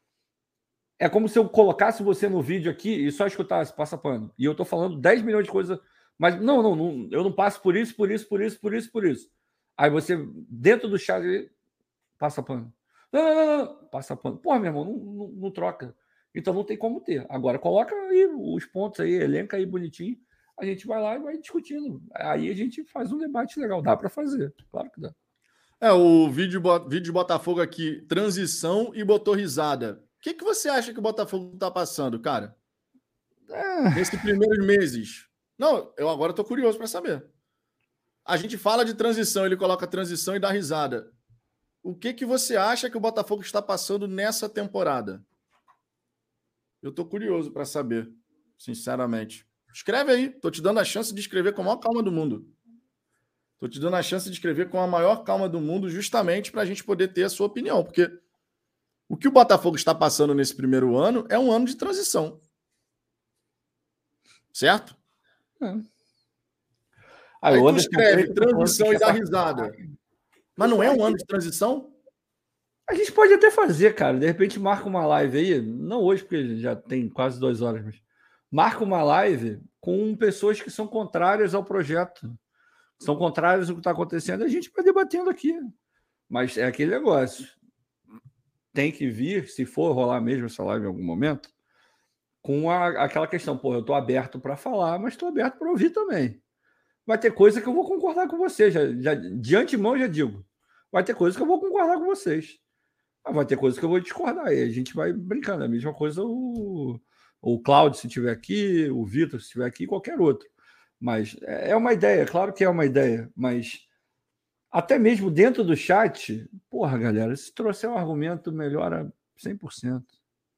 É como se eu colocasse você no vídeo aqui e só escutasse, passa pano. E eu estou falando dez milhões de coisas, mas não, não, não, eu não passo por isso, por isso, por isso, por isso, por isso. Aí você, dentro do chat, passa pano. Não, não, não, não. Passa pano. Porra, meu irmão, não, não, não troca. Então não tem como ter. Agora coloca aí os pontos aí, elenca aí bonitinho. A gente vai lá e vai discutindo. Aí a gente faz um debate legal. Dá para fazer. Claro que dá. É, o vídeo, vídeo de Botafogo aqui, transição e botou risada. O que, que você acha que o Botafogo tá passando, cara? É... Nesses primeiros meses. Não, eu agora tô curioso para saber. A gente fala de transição, ele coloca transição e dá risada. O que, que você acha que o Botafogo está passando nessa temporada? Eu tô curioso para saber, sinceramente. Escreve aí, tô te dando a chance de escrever com a maior calma do mundo. Tô te dando a chance de escrever com a maior calma do mundo, justamente para a gente poder ter a sua opinião, porque o que o Botafogo está passando nesse primeiro ano é um ano de transição. Certo? É. Aí, aí tu escreve transição e dá risada. Mas não é um ano de transição? A gente pode até fazer, cara. De repente marca uma live aí, não hoje, porque já tem quase duas horas, mas marca uma live com pessoas que são contrárias ao projeto. São contrárias ao que está acontecendo, a gente vai debatendo aqui. Mas é aquele negócio. Tem que vir, se for rolar mesmo essa live em algum momento, com a, aquela questão, pô, eu estou aberto para falar, mas estou aberto para ouvir também. Vai ter coisa que eu vou concordar com vocês, já, já, de antemão já digo. Vai ter coisa que eu vou concordar com vocês. Mas vai ter coisa que eu vou discordar. Aí a gente vai brincando. É a mesma coisa o, o Cláudio, se estiver aqui, o Vitor, se estiver aqui, qualquer outro. Mas é uma ideia, claro que é uma ideia, mas até mesmo dentro do chat, porra, galera, se trouxer um argumento, melhora cem por cento.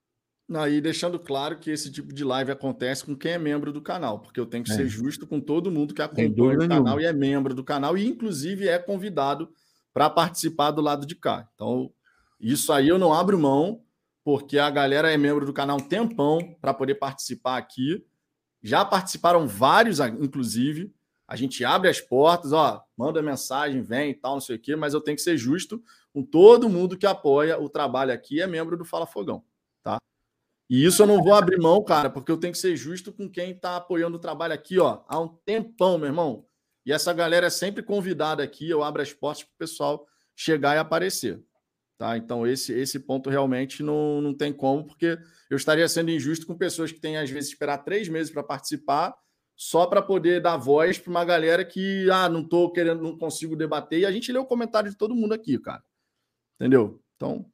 Aí deixando claro que esse tipo de live acontece com quem é membro do canal, porque eu tenho que é. ser justo com todo mundo que acompanha o canal nenhuma. E é membro do canal e, inclusive, é convidado para participar do lado de cá. Então, isso aí eu não abro mão, porque a galera é membro do canal um tempão para poder participar aqui. Já participaram vários, inclusive. A gente abre as portas, ó, manda mensagem, vem e tal, não sei o quê, mas eu tenho que ser justo com todo mundo que apoia o trabalho aqui, é membro do Fala Fogão, tá? E isso eu não vou abrir mão, cara, porque eu tenho que ser justo com quem está apoiando o trabalho aqui, ó, há um tempão, meu irmão. E essa galera é sempre convidada aqui, eu abro as portas para o pessoal chegar e aparecer. Tá? Então, esse, esse ponto realmente não, não tem como, porque eu estaria sendo injusto com pessoas que têm, às vezes, esperar três meses para participar, só para poder dar voz para uma galera que, ah, não estou querendo, não consigo debater, e a gente lê o comentário de todo mundo aqui, cara. Entendeu? Então,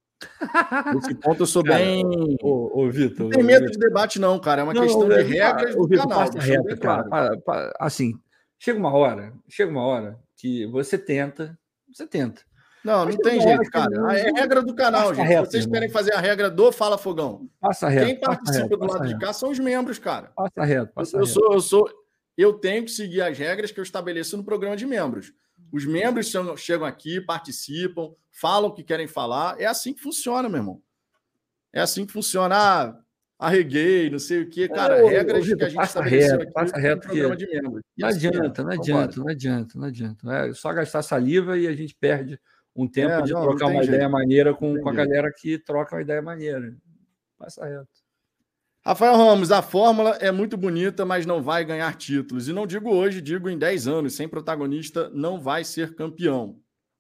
nesse ponto eu sou cara, bem... Ô, ô Vitor... Não tem medo de debate, não, cara. É uma não, questão de regras do Vitor, canal. Passa reto, cara. Para, para, assim, chega uma hora, chega uma hora que você tenta, você tenta. Não, não tem jeito, cara. Não, é regra do canal, gente. Reto, Vocês querem fazer a regra do Fala Fogão. Passa reto. Quem participa reto, do lado reto. de cá são os membros, cara. Passa reto, passa eu, eu reto. Sou, eu, sou, eu tenho que seguir as regras que eu estabeleço no programa de membros. Os membros chegam, chegam aqui, participam, falam o que querem falar. É assim que funciona, meu irmão. É assim que funciona. Ah, arreguei, não sei o quê. Cara, é, regras ô, Victor, que a gente estabeleceu reto, aqui passa reto no programa de membros. Não assim adianta, é. não adianta, não adianta, não adianta. É só gastar saliva e a gente perde um tempo é, de não, trocar não uma jeito. ideia maneira com, com a galera que troca uma ideia maneira. Passa reto. Rafael Ramos, a fórmula é muito bonita, mas não vai ganhar títulos. E não digo hoje, digo em dez anos. Sem protagonista, não vai ser campeão.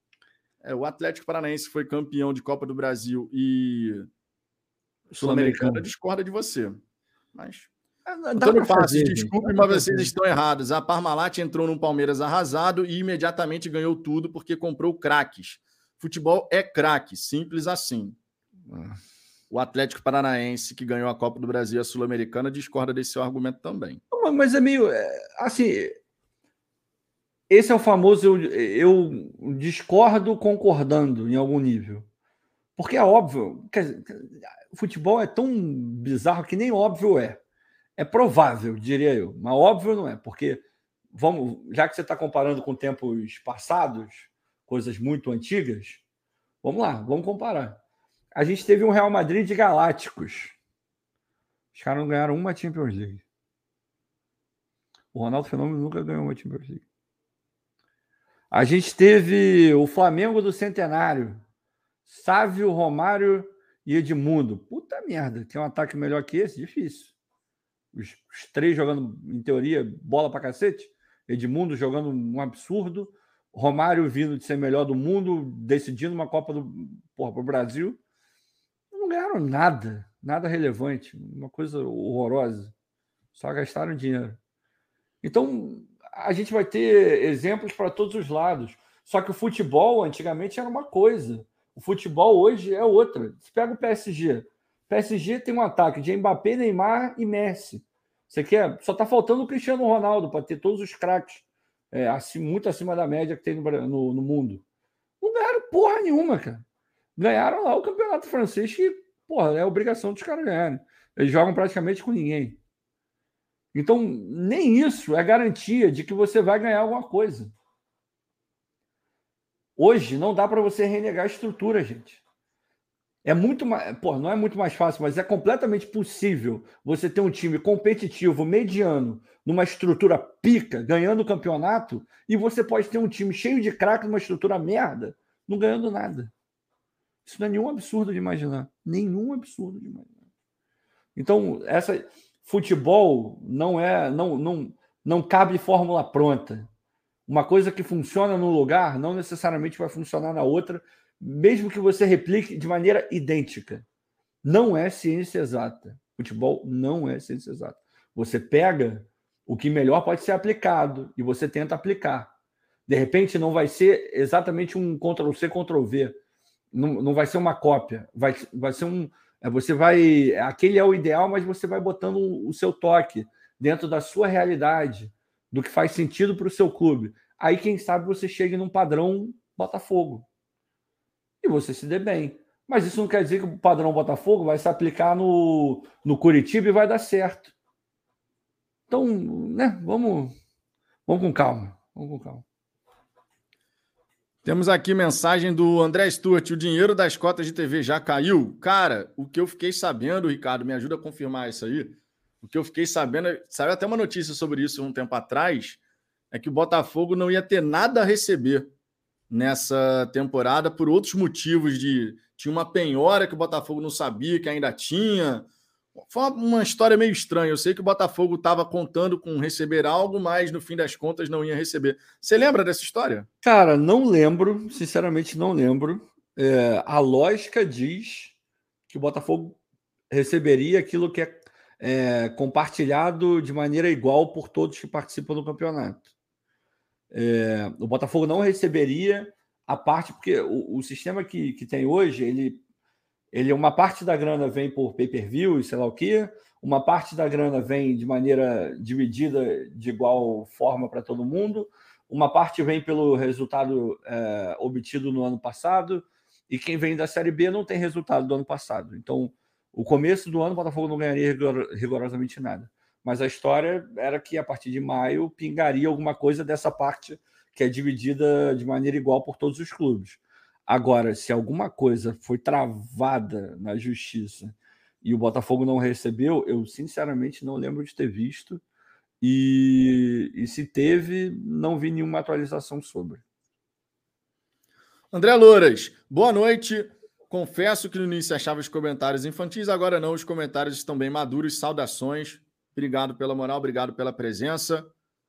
É, o Atlético Paranaense foi campeão de Copa do Brasil e Sul-Americana discorda de você. Mas... Antônio Passos, desculpe, mas vocês estão errados. A Parmalat entrou no Palmeiras arrasado e imediatamente ganhou tudo porque comprou craques. Futebol é craque, simples assim. Ah. O Atlético Paranaense, que ganhou a Copa do Brasil e a Sul-Americana, discorda desse seu argumento também. Mas é meio... Assim, esse é o famoso eu, eu discordo concordando em algum nível. Porque é óbvio... Quer dizer, o futebol é tão bizarro que nem óbvio é. É provável, diria eu, mas óbvio não é, porque vamos, já que você está comparando com tempos passados, coisas muito antigas, vamos lá, vamos comparar. A gente teve um Real Madrid de Galácticos. Os caras não ganharam uma Champions League. O Ronaldo Fenômeno nunca ganhou uma Champions League. A gente teve o Flamengo do Centenário. Sávio, Romário e Edmundo. Puta merda, tem um ataque melhor que esse? Difícil. Os, os três jogando, em teoria, bola pra cacete. Edmundo jogando um absurdo. Romário vindo de ser melhor do mundo, decidindo uma Copa do porra, pro Brasil. Não ganharam nada, nada relevante, uma coisa horrorosa. Só gastaram dinheiro. Então, a gente vai ter exemplos para todos os lados. Só que o futebol, antigamente, era uma coisa. O futebol hoje é outra. Você pega o P S G. O P S G tem um ataque de Mbappé, Neymar e Messi. Você quer? Só está faltando o Cristiano Ronaldo para ter todos os craques é, assim, muito acima da média que tem no, no, no mundo. Não ganharam porra nenhuma, cara. Ganharam lá o campeonato francês, que, porra, é obrigação dos caras ganharem. Eles jogam praticamente com ninguém. Então, nem isso é garantia de que você vai ganhar alguma coisa. Hoje, não dá para você renegar a estrutura, gente. É muito mais, pô, não é muito mais fácil, mas é completamente possível você ter um time competitivo, mediano, numa estrutura pica, ganhando o campeonato, e você pode ter um time cheio de craque numa estrutura merda, não ganhando nada. Isso não é nenhum absurdo de imaginar. Nenhum absurdo de imaginar. Então, essa futebol não é, não, não, não cabe fórmula pronta. Uma coisa que funciona num lugar não necessariamente vai funcionar na outra, mesmo que você replique de maneira idêntica. Não é ciência exata. Futebol não é ciência exata. Você pega o que melhor pode ser aplicado e você tenta aplicar. De repente, não vai ser exatamente um Ctrl-C, Ctrl-V. Não, não vai ser uma cópia. Vai, vai ser um... Você vai... Aquele é o ideal, mas você vai botando o seu toque dentro da sua realidade, do que faz sentido para o seu clube. Aí, quem sabe, você chegue num padrão Botafogo. E você se dê bem. Mas isso não quer dizer que o padrão Botafogo vai se aplicar no, no Curitiba e vai dar certo. Então, né, vamos, vamos com calma. Vamos com calma. Temos aqui mensagem do André Stuart. O dinheiro das cotas de T V já caiu? Cara, o que eu fiquei sabendo, Ricardo, me ajuda a confirmar isso aí. O que eu fiquei sabendo, saiu até uma notícia sobre isso um tempo atrás, é que o Botafogo não ia ter nada a receber nessa temporada por outros motivos de... Tinha uma penhora que o Botafogo não sabia que ainda tinha. Foi uma história meio estranha. Eu sei que o Botafogo estava contando com receber algo, mas no fim das contas não ia receber. Você lembra dessa história? Cara, não lembro. Sinceramente, não lembro. É, a lógica diz que o Botafogo receberia aquilo que é, é compartilhado de maneira igual por todos que participam do campeonato. É, o Botafogo não receberia a parte, porque o, o sistema que, que tem hoje, ele, ele uma parte da grana vem por pay-per-view e sei lá o quê, uma parte da grana vem de maneira dividida de igual forma para todo mundo, uma parte vem pelo resultado é, obtido no ano passado, e quem vem da Série B não tem resultado do ano passado. Então, o começo do ano o Botafogo não ganharia rigor, rigorosamente nada. Mas a história era que a partir de maio pingaria alguma coisa dessa parte que é dividida de maneira igual por todos os clubes. Agora, se alguma coisa foi travada na justiça e o Botafogo não recebeu, eu sinceramente não lembro de ter visto. E, e se teve, não vi nenhuma atualização sobre. André Louras, boa noite. Confesso que no início achava os comentários infantis, agora não, os comentários estão bem maduros. Saudações. Obrigado pela moral, obrigado pela presença.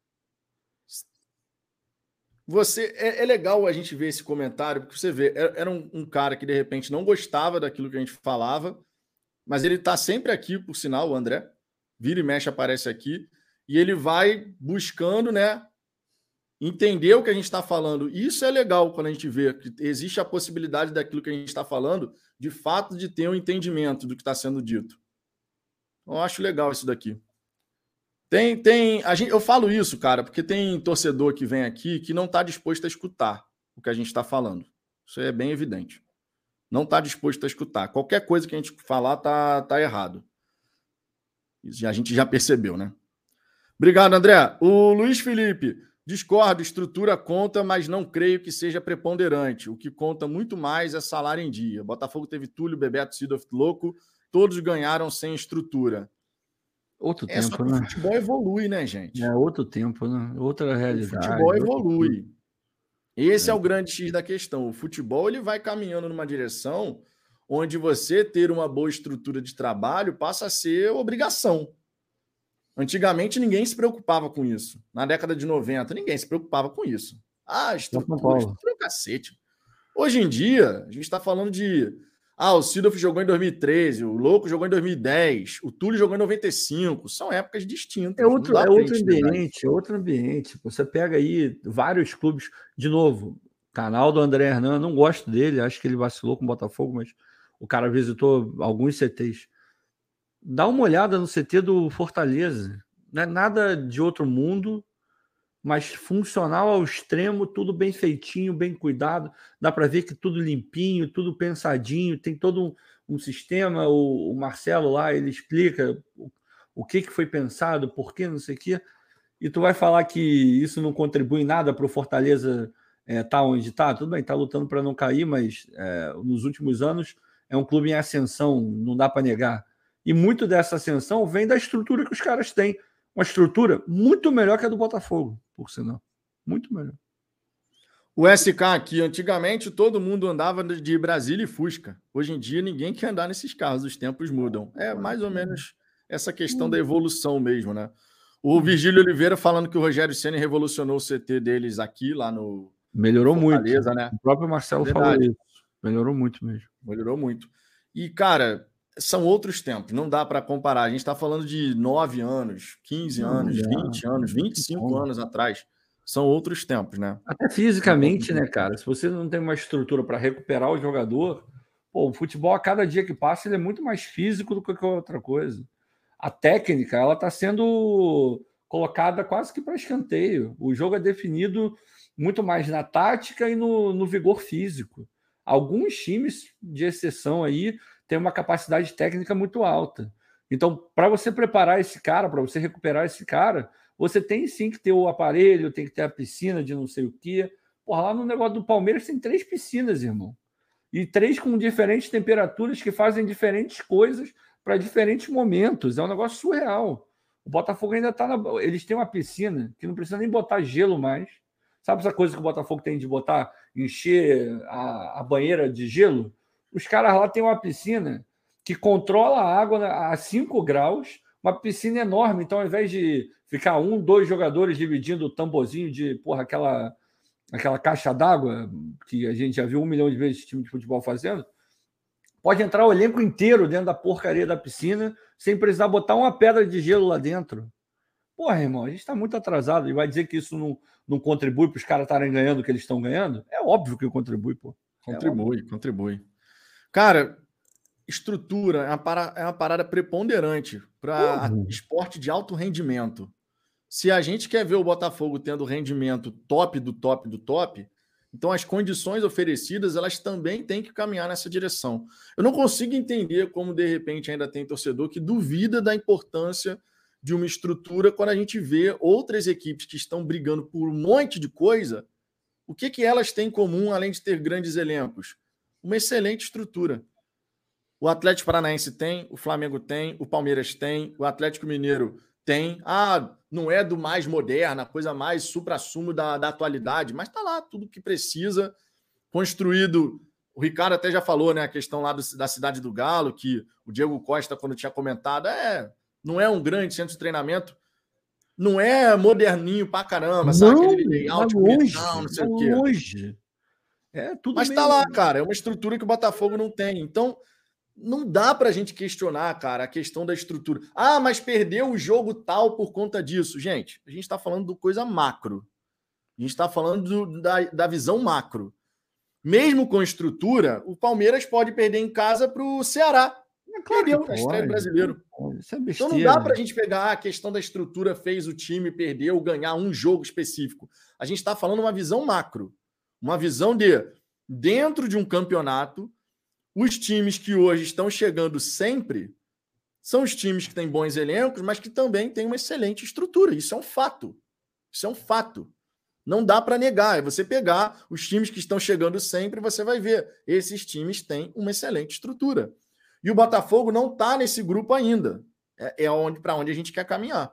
Você é, é legal a gente ver esse comentário, porque você vê, era um, um cara que de repente não gostava daquilo que a gente falava, mas ele está sempre aqui, por sinal, o André, vira e mexe, aparece aqui, e ele vai buscando, né, entender o que a gente está falando. E isso é legal quando a gente vê que existe a possibilidade daquilo que a gente está falando, de fato, de ter um entendimento do que está sendo dito. Eu acho legal isso daqui. Tem, tem, a gente, eu falo isso, cara, porque tem torcedor que vem aqui que não está disposto a escutar o que a gente está falando. Isso é bem evidente. Não está disposto a escutar. Qualquer coisa que a gente falar tá, tá errado. Isso a gente já percebeu, né? Obrigado, André. O Luiz Felipe, discordo, estrutura conta, mas não creio que seja preponderante. O que conta muito mais é salário em dia. Botafogo teve Túlio, Bebeto, Sidorf, Louco, todos ganharam sem estrutura. Outro é tempo, só que né? O futebol evolui, né, gente? É outro tempo, né? Outra realidade. O futebol evolui. Esse é. é o grande X da questão. O futebol ele vai caminhando numa direção onde você ter uma boa estrutura de trabalho passa a ser obrigação. Antigamente ninguém se preocupava com isso. Na década de noventa, ninguém se preocupava com isso. Ah, estrutura, estrutura é um cacete. Hoje em dia, a gente está falando de... Ah, o Seedorf jogou em dois mil e treze, o Louco jogou em dois mil e dez, o Túlio jogou em noventa e cinco. São épocas distintas. É outro, é outro ambiente, é outro ambiente. Você pega aí vários clubes, de novo, canal do André Hernan, não gosto dele, acho que ele vacilou com o Botafogo, mas o cara visitou alguns C Tês. Dá uma olhada no C T do Fortaleza. Não é nada de outro mundo, mas funcional ao extremo, tudo bem feitinho, bem cuidado. Dá para ver que tudo limpinho, tudo pensadinho, tem todo um, um sistema. O, o Marcelo lá, ele explica o, o que, que foi pensado, por que, não sei o quê. E tu vai falar que isso não contribui em nada para o Fortaleza estar é, tá onde está? Tudo bem, está lutando para não cair, mas é, nos últimos anos é um clube em ascensão, não dá para negar. E muito dessa ascensão vem da estrutura que os caras têm. Uma estrutura muito melhor que a do Botafogo, por sinal. Muito melhor. O S K aqui, antigamente todo mundo andava de Brasília e Fusca. Hoje em dia ninguém quer andar nesses carros, os tempos mudam. É mais ou menos essa questão da evolução mesmo, né? O Virgílio Oliveira falando que o Rogério Ceni revolucionou o C T deles aqui, lá no Melhorou Fortaleza, muito. Né? O próprio Marcelo Verdade. falou isso. Melhorou muito mesmo. Melhorou muito. E, cara, são outros tempos, não dá para comparar. A gente está falando de nove anos, quinze anos, não, vinte anos, vinte e cinco anos atrás. São outros tempos, né? Até fisicamente, né, cara? Se você não tem uma estrutura para recuperar o jogador, pô, o futebol, a cada dia que passa, ele é muito mais físico do que qualquer outra coisa. A técnica, ela está sendo colocada quase que para escanteio. O jogo é definido muito mais na tática e no, no vigor físico. Alguns times, de exceção aí, tem uma capacidade técnica muito alta. Então, para você preparar esse cara, para você recuperar esse cara, você tem sim que ter o aparelho, tem que ter a piscina de não sei o quê. Porra, lá no negócio do Palmeiras tem três piscinas, irmão. E três com diferentes temperaturas que fazem diferentes coisas para diferentes momentos. É um negócio surreal. O Botafogo ainda está na... Eles têm uma piscina que não precisa nem botar gelo mais. Sabe essa coisa que o Botafogo tem de botar, encher a, a banheira de gelo? Os caras lá têm uma piscina que controla a água a cinco graus, uma piscina enorme. Então, ao invés de ficar um, dois jogadores dividindo o tamborzinho de, porra, aquela, aquela caixa d'água que a gente já viu um milhão de vezes esse time de futebol fazendo, pode entrar o elenco inteiro dentro da porcaria da piscina sem precisar botar uma pedra de gelo lá dentro. Porra, irmão, a gente está muito atrasado e vai dizer que isso não, não contribui para os caras estarem ganhando o que eles estão ganhando? É óbvio que contribui, pô. Contribui, é contribui. Cara, estrutura é uma parada, é uma parada preponderante para uhum. esporte de alto rendimento. Se a gente quer ver o Botafogo tendo rendimento top do top do top, então as condições oferecidas, elas também têm que caminhar nessa direção. Eu não consigo entender como, de repente, ainda tem torcedor que duvida da importância de uma estrutura quando a gente vê outras equipes que estão brigando por um monte de coisa. O que, que elas têm em comum, além de ter grandes elencos? Uma excelente estrutura. O Atlético Paranaense tem, o Flamengo tem, o Palmeiras tem, o Atlético Mineiro tem. Ah, não é do mais moderno, a coisa mais supra-sumo da, da atualidade, mas está lá tudo que precisa, construído. O Ricardo até já falou, né, a questão lá do, da Cidade do Galo, que o Diego Costa, quando tinha comentado, é, não é um grande centro de treinamento, não é moderninho pra caramba, não, sabe? Aquele layout longe, bonitão, não sei o quê. Longe. É, tudo mas tá lá, cara, é uma estrutura que o Botafogo não tem. Então, não dá pra gente questionar, cara, a questão da estrutura. Ah, mas perdeu o jogo tal por conta disso. Gente, a gente tá falando de coisa macro. A gente tá falando do, da, da visão macro. Mesmo com estrutura, o Palmeiras pode perder em casa pro Ceará. É claro, perdeu na estreia do Brasileiro. Isso é besteira. Então não dá pra gente pegar a questão da estrutura, fez o time perder ou ganhar um jogo específico. A gente tá falando uma visão macro. Uma visão de, dentro de um campeonato, os times que hoje estão chegando sempre são os times que têm bons elencos, mas que também têm uma excelente estrutura. Isso é um fato. Isso é um fato. Não dá para negar. É você pegar os times que estão chegando sempre, você vai ver. Esses times têm uma excelente estrutura. E o Botafogo não está nesse grupo ainda. É, é onde, para onde a gente quer caminhar.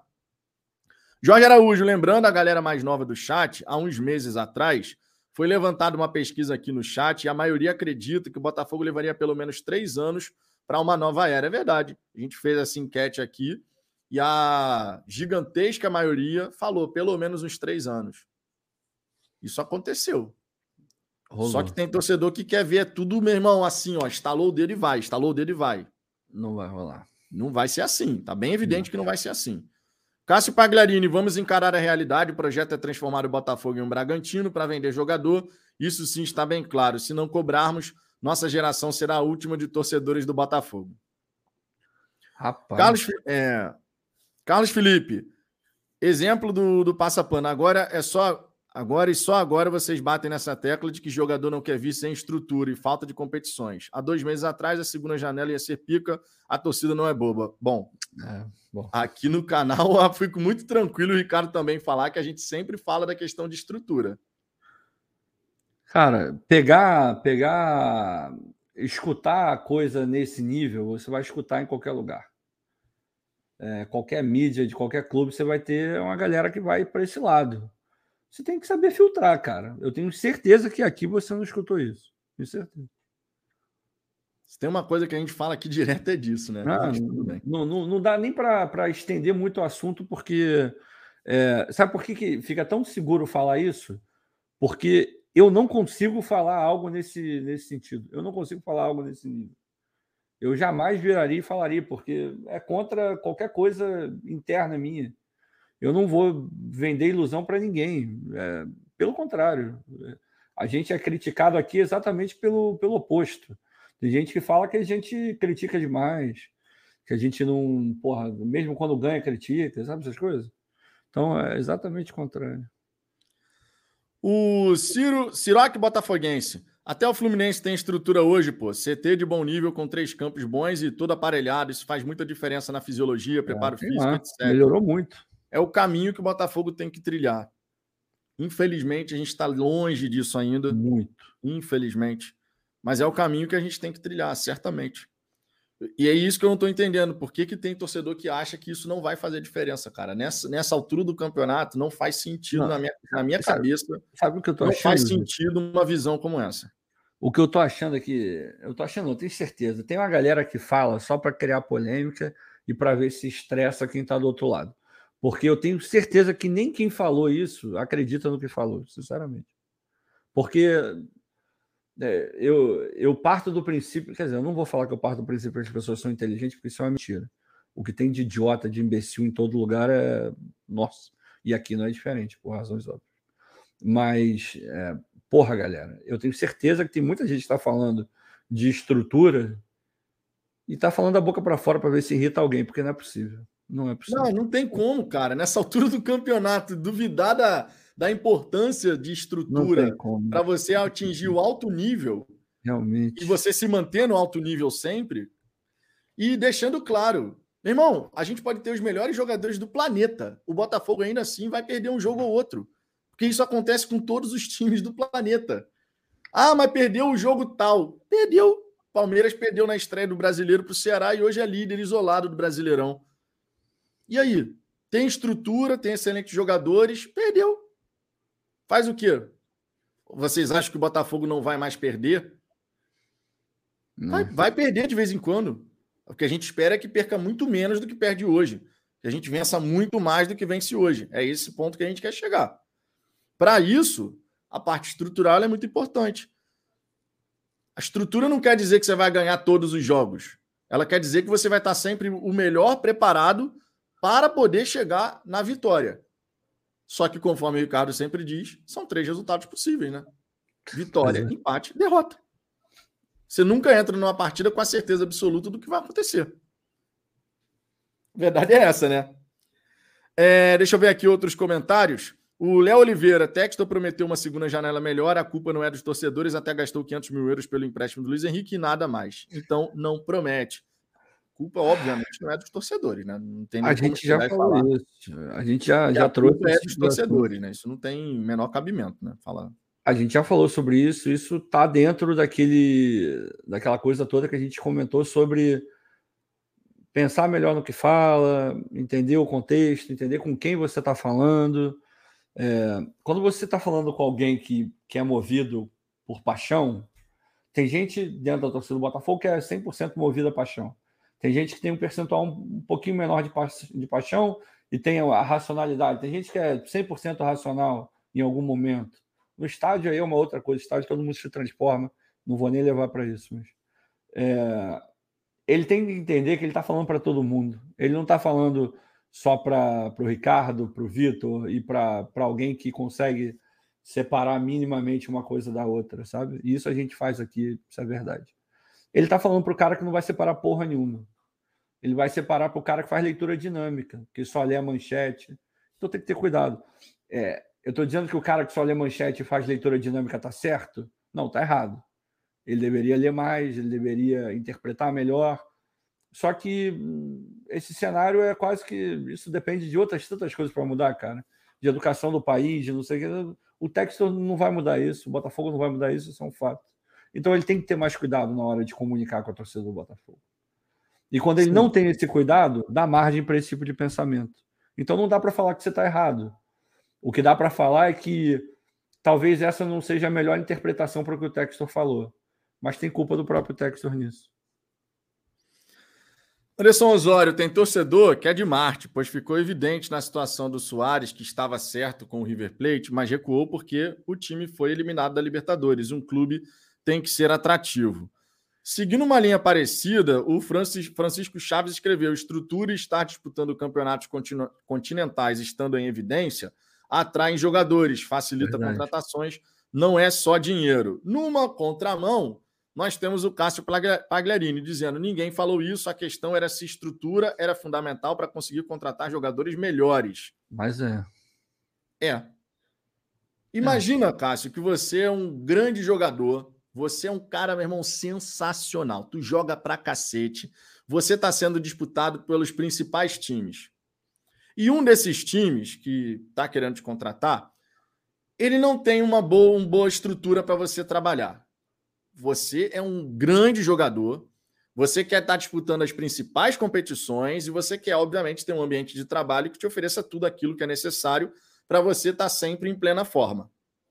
Jorge Araújo, lembrando a galera mais nova do chat, há uns meses atrás, foi levantada uma pesquisa aqui no chat e a maioria acredita que o Botafogo levaria pelo menos três anos para uma nova era. É verdade. A gente fez essa enquete aqui e a gigantesca maioria falou pelo menos uns três anos. Isso aconteceu. Rolou. Só que tem torcedor que quer ver tudo, meu irmão, assim, ó, estalou o dedo e vai, estalou o dedo e vai. Não vai rolar. Não vai ser assim, tá bem evidente não. que não vai ser assim. Cássio Pagliarini, vamos encarar a realidade. O projeto é transformar o Botafogo em um Bragantino para vender jogador. Isso sim está bem claro. Se não cobrarmos, nossa geração será a última de torcedores do Botafogo. Rapaz. Carlos, é, Carlos Felipe, exemplo do, do passapano. Agora é só agora e só agora vocês batem nessa tecla de que jogador não quer vir sem estrutura e falta de competições. Há dois meses atrás, a segunda janela ia ser pica, a torcida não é boba. Bom, é, bom. Aqui no canal eu fico muito tranquilo, o Ricardo também falar que a gente sempre fala da questão de estrutura. Cara, pegar, pegar, escutar a coisa nesse nível, você vai escutar em qualquer lugar. É, qualquer mídia de qualquer clube, você vai ter uma galera que vai para esse lado. Você tem que saber filtrar, cara. Eu tenho certeza que aqui você não escutou isso. Tenho certeza. Se tem uma coisa que a gente fala aqui direto é disso, né? Ah, não, não, não dá nem para estender muito o assunto, porque... É, sabe por que, que fica tão seguro falar isso? Porque eu não consigo falar algo nesse, nesse sentido. Eu não consigo falar algo nesse nível. Eu jamais viraria e falaria, porque é contra qualquer coisa interna minha. Eu não vou vender ilusão para ninguém. É, pelo contrário. A gente é criticado aqui exatamente pelo, pelo oposto. Tem gente que fala que a gente critica demais, que a gente não... Porra, mesmo quando ganha, critica, sabe essas coisas? Então, é exatamente o contrário. O Ciro, Ciroc Botafoguense. Até o Fluminense tem estrutura hoje, pô. C T de bom nível, com três campos bons e todo aparelhado. Isso faz muita diferença na fisiologia, preparo é, físico, lá, etcétera. Melhorou muito. É o caminho que o Botafogo tem que trilhar. Infelizmente, a gente está longe disso ainda. Muito. Infelizmente. Mas é o caminho que a gente tem que trilhar, certamente. E é isso que eu não estou entendendo. Por que, que tem torcedor que acha que isso não vai fazer diferença, cara? Nessa, nessa altura do campeonato, não faz sentido não, na minha, na minha sabe, cabeça. Sabe o que eu tô não achando? faz sentido uma visão como essa. O que eu tô achando aqui, eu tô achando, eu tenho certeza. Tem uma galera que fala só para criar polêmica e para ver se estressa quem está do outro lado. Porque eu tenho certeza que nem quem falou isso acredita no que falou, sinceramente. Porque é, eu, eu parto do princípio, quer dizer, eu não vou falar que eu parto do princípio que as pessoas são inteligentes, porque isso é uma mentira. O que tem de idiota, de imbecil em todo lugar é... Nossa, e aqui não é diferente, por razões óbvias. Mas, é, porra, galera, eu tenho certeza que tem muita gente que está falando de estrutura e está falando da boca para fora para ver se irrita alguém, porque não é possível. Não é possível. Não, não tem como, cara. Nessa altura do campeonato, duvidar da, da importância de estrutura para você atingir o alto nível. Realmente. E você se manter no alto nível sempre. E deixando claro, meu irmão, a gente pode ter os melhores jogadores do planeta. O Botafogo ainda assim vai perder um jogo ou outro. Porque isso acontece com todos os times do planeta. Ah, mas perdeu o jogo tal. Perdeu. Palmeiras perdeu na estreia do Brasileiro para o Ceará e hoje é líder isolado do Brasileirão. E aí? Tem estrutura, tem excelentes jogadores, perdeu. Faz o quê? Vocês acham que o Botafogo não vai mais perder? Vai, vai perder de vez em quando. O que a gente espera é que perca muito menos do que perde hoje. Que a gente vença muito mais do que vence hoje. É esse ponto que a gente quer chegar. Para isso, a parte estrutural é muito importante. A estrutura não quer dizer que você vai ganhar todos os jogos. Ela quer dizer que você vai estar sempre o melhor preparado para poder chegar na vitória. Só que, conforme o Ricardo sempre diz, são três resultados possíveis, né? Vitória, é. empate, derrota. Você nunca entra numa partida com a certeza absoluta do que vai acontecer. A verdade é essa, né? É, deixa eu ver aqui outros comentários. O Léo Oliveira, Textor prometeu uma segunda janela melhor, a culpa não é dos torcedores, até gastou quinhentos mil euros pelo empréstimo do Luiz Henrique e nada mais. Então, não promete. Culpa, obviamente, não é dos torcedores, né? Não tem nem a gente já falou falar. isso. A gente já, já a trouxe. Culpa é dos torcedores, né? Isso não tem menor cabimento, né? Falar. A gente já falou sobre isso. Isso está dentro daquele, daquela coisa toda que a gente comentou sobre pensar melhor no que fala, entender o contexto, entender com quem você está falando. É, quando você está falando com alguém que, que é movido por paixão, tem gente dentro da torcida do Botafogo que é cem por cento movida a paixão. Tem gente que tem um percentual um, um pouquinho menor de, pa de paixão e tem a racionalidade. Tem gente que é cem por cento racional em algum momento. No estádio aí é uma outra coisa. No estádio todo mundo se transforma. Não vou nem levar para isso. Mas, é, ele tem que entender que ele está falando para todo mundo. Ele não está falando só para o Ricardo, para o Vitor e para alguém que consegue separar minimamente uma coisa da outra, sabe? E isso a gente faz aqui, isso é verdade. Ele está falando para o cara que não vai separar porra nenhuma. Ele vai separar para o cara que faz leitura dinâmica, que só lê a manchete. Então tem que ter cuidado. É, eu estou dizendo que o cara que só lê manchete e faz leitura dinâmica está certo? Não, está errado. Ele deveria ler mais, ele deveria interpretar melhor. Só que esse cenário é quase que... Isso depende de outras tantas coisas para mudar, cara. De educação do país, de não sei o que. O Textor não vai mudar isso, o Botafogo não vai mudar isso, isso é um fato. Então ele tem que ter mais cuidado na hora de comunicar com a torcida do Botafogo. E quando ele Sim. não tem esse cuidado, dá margem para esse tipo de pensamento. Então não dá para falar que você está errado. O que dá para falar é que talvez essa não seja a melhor interpretação para o que o Textor falou. Mas tem culpa do próprio Textor nisso. Anderson Osório, tem torcedor que é de Marte, pois ficou evidente na situação do Soares que estava certo com o River Plate, mas recuou porque o time foi eliminado da Libertadores. Um clube tem que ser atrativo. Seguindo uma linha parecida, o Francis, Francisco Chaves escreveu: estrutura e estar disputando campeonatos continu, continentais estando em evidência atraem jogadores, facilita Verdade. contratações, não é só dinheiro. Numa contramão, nós temos o Cássio Pagliarini dizendo: ninguém falou isso, a questão era se estrutura era fundamental para conseguir contratar jogadores melhores. Mas é. É. Imagina, é. Cássio, que você é um grande jogador, você é um cara, meu irmão, sensacional. Tu joga pra cacete, você está sendo disputado pelos principais times. E um desses times que está querendo te contratar, ele não tem uma boa, uma boa estrutura para você trabalhar. Você é um grande jogador, você quer estar disputando as principais competições e você quer, obviamente, ter um ambiente de trabalho que te ofereça tudo aquilo que é necessário para você estar sempre em plena forma.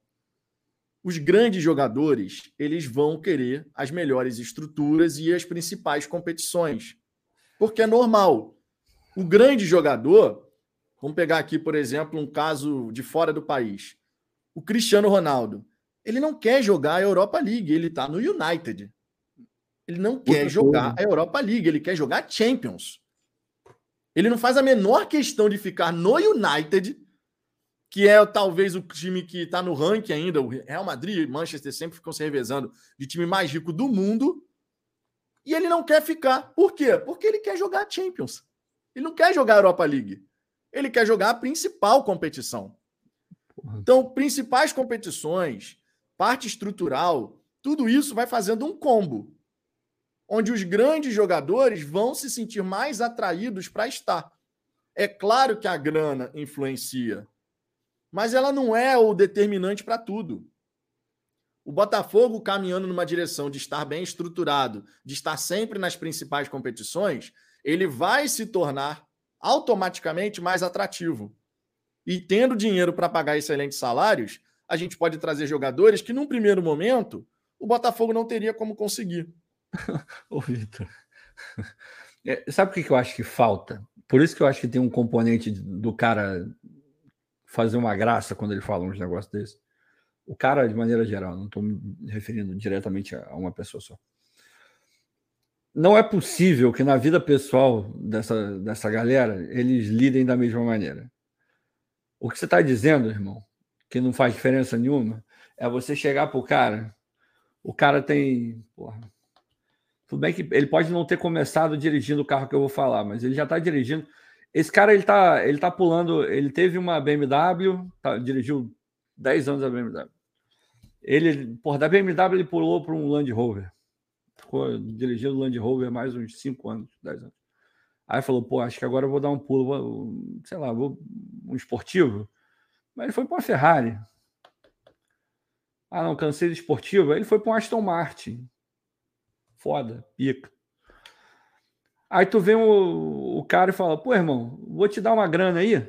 Os grandes jogadores, eles vão querer as melhores estruturas e as principais competições, porque é normal. O grande jogador, vamos pegar aqui, por exemplo, um caso de fora do país, o Cristiano Ronaldo. Ele não quer jogar a Europa League, ele está no United. Ele não quer jogar a Europa League, ele quer jogar Champions. Ele não faz a menor questão de ficar no United, que é talvez o time que está no ranking ainda, o Real Madrid e Manchester sempre ficam se revezando de time mais rico do mundo, e ele não quer ficar. Por quê? Porque ele quer jogar Champions. Ele não quer jogar a Europa League. Ele quer jogar a principal competição. Então, principais competições, parte estrutural, tudo isso vai fazendo um combo, onde os grandes jogadores vão se sentir mais atraídos para estar. É claro que a grana influencia, mas ela não é o determinante para tudo. O Botafogo caminhando numa direção de estar bem estruturado, de estar sempre nas principais competições, ele vai se tornar automaticamente mais atrativo. E tendo dinheiro para pagar excelentes salários, a gente pode trazer jogadores que, num primeiro momento, o Botafogo não teria como conseguir. Ô, Vitor, é, sabe o que eu acho que falta? Por isso que eu acho que tem um componente do cara fazer uma graça quando ele fala uns negócios desses. O cara, de maneira geral, não estou me referindo diretamente a uma pessoa só. Não é possível que na vida pessoal dessa, dessa galera eles lidem da mesma maneira. O que você está dizendo, irmão, que não faz diferença nenhuma, é você chegar pro cara, o cara tem... Porra, tudo bem que ele pode não ter começado dirigindo o carro que eu vou falar, mas ele já está dirigindo. Esse cara, ele está ele tá pulando, ele teve uma B M W, tá, dirigiu dez anos a B M W. Ele, porra, da B M W ele pulou para um Land Rover. Ficou dirigindo Land Rover mais uns cinco anos, dez anos. Aí falou, pô, acho que agora eu vou dar um pulo, vou, sei lá, vou um esportivo. Mas ele foi para uma Ferrari. Ah, não, cansei do esportivo. Aí ele foi para um Aston Martin. Foda, pica. Aí tu vê o, o cara e fala, pô, irmão, vou te dar uma grana aí.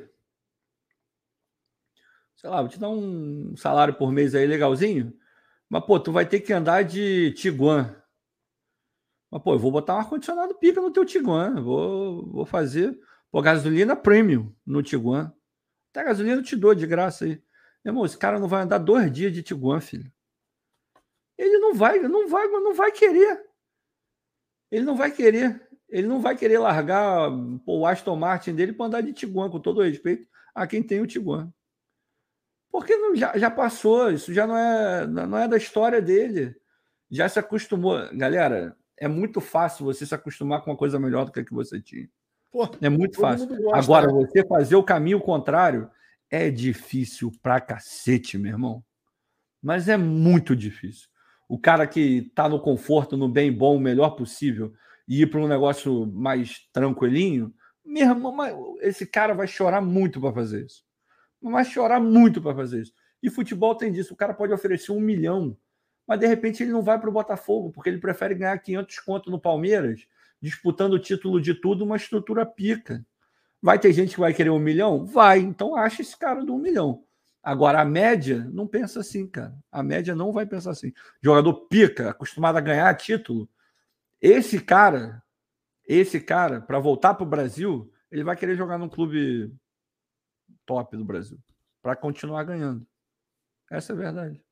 Sei lá, vou te dar um salário por mês aí legalzinho. Mas, pô, tu vai ter que andar de Tiguan. Mas, pô, eu vou botar um ar-condicionado pica no teu Tiguan. Vou, vou fazer, pô, gasolina premium no Tiguan. Até gasolina eu te dou de graça aí. Meu irmão, esse cara não vai andar dois dias de Tiguan, filho. Ele não vai, não vai, não vai querer. Ele não vai querer. Ele não vai querer largar pô, o Aston Martin dele para andar de Tiguan, com todo respeito a quem tem o Tiguan. Porque não, já, já passou, isso já não é, não é da história dele. Já se acostumou. Galera, é muito fácil você se acostumar com uma coisa melhor do que a que você tinha. Pô, é muito fácil. Gosta, Agora, né? Você fazer o caminho contrário é difícil pra cacete, meu irmão. Mas é muito difícil. O cara que tá no conforto, no bem bom, o melhor possível, e ir para um negócio mais tranquilinho, meu irmão, esse cara vai chorar muito para fazer isso. Vai chorar muito para fazer isso. E futebol tem disso. O cara pode oferecer um milhão, mas de repente ele não vai para o Botafogo, porque ele prefere ganhar quinhentos conto no Palmeiras, disputando o título de tudo, uma estrutura pica. Vai ter gente que vai querer um milhão? Vai. Então acha esse cara do um milhão. Agora, a média não pensa assim, cara. A média não vai pensar assim. Jogador pica, acostumado a ganhar título. Esse cara, esse cara, para voltar para o Brasil, ele vai querer jogar num clube top do Brasil, para continuar ganhando. Essa é a verdade.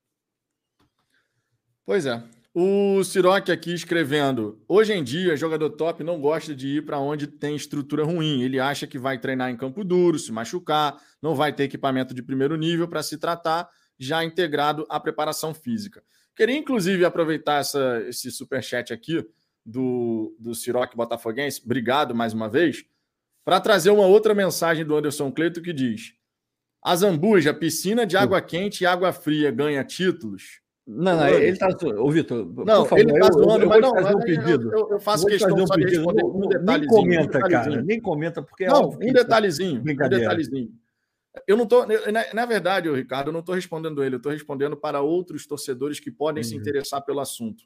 Pois é. O Siroc aqui escrevendo: hoje em dia, jogador top não gosta de ir para onde tem estrutura ruim. Ele acha que vai treinar em campo duro, se machucar, não vai ter equipamento de primeiro nível para se tratar, já integrado à preparação física. Queria, inclusive, aproveitar essa, esse superchat aqui do, do Siroc Botafoguense, obrigado mais uma vez, para trazer uma outra mensagem do Anderson Cleito que diz: a Zambuja, piscina de água quente e água fria ganha títulos? Não, não, ele está... Ô, Vitor, não, por favor, ele está zoando, eu, eu mas não, não, um pedido. Eu, eu, eu faço questão um só de pedido. responder Não, um detalhezinho. Nem comenta, um cara, nem comenta, porque não, é um detalhezinho, um detalhezinho. detalhezinho. Eu não tô, na, na verdade, Ricardo, eu não estou respondendo ele, eu estou respondendo para outros torcedores que podem Entendi. se interessar pelo assunto.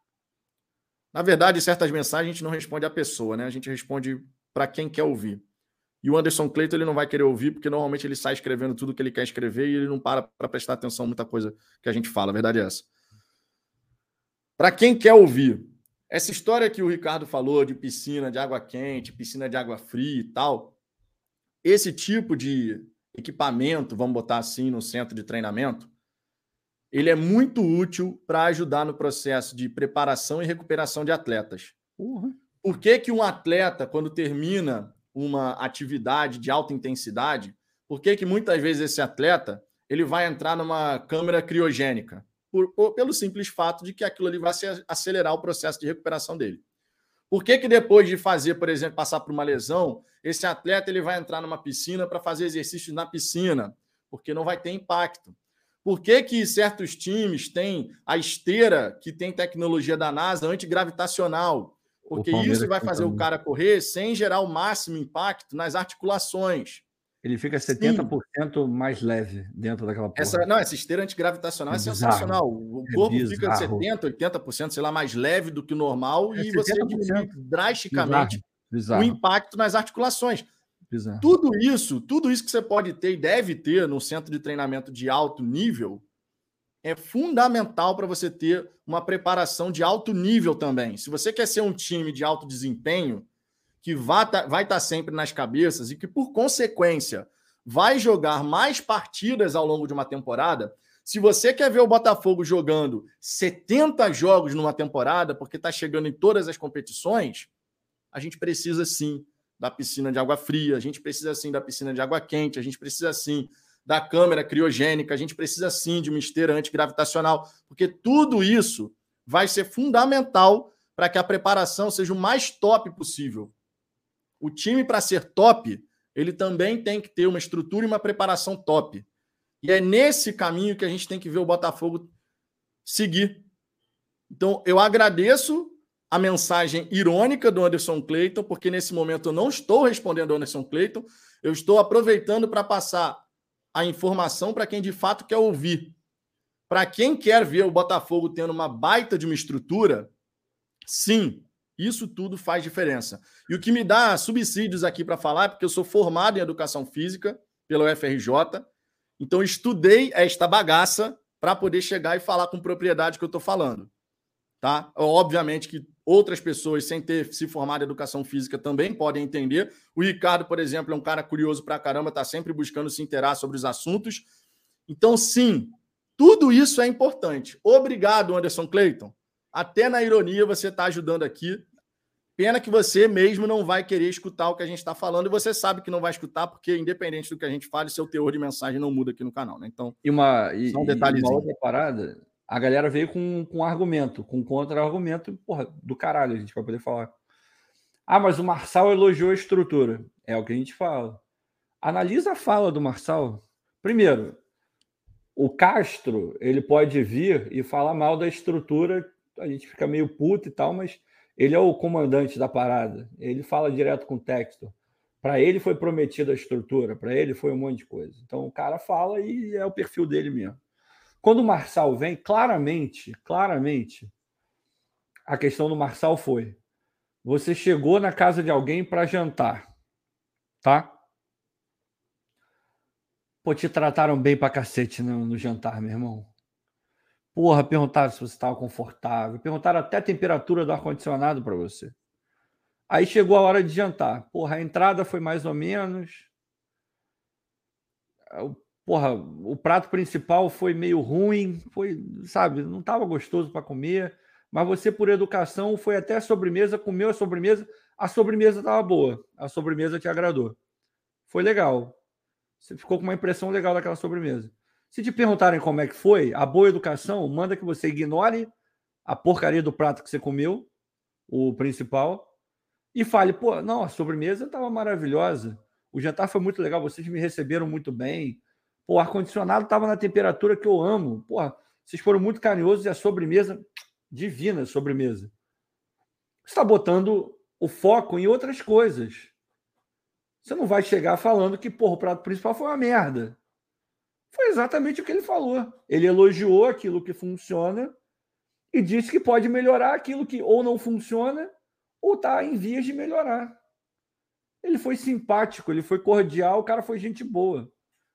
Na verdade, certas mensagens a gente não responde à pessoa, né? A gente responde para quem quer ouvir. E o Anderson Cleito ele não vai querer ouvir, porque normalmente ele sai escrevendo tudo que ele quer escrever e ele não para para prestar atenção em muita coisa que a gente fala. A verdade é essa. Para quem quer ouvir, essa história que o Ricardo falou de piscina de água quente, piscina de água fria e tal, esse tipo de equipamento, vamos botar assim, no centro de treinamento, ele é muito útil para ajudar no processo de preparação e recuperação de atletas. Uhum. Por que que um atleta, quando termina uma atividade de alta intensidade, por que que muitas vezes esse atleta ele vai entrar numa câmara criogênica? Por, por, pelo simples fato de que aquilo ali vai acelerar o processo de recuperação dele. Por que que depois de fazer, por exemplo, passar por uma lesão, esse atleta ele vai entrar numa piscina para fazer exercícios na piscina? Porque não vai ter impacto. Por que que certos times têm a esteira que tem tecnologia da NASA antigravitacional? Porque isso vai fazer o cara correr sem gerar o máximo impacto nas articulações. Ele fica setenta por cento Sim. mais leve dentro daquela porra. Essa, não, essa esteira antigravitacional é, é sensacional. O corpo é fica setenta por cento, oitenta por cento, sei lá, mais leve do que o normal é e você diminui drasticamente bizarro. Bizarro. o impacto nas articulações. Bizarro. Tudo isso, tudo isso que você pode ter e deve ter no centro de treinamento de alto nível é fundamental para você ter uma preparação de alto nível também. Se você quer ser um time de alto desempenho, que vai estar vai tá sempre nas cabeças e que, por consequência, vai jogar mais partidas ao longo de uma temporada. Se você quer ver o Botafogo jogando setenta jogos numa temporada, porque está chegando em todas as competições, a gente precisa sim da piscina de água fria, a gente precisa sim da piscina de água quente, a gente precisa sim da câmara criogênica, a gente precisa sim de uma esteira antigravitacional, porque tudo isso vai ser fundamental para que a preparação seja o mais top possível. O time, para ser top, ele também tem que ter uma estrutura e uma preparação top. E é nesse caminho que a gente tem que ver o Botafogo seguir. Então, eu agradeço a mensagem irônica do Anderson Cleito, porque nesse momento eu não estou respondendo ao Anderson Cleito, eu estou aproveitando para passar a informação para quem de fato quer ouvir. Para quem quer ver o Botafogo tendo uma baita de uma estrutura, sim, isso tudo faz diferença. E o que me dá subsídios aqui para falar é porque eu sou formado em Educação Física pela U F R J, então estudei esta bagaça para poder chegar e falar com propriedade que eu estou falando. Tá? Obviamente que outras pessoas, sem ter se formado em Educação Física, também podem entender. O Ricardo, por exemplo, é um cara curioso pra caramba, está sempre buscando se inteirar sobre os assuntos. Então, sim, tudo isso é importante. Obrigado, Anderson Clayton. Até na ironia você está ajudando aqui. Pena que você mesmo não vai querer escutar o que a gente está falando e você sabe que não vai escutar porque, independente do que a gente fale, seu teor de mensagem não muda aqui no canal, né? Então, e uma, e, só um e uma outra parada, a galera veio com, com argumento, com contra-argumento, porra, do caralho, a gente vai poder falar. Ah, mas o Marçal elogiou a estrutura. É o que a gente fala. Analisa a fala do Marçal. Primeiro, o Castro, ele pode vir e falar mal da estrutura, a gente fica meio puto e tal, mas ele é o comandante da parada. Ele fala direto com o texto. Para ele foi prometida a estrutura, para ele foi um monte de coisa. Então o cara fala e é o perfil dele mesmo. Quando o Marçal vem, claramente, claramente, a questão do Marçal foi: você chegou na casa de alguém para jantar, tá? Pô, te trataram bem pra cacete no, no jantar, meu irmão. Porra, perguntaram se você estava confortável, perguntaram até a temperatura do ar-condicionado para você. Aí chegou a hora de jantar. Porra, a entrada foi mais ou menos. Porra, o prato principal foi meio ruim, foi, sabe, não estava gostoso para comer, mas você, por educação, foi até a sobremesa, comeu a sobremesa, a sobremesa estava boa, a sobremesa te agradou. Foi legal. Você ficou com uma impressão legal daquela sobremesa. Se te perguntarem como é que foi, a boa educação manda que você ignore a porcaria do prato que você comeu, o principal, e fale, pô, não, a sobremesa estava maravilhosa, o jantar foi muito legal, vocês me receberam muito bem, pô, o ar-condicionado estava na temperatura que eu amo, pô, vocês foram muito carinhosos e a sobremesa, divina sobremesa. Você está botando o foco em outras coisas. Você não vai chegar falando que, porra, o prato principal foi uma merda. Foi exatamente o que ele falou. Ele elogiou aquilo que funciona e disse que pode melhorar aquilo que ou não funciona ou está em vias de melhorar. Ele foi simpático, ele foi cordial, o cara foi gente boa.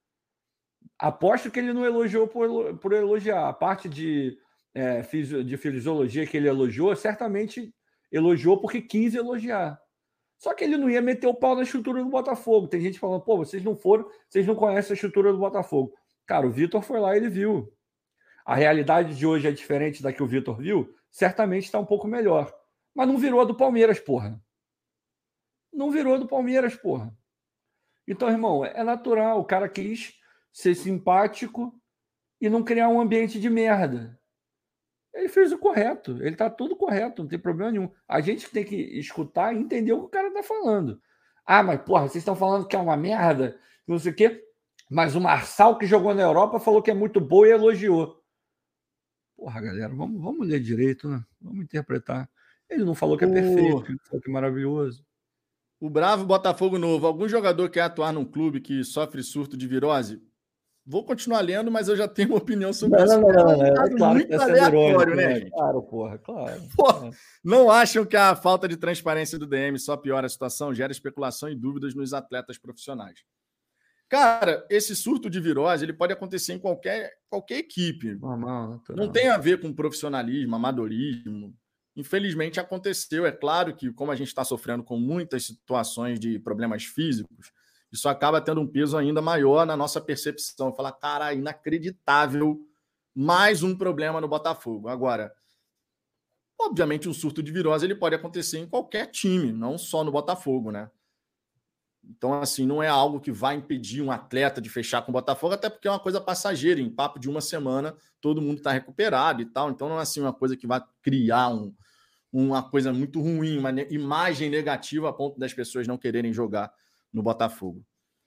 Aposto que ele não elogiou por, por elogiar. A parte de, é, de fisiologia que ele elogiou, certamente elogiou porque quis elogiar. Só que ele não ia meter o pau na estrutura do Botafogo. Tem gente falando, pô, vocês não foram, vocês não conhecem a estrutura do Botafogo. Cara, o Vitor foi lá e ele viu. A realidade de hoje é diferente da que o Vitor viu, certamente está um pouco melhor. Mas não virou a do Palmeiras, porra. Não virou a do Palmeiras, porra. Então, irmão, é natural. O cara quis ser simpático e não criar um ambiente de merda. Ele fez o correto. Ele tá tudo correto, não tem problema nenhum. A gente tem que escutar e entender o que o cara tá falando. Ah, mas, porra, vocês estão falando que é uma merda, não sei o quê. Mas o Marçal, que jogou na Europa, falou que é muito boa e elogiou. Porra, galera, vamos, vamos ler direito, né? Vamos interpretar. Ele não falou que é o... perfeito, ele falou que é maravilhoso. O bravo Botafogo Novo. Algum jogador quer atuar num clube que sofre surto de virose? Vou continuar lendo, mas eu já tenho uma opinião sobre não, isso. Não, não, não. É, é claro muito que tá aleatório, irônico, né, né, gente? Claro, porra, claro. Porra, é. Não acham que a falta de transparência do D M só piora a situação, gera especulação e dúvidas nos atletas profissionais? Cara, esse surto de virose ele pode acontecer em qualquer, qualquer equipe. Normal, natural. Não tem a ver com profissionalismo, amadorismo. Infelizmente aconteceu. É claro que, como a gente está sofrendo com muitas situações de problemas físicos, isso acaba tendo um peso ainda maior na nossa percepção. Falar, cara, inacreditável, mais um problema no Botafogo. Agora, obviamente, um surto de virose ele pode acontecer em qualquer time, não só no Botafogo, né? Então, assim, não é algo que vai impedir um atleta de fechar com o Botafogo, até porque é uma coisa passageira. Em papo de uma semana, todo mundo está recuperado e tal. Então, não é assim uma coisa que vai criar um, uma coisa muito ruim, uma imagem negativa a ponto das pessoas não quererem jogar no Botafogo.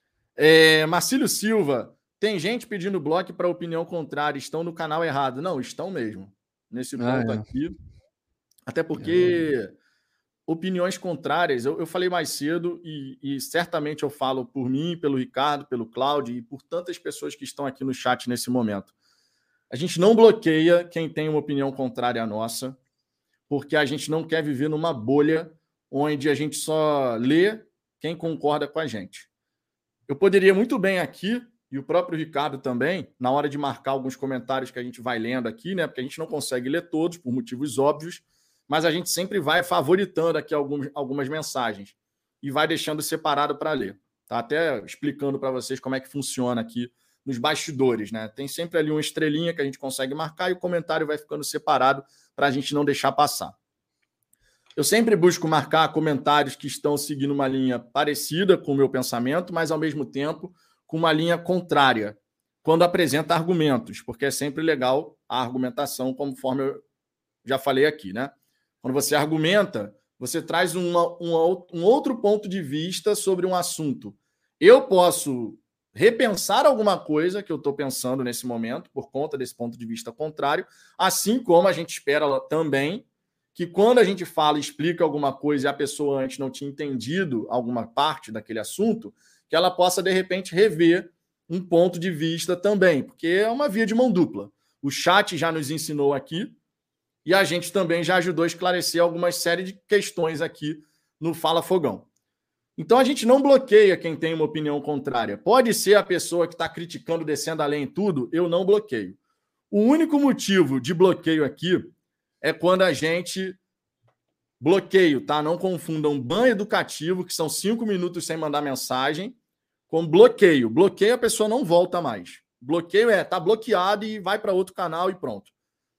É, Marcílio Silva, tem gente pedindo bloco para opinião contrária, estão no canal errado. Não, estão mesmo. Nesse ponto ah, é. aqui. Até porque... É. Opiniões contrárias, eu, eu falei mais cedo e, e certamente eu falo por mim, pelo Ricardo, pelo Cláudio e por tantas pessoas que estão aqui no chat nesse momento. A gente não bloqueia quem tem uma opinião contrária à nossa, porque a gente não quer viver numa bolha onde a gente só lê quem concorda com a gente. Eu poderia muito bem aqui, e o próprio Ricardo também, na hora de marcar alguns comentários que a gente vai lendo aqui, né? Porque a gente não consegue ler todos por motivos óbvios, mas a gente sempre vai favoritando aqui alguns, algumas mensagens e vai deixando separado para ler. Tá até explicando para vocês como é que funciona aqui nos bastidores, né? Tem sempre ali uma estrelinha que a gente consegue marcar e o comentário vai ficando separado para a gente não deixar passar. Eu sempre busco marcar comentários que estão seguindo uma linha parecida com o meu pensamento, mas ao mesmo tempo com uma linha contrária, quando apresenta argumentos, porque é sempre legal a argumentação, conforme eu já falei aqui, né? Quando você argumenta, você traz uma, uma, um outro ponto de vista sobre um assunto. Eu posso repensar alguma coisa que eu estou pensando nesse momento, por conta desse ponto de vista contrário, assim como a gente espera também que quando a gente fala e explica alguma coisa e a pessoa antes não tinha entendido alguma parte daquele assunto, que ela possa, de repente, rever um ponto de vista também, porque é uma via de mão dupla. O chat já nos ensinou aqui e a gente também já ajudou a esclarecer algumas série de questões aqui no Fala Fogão. Então, a gente não bloqueia quem tem uma opinião contrária. Pode ser a pessoa que está criticando, descendo além em tudo, eu não bloqueio. O único motivo de bloqueio aqui é quando a gente... Bloqueio, tá? Não confundam banho educativo, que são cinco minutos sem mandar mensagem, com bloqueio. Bloqueio, a pessoa não volta mais. Bloqueio é, tá bloqueado e vai para outro canal e pronto.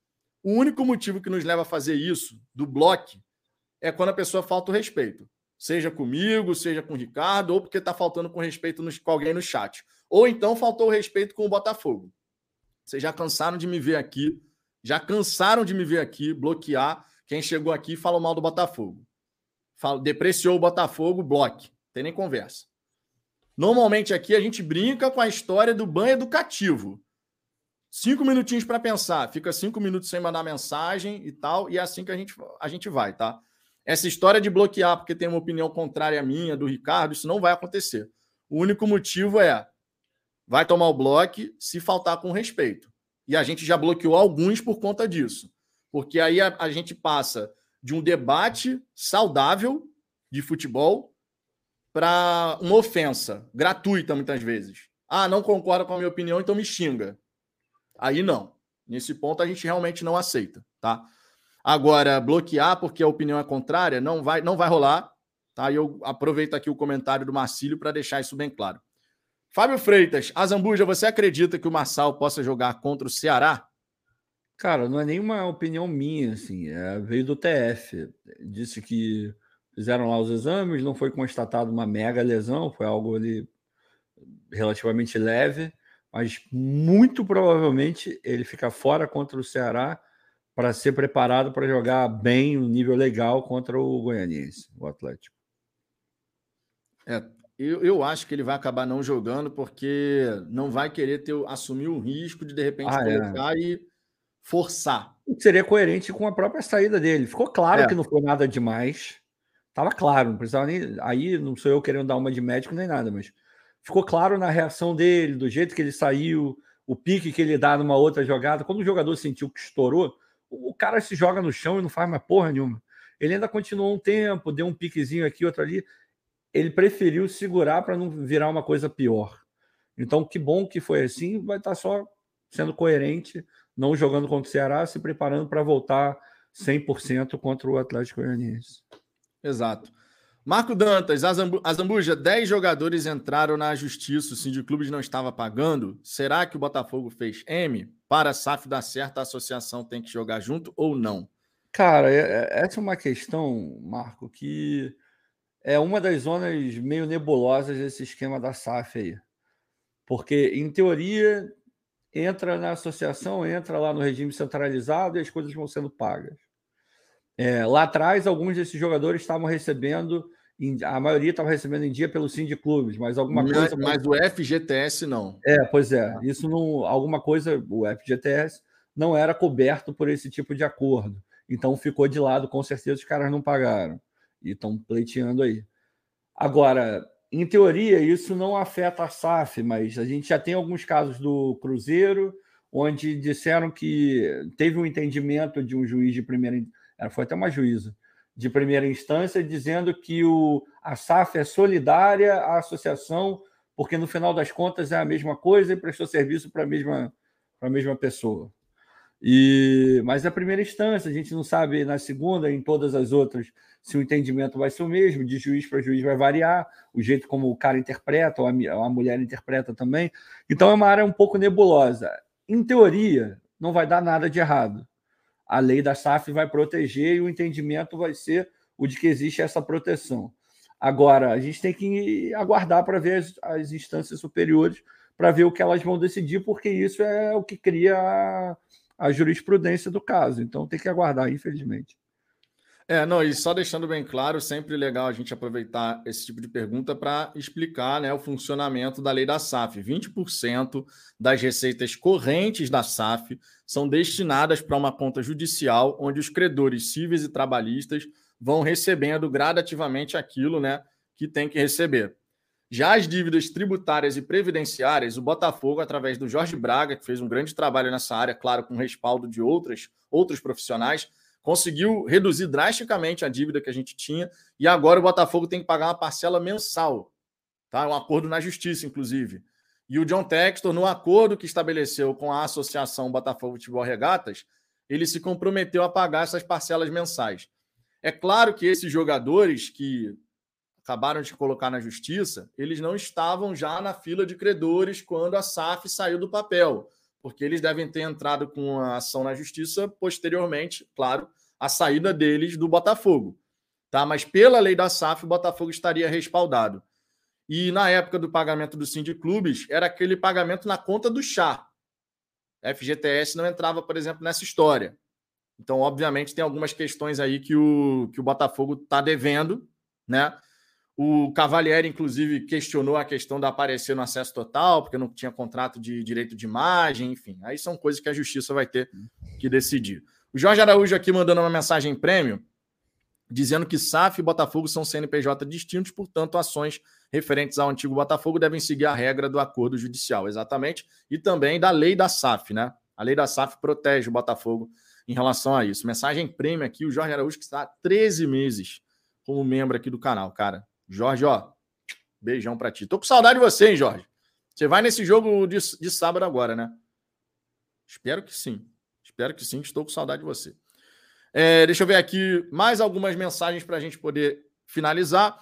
O único motivo que nos leva a fazer isso, do bloque, é quando a pessoa falta o respeito. Seja comigo, seja com o Ricardo, ou porque está faltando com respeito nos, com alguém no chat. Ou então faltou o respeito com o Botafogo. Vocês já cansaram de me ver aqui, já cansaram de me ver aqui bloquear quem chegou aqui e falou mal do Botafogo. Fala, depreciou o Botafogo, bloque. Não tem nem conversa. Normalmente aqui a gente brinca com a história do banho educativo. Cinco minutinhos para pensar. Fica cinco minutos sem mandar mensagem e tal. E é assim que a gente, a gente vai, tá? Essa história de bloquear porque tem uma opinião contrária à minha, do Ricardo, isso não vai acontecer. O único motivo é vai tomar o bloco se faltar com respeito. E a gente já bloqueou alguns por conta disso. Porque aí a, a gente passa de um debate saudável de futebol para uma ofensa gratuita, muitas vezes. Ah, não concorda com a minha opinião, então me xinga. Aí não. Nesse ponto a gente realmente não aceita, tá? Agora, bloquear porque a opinião é contrária, não vai, não vai rolar, tá? E eu aproveito aqui o comentário do Marcílio para deixar isso bem claro. Fábio Freitas, Azambuja, você acredita que o Marçal possa jogar contra o Ceará? Cara, não é nenhuma opinião minha, assim, é, veio do T F. Disse que fizeram lá os exames, não foi constatado uma mega lesão, foi algo ali relativamente leve, mas muito provavelmente ele fica fora contra o Ceará para ser preparado para jogar bem, um nível legal contra o Goianiense, o Atlético. É, eu, eu acho que ele vai acabar não jogando porque não vai querer ter, assumir o risco de, de repente, ah, colocar é. e forçar. Seria coerente com a própria saída dele. Ficou claro é. que não foi nada demais. Estava claro, não precisava nem... Aí não sou eu querendo dar uma de médico nem nada, mas ficou claro na reação dele, do jeito que ele saiu, o pique que ele dá numa outra jogada. Quando o jogador sentiu que estourou, o cara se joga no chão e não faz mais porra nenhuma. Ele ainda continuou um tempo, deu um piquezinho aqui, outro ali. Ele preferiu segurar para não virar uma coisa pior. Então, que bom que foi assim, vai estar só sendo coerente, não jogando contra o Ceará, se preparando para voltar cem por cento contra o Atlético Goianiense. Exato. Marco Dantas, Azambuja, dez jogadores entraram na justiça, o Sindiclubes não estava pagando. Será que o Botafogo fez M? Para a S A F dar certo, a associação tem que jogar junto ou não? Cara, essa é uma questão, Marco, que é uma das zonas meio nebulosas desse esquema da S A F aí. Porque, em teoria, entra na associação, entra lá no regime centralizado e as coisas vão sendo pagas. É, lá atrás, alguns desses jogadores estavam recebendo, a maioria estava recebendo em dia pelo Sindiclubes, mas alguma mas, coisa... Mas o F G T S não. É, pois é. Isso não... Alguma coisa, o F G T S não era coberto por esse tipo de acordo. Então, ficou de lado, com certeza, os caras não pagaram. E estão pleiteando aí. Agora, em teoria, isso não afeta a S A F, mas a gente já tem alguns casos do Cruzeiro, onde disseram que teve um entendimento de um juiz de primeira... Foi até uma juíza de primeira instância, dizendo que o, a S A F é solidária à associação, porque no final das contas é a mesma coisa e prestou serviço para a mesma, para a mesma pessoa. E, mas é a primeira instância, a gente não sabe na segunda, em todas as outras, se o entendimento vai ser o mesmo, de juiz para juiz vai variar, o jeito como o cara interpreta, ou a, a mulher interpreta também. Então é uma área um pouco nebulosa. Em teoria, não vai dar nada de errado. A lei da S A F vai proteger e o entendimento vai ser o de que existe essa proteção. Agora, a gente tem que aguardar para ver as, as instâncias superiores, para ver o que elas vão decidir, porque isso é o que cria a, a jurisprudência do caso. Então tem que aguardar, infelizmente. É, não, e só deixando bem claro, sempre legal a gente aproveitar esse tipo de pergunta para explicar, né, o funcionamento da lei da S A F. vinte por cento das receitas correntes da S A F são destinadas para uma conta judicial, onde os credores cíveis e trabalhistas vão recebendo gradativamente aquilo, né, que tem que receber. Já as dívidas tributárias e previdenciárias, o Botafogo, através do Jorge Braga, que fez um grande trabalho nessa área, claro, com respaldo de outras, outros profissionais, conseguiu reduzir drasticamente a dívida que a gente tinha e agora o Botafogo tem que pagar uma parcela mensal. Tá? Um acordo na justiça, inclusive. E o John Textor, no acordo que estabeleceu com a Associação Botafogo Futebol Regatas, ele se comprometeu a pagar essas parcelas mensais. É claro que esses jogadores que acabaram de colocar na justiça, eles não estavam já na fila de credores quando a S A F saiu do papel, porque eles devem ter entrado com a ação na justiça posteriormente, claro, à saída deles do Botafogo. Tá? Mas pela lei da S A F, o Botafogo estaria respaldado. E na época do pagamento do Sindiclubes, era aquele pagamento na conta do chá. A F G T S não entrava, por exemplo, nessa história. Então, obviamente, tem algumas questões aí que o, que o Botafogo está devendo, né? O Cavalieri, inclusive, questionou a questão da aparecer no acesso total, porque não tinha contrato de direito de imagem, enfim. Aí são coisas que a justiça vai ter que decidir. O Jorge Araújo aqui mandando uma mensagem prêmio, dizendo que S A F e Botafogo são C N P J distintos, portanto, ações referentes ao antigo Botafogo devem seguir a regra do acordo judicial, exatamente, e também da lei da S A F, né? A lei da S A F protege o Botafogo em relação a isso. Mensagem prêmio aqui, o Jorge Araújo, que está há treze meses como membro aqui do canal, cara. Jorge, ó, beijão pra ti. Tô com saudade de você, hein, Jorge? Você vai nesse jogo de, de sábado agora, né? Espero que sim. Espero que sim, que estou com saudade de você. É, deixa eu ver aqui mais algumas mensagens para a gente poder finalizar.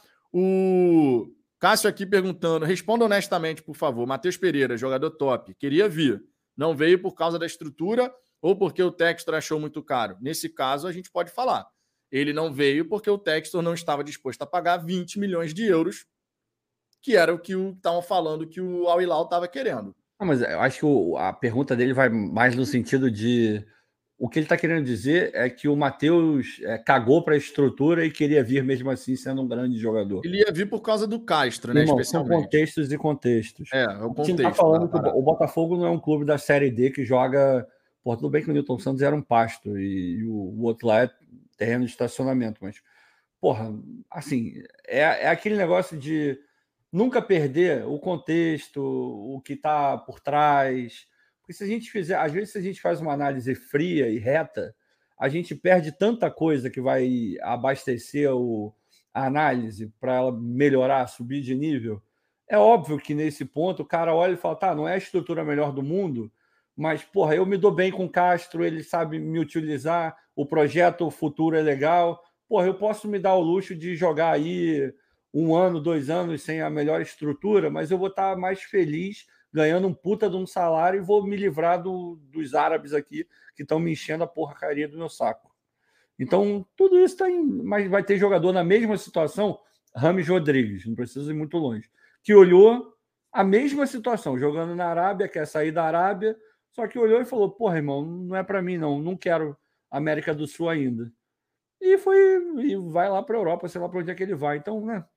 O Cássio aqui perguntando, responda honestamente, por favor. Matheus Pereira, jogador top, queria vir. Não veio por causa da estrutura ou porque o Textor achou muito caro? Nesse caso, a gente pode falar. Ele não veio porque o Textor não estava disposto a pagar vinte milhões de euros, que era o que estavam falando que o Al Hilal estava querendo. Ah, mas eu acho que o, a pergunta dele vai mais no sentido de... O que ele está querendo dizer é que o Matheus é, cagou para a estrutura e queria vir mesmo assim, sendo um grande jogador. Ele ia vir por causa do Castro, né? Irmão, especialmente. São contextos e contextos. É, é o contexto. A gente está falando que o Botafogo não é um clube da Série D que joga... Pô, tudo bem que o Newton Santos era um pasto e, e o, o outro lá é terreno de estacionamento, mas, porra, assim, é, é aquele negócio de nunca perder o contexto, o que está por trás. Porque se a gente fizer, às vezes, se a gente faz uma análise fria e reta, a gente perde tanta coisa que vai abastecer o, a análise para ela melhorar, subir de nível. É óbvio que nesse ponto o cara olha e fala, tá, não é a estrutura melhor do mundo, mas, porra, eu me dou bem com o Castro, ele sabe me utilizar, o projeto futuro é legal. Porra, eu posso me dar o luxo de jogar aí um ano, dois anos sem a melhor estrutura, mas eu vou estar mais feliz ganhando um puta de um salário e vou me livrar do, dos árabes aqui que estão me enchendo a porcaria do meu saco. Então, tudo isso está em... Mas vai ter jogador na mesma situação, Rames Rodrigues, não precisa ir muito longe, que olhou a mesma situação, jogando na Arábia, quer sair da Arábia, só que olhou e falou, porra, irmão, não é para mim, não. Não quero América do Sul ainda. E foi e vai lá para a Europa, sei lá para onde é que ele vai. Então, né,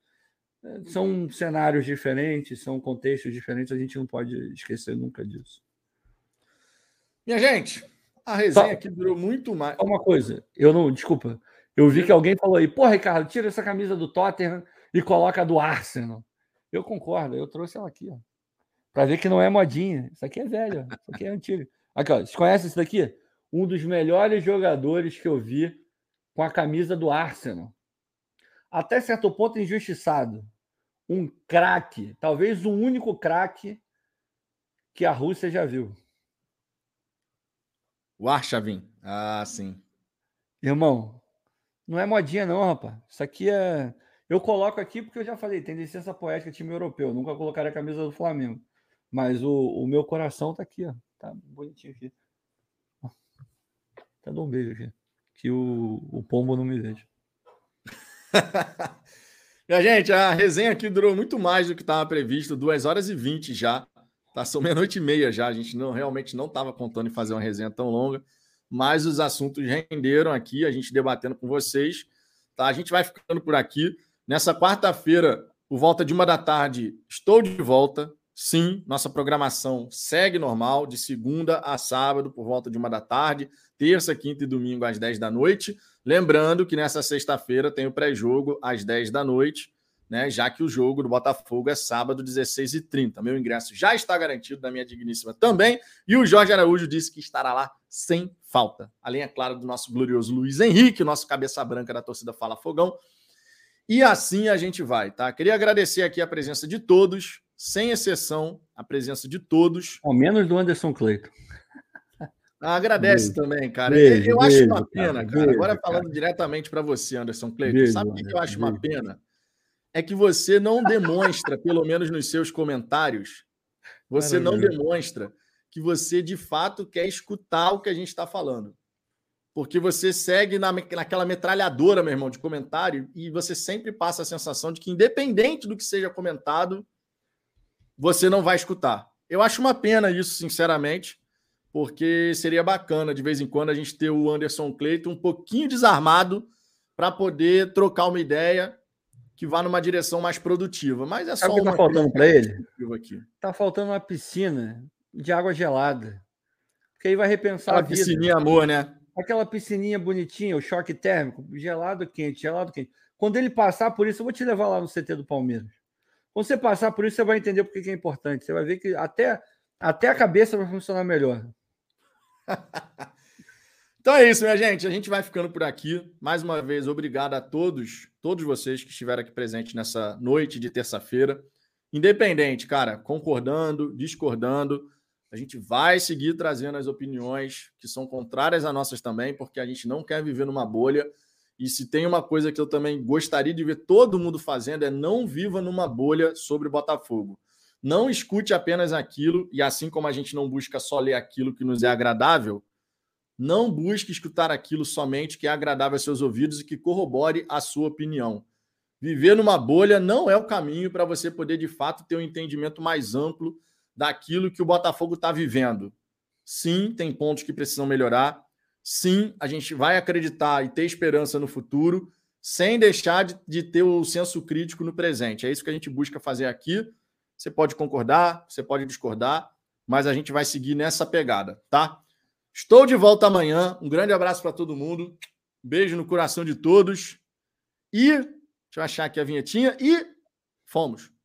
são cenários diferentes, são contextos diferentes, a gente não pode esquecer nunca disso. Minha gente, a resenha só, aqui durou muito mais. Só uma coisa, eu não, desculpa, eu vi que alguém falou aí, pô, Ricardo, tira essa camisa do Tottenham e coloca a do Arsenal. Eu concordo, eu trouxe ela aqui, ó. Para ver que não é modinha. Isso aqui é velho, isso aqui é antigo. Aqui, ó, vocês conhecem isso daqui? Um dos melhores jogadores que eu vi com a camisa do Arsenal. Até certo ponto injustiçado. Um craque, talvez o único craque que a Rússia já viu. O Arshavin. Ah, sim. Irmão, não é modinha não, rapaz. Isso aqui é... Eu coloco aqui porque eu já falei, tem licença poética, time europeu. Nunca colocaria a camisa do Flamengo. Mas o, o meu coração tá aqui, ó. Tá bonitinho aqui. Até dou um beijo aqui. Que o, o pombo não me veja. Minha gente, a resenha aqui durou muito mais do que estava previsto. duas horas e vinte já. Tá, são meia-noite e meia já. A gente não, realmente não estava contando em fazer uma resenha tão longa. Mas os assuntos renderam aqui, a gente debatendo com vocês. Tá? A gente vai ficando por aqui. Nessa quarta-feira, por volta de uma da tarde, estou de volta. Sim, nossa programação segue normal, de segunda a sábado, por volta de uma da tarde, terça, quinta e domingo, às dez da noite. Lembrando que nessa sexta-feira tem o pré-jogo às dez da noite, né? Já que o jogo do Botafogo é sábado, dezesseis e trinta. Meu ingresso já está garantido na minha digníssima também. E o Jorge Araújo disse que estará lá sem falta. Além, é claro, do nosso glorioso Luiz Henrique, o nosso cabeça branca da torcida Fala Fogão. E assim a gente vai, tá? Queria agradecer aqui a presença de todos, sem exceção, a presença de todos. Ao menos do Anderson Cleiton. Ah, agradece beijo. Também, cara. Beijo, eu beijo, acho uma pena, cara. cara. Beijo, Agora falando cara. diretamente para você, Anderson Cleiton, beijo, sabe o que Anderson, eu acho beijo. uma pena? É que você não demonstra, pelo menos nos seus comentários, você não demonstra que você de fato quer escutar o que a gente está falando. Porque você segue na, naquela metralhadora, meu irmão, de comentário, e você sempre passa a sensação de que, independente do que seja comentado, você não vai escutar. Eu acho uma pena isso, sinceramente, porque seria bacana, de vez em quando, a gente ter o Anderson Cleiton um pouquinho desarmado para poder trocar uma ideia que vá numa direção mais produtiva. Mas é só Sabe o que uma tá faltando para ele? Aqui. Tá faltando uma piscina de água gelada. Porque aí vai repensar Aquela a vida. piscininha amor, né? Aquela piscininha bonitinha, o choque térmico, gelado, quente, gelado, quente. Quando ele passar por isso, eu vou te levar lá no C T do Palmeiras. Quando você passar por isso, você vai entender por que é importante. Você vai ver que até, até a cabeça vai funcionar melhor. Então é isso, minha gente. A gente vai ficando por aqui. Mais uma vez, obrigado a todos, todos vocês que estiveram aqui presentes nessa noite de terça-feira. Independente, cara, concordando, discordando, a gente vai seguir trazendo as opiniões que são contrárias às nossas também, porque a gente não quer viver numa bolha. E se tem uma coisa que eu também gostaria de ver todo mundo fazendo é não viva numa bolha sobre o Botafogo. Não escute apenas aquilo, e assim como a gente não busca só ler aquilo que nos é agradável, não busque escutar aquilo somente que é agradável aos seus ouvidos e que corrobore a sua opinião. Viver numa bolha não é o caminho para você poder, de fato, ter um entendimento mais amplo daquilo que o Botafogo está vivendo. Sim, tem pontos que precisam melhorar. Sim, a gente vai acreditar e ter esperança no futuro, sem deixar de, de ter o senso crítico no presente. É isso que a gente busca fazer aqui. Você pode concordar, você pode discordar, mas a gente vai seguir nessa pegada, tá? Estou de volta amanhã. Um grande abraço para todo mundo. Beijo no coração de todos. E deixa eu achar aqui a vinhetinha. E fomos.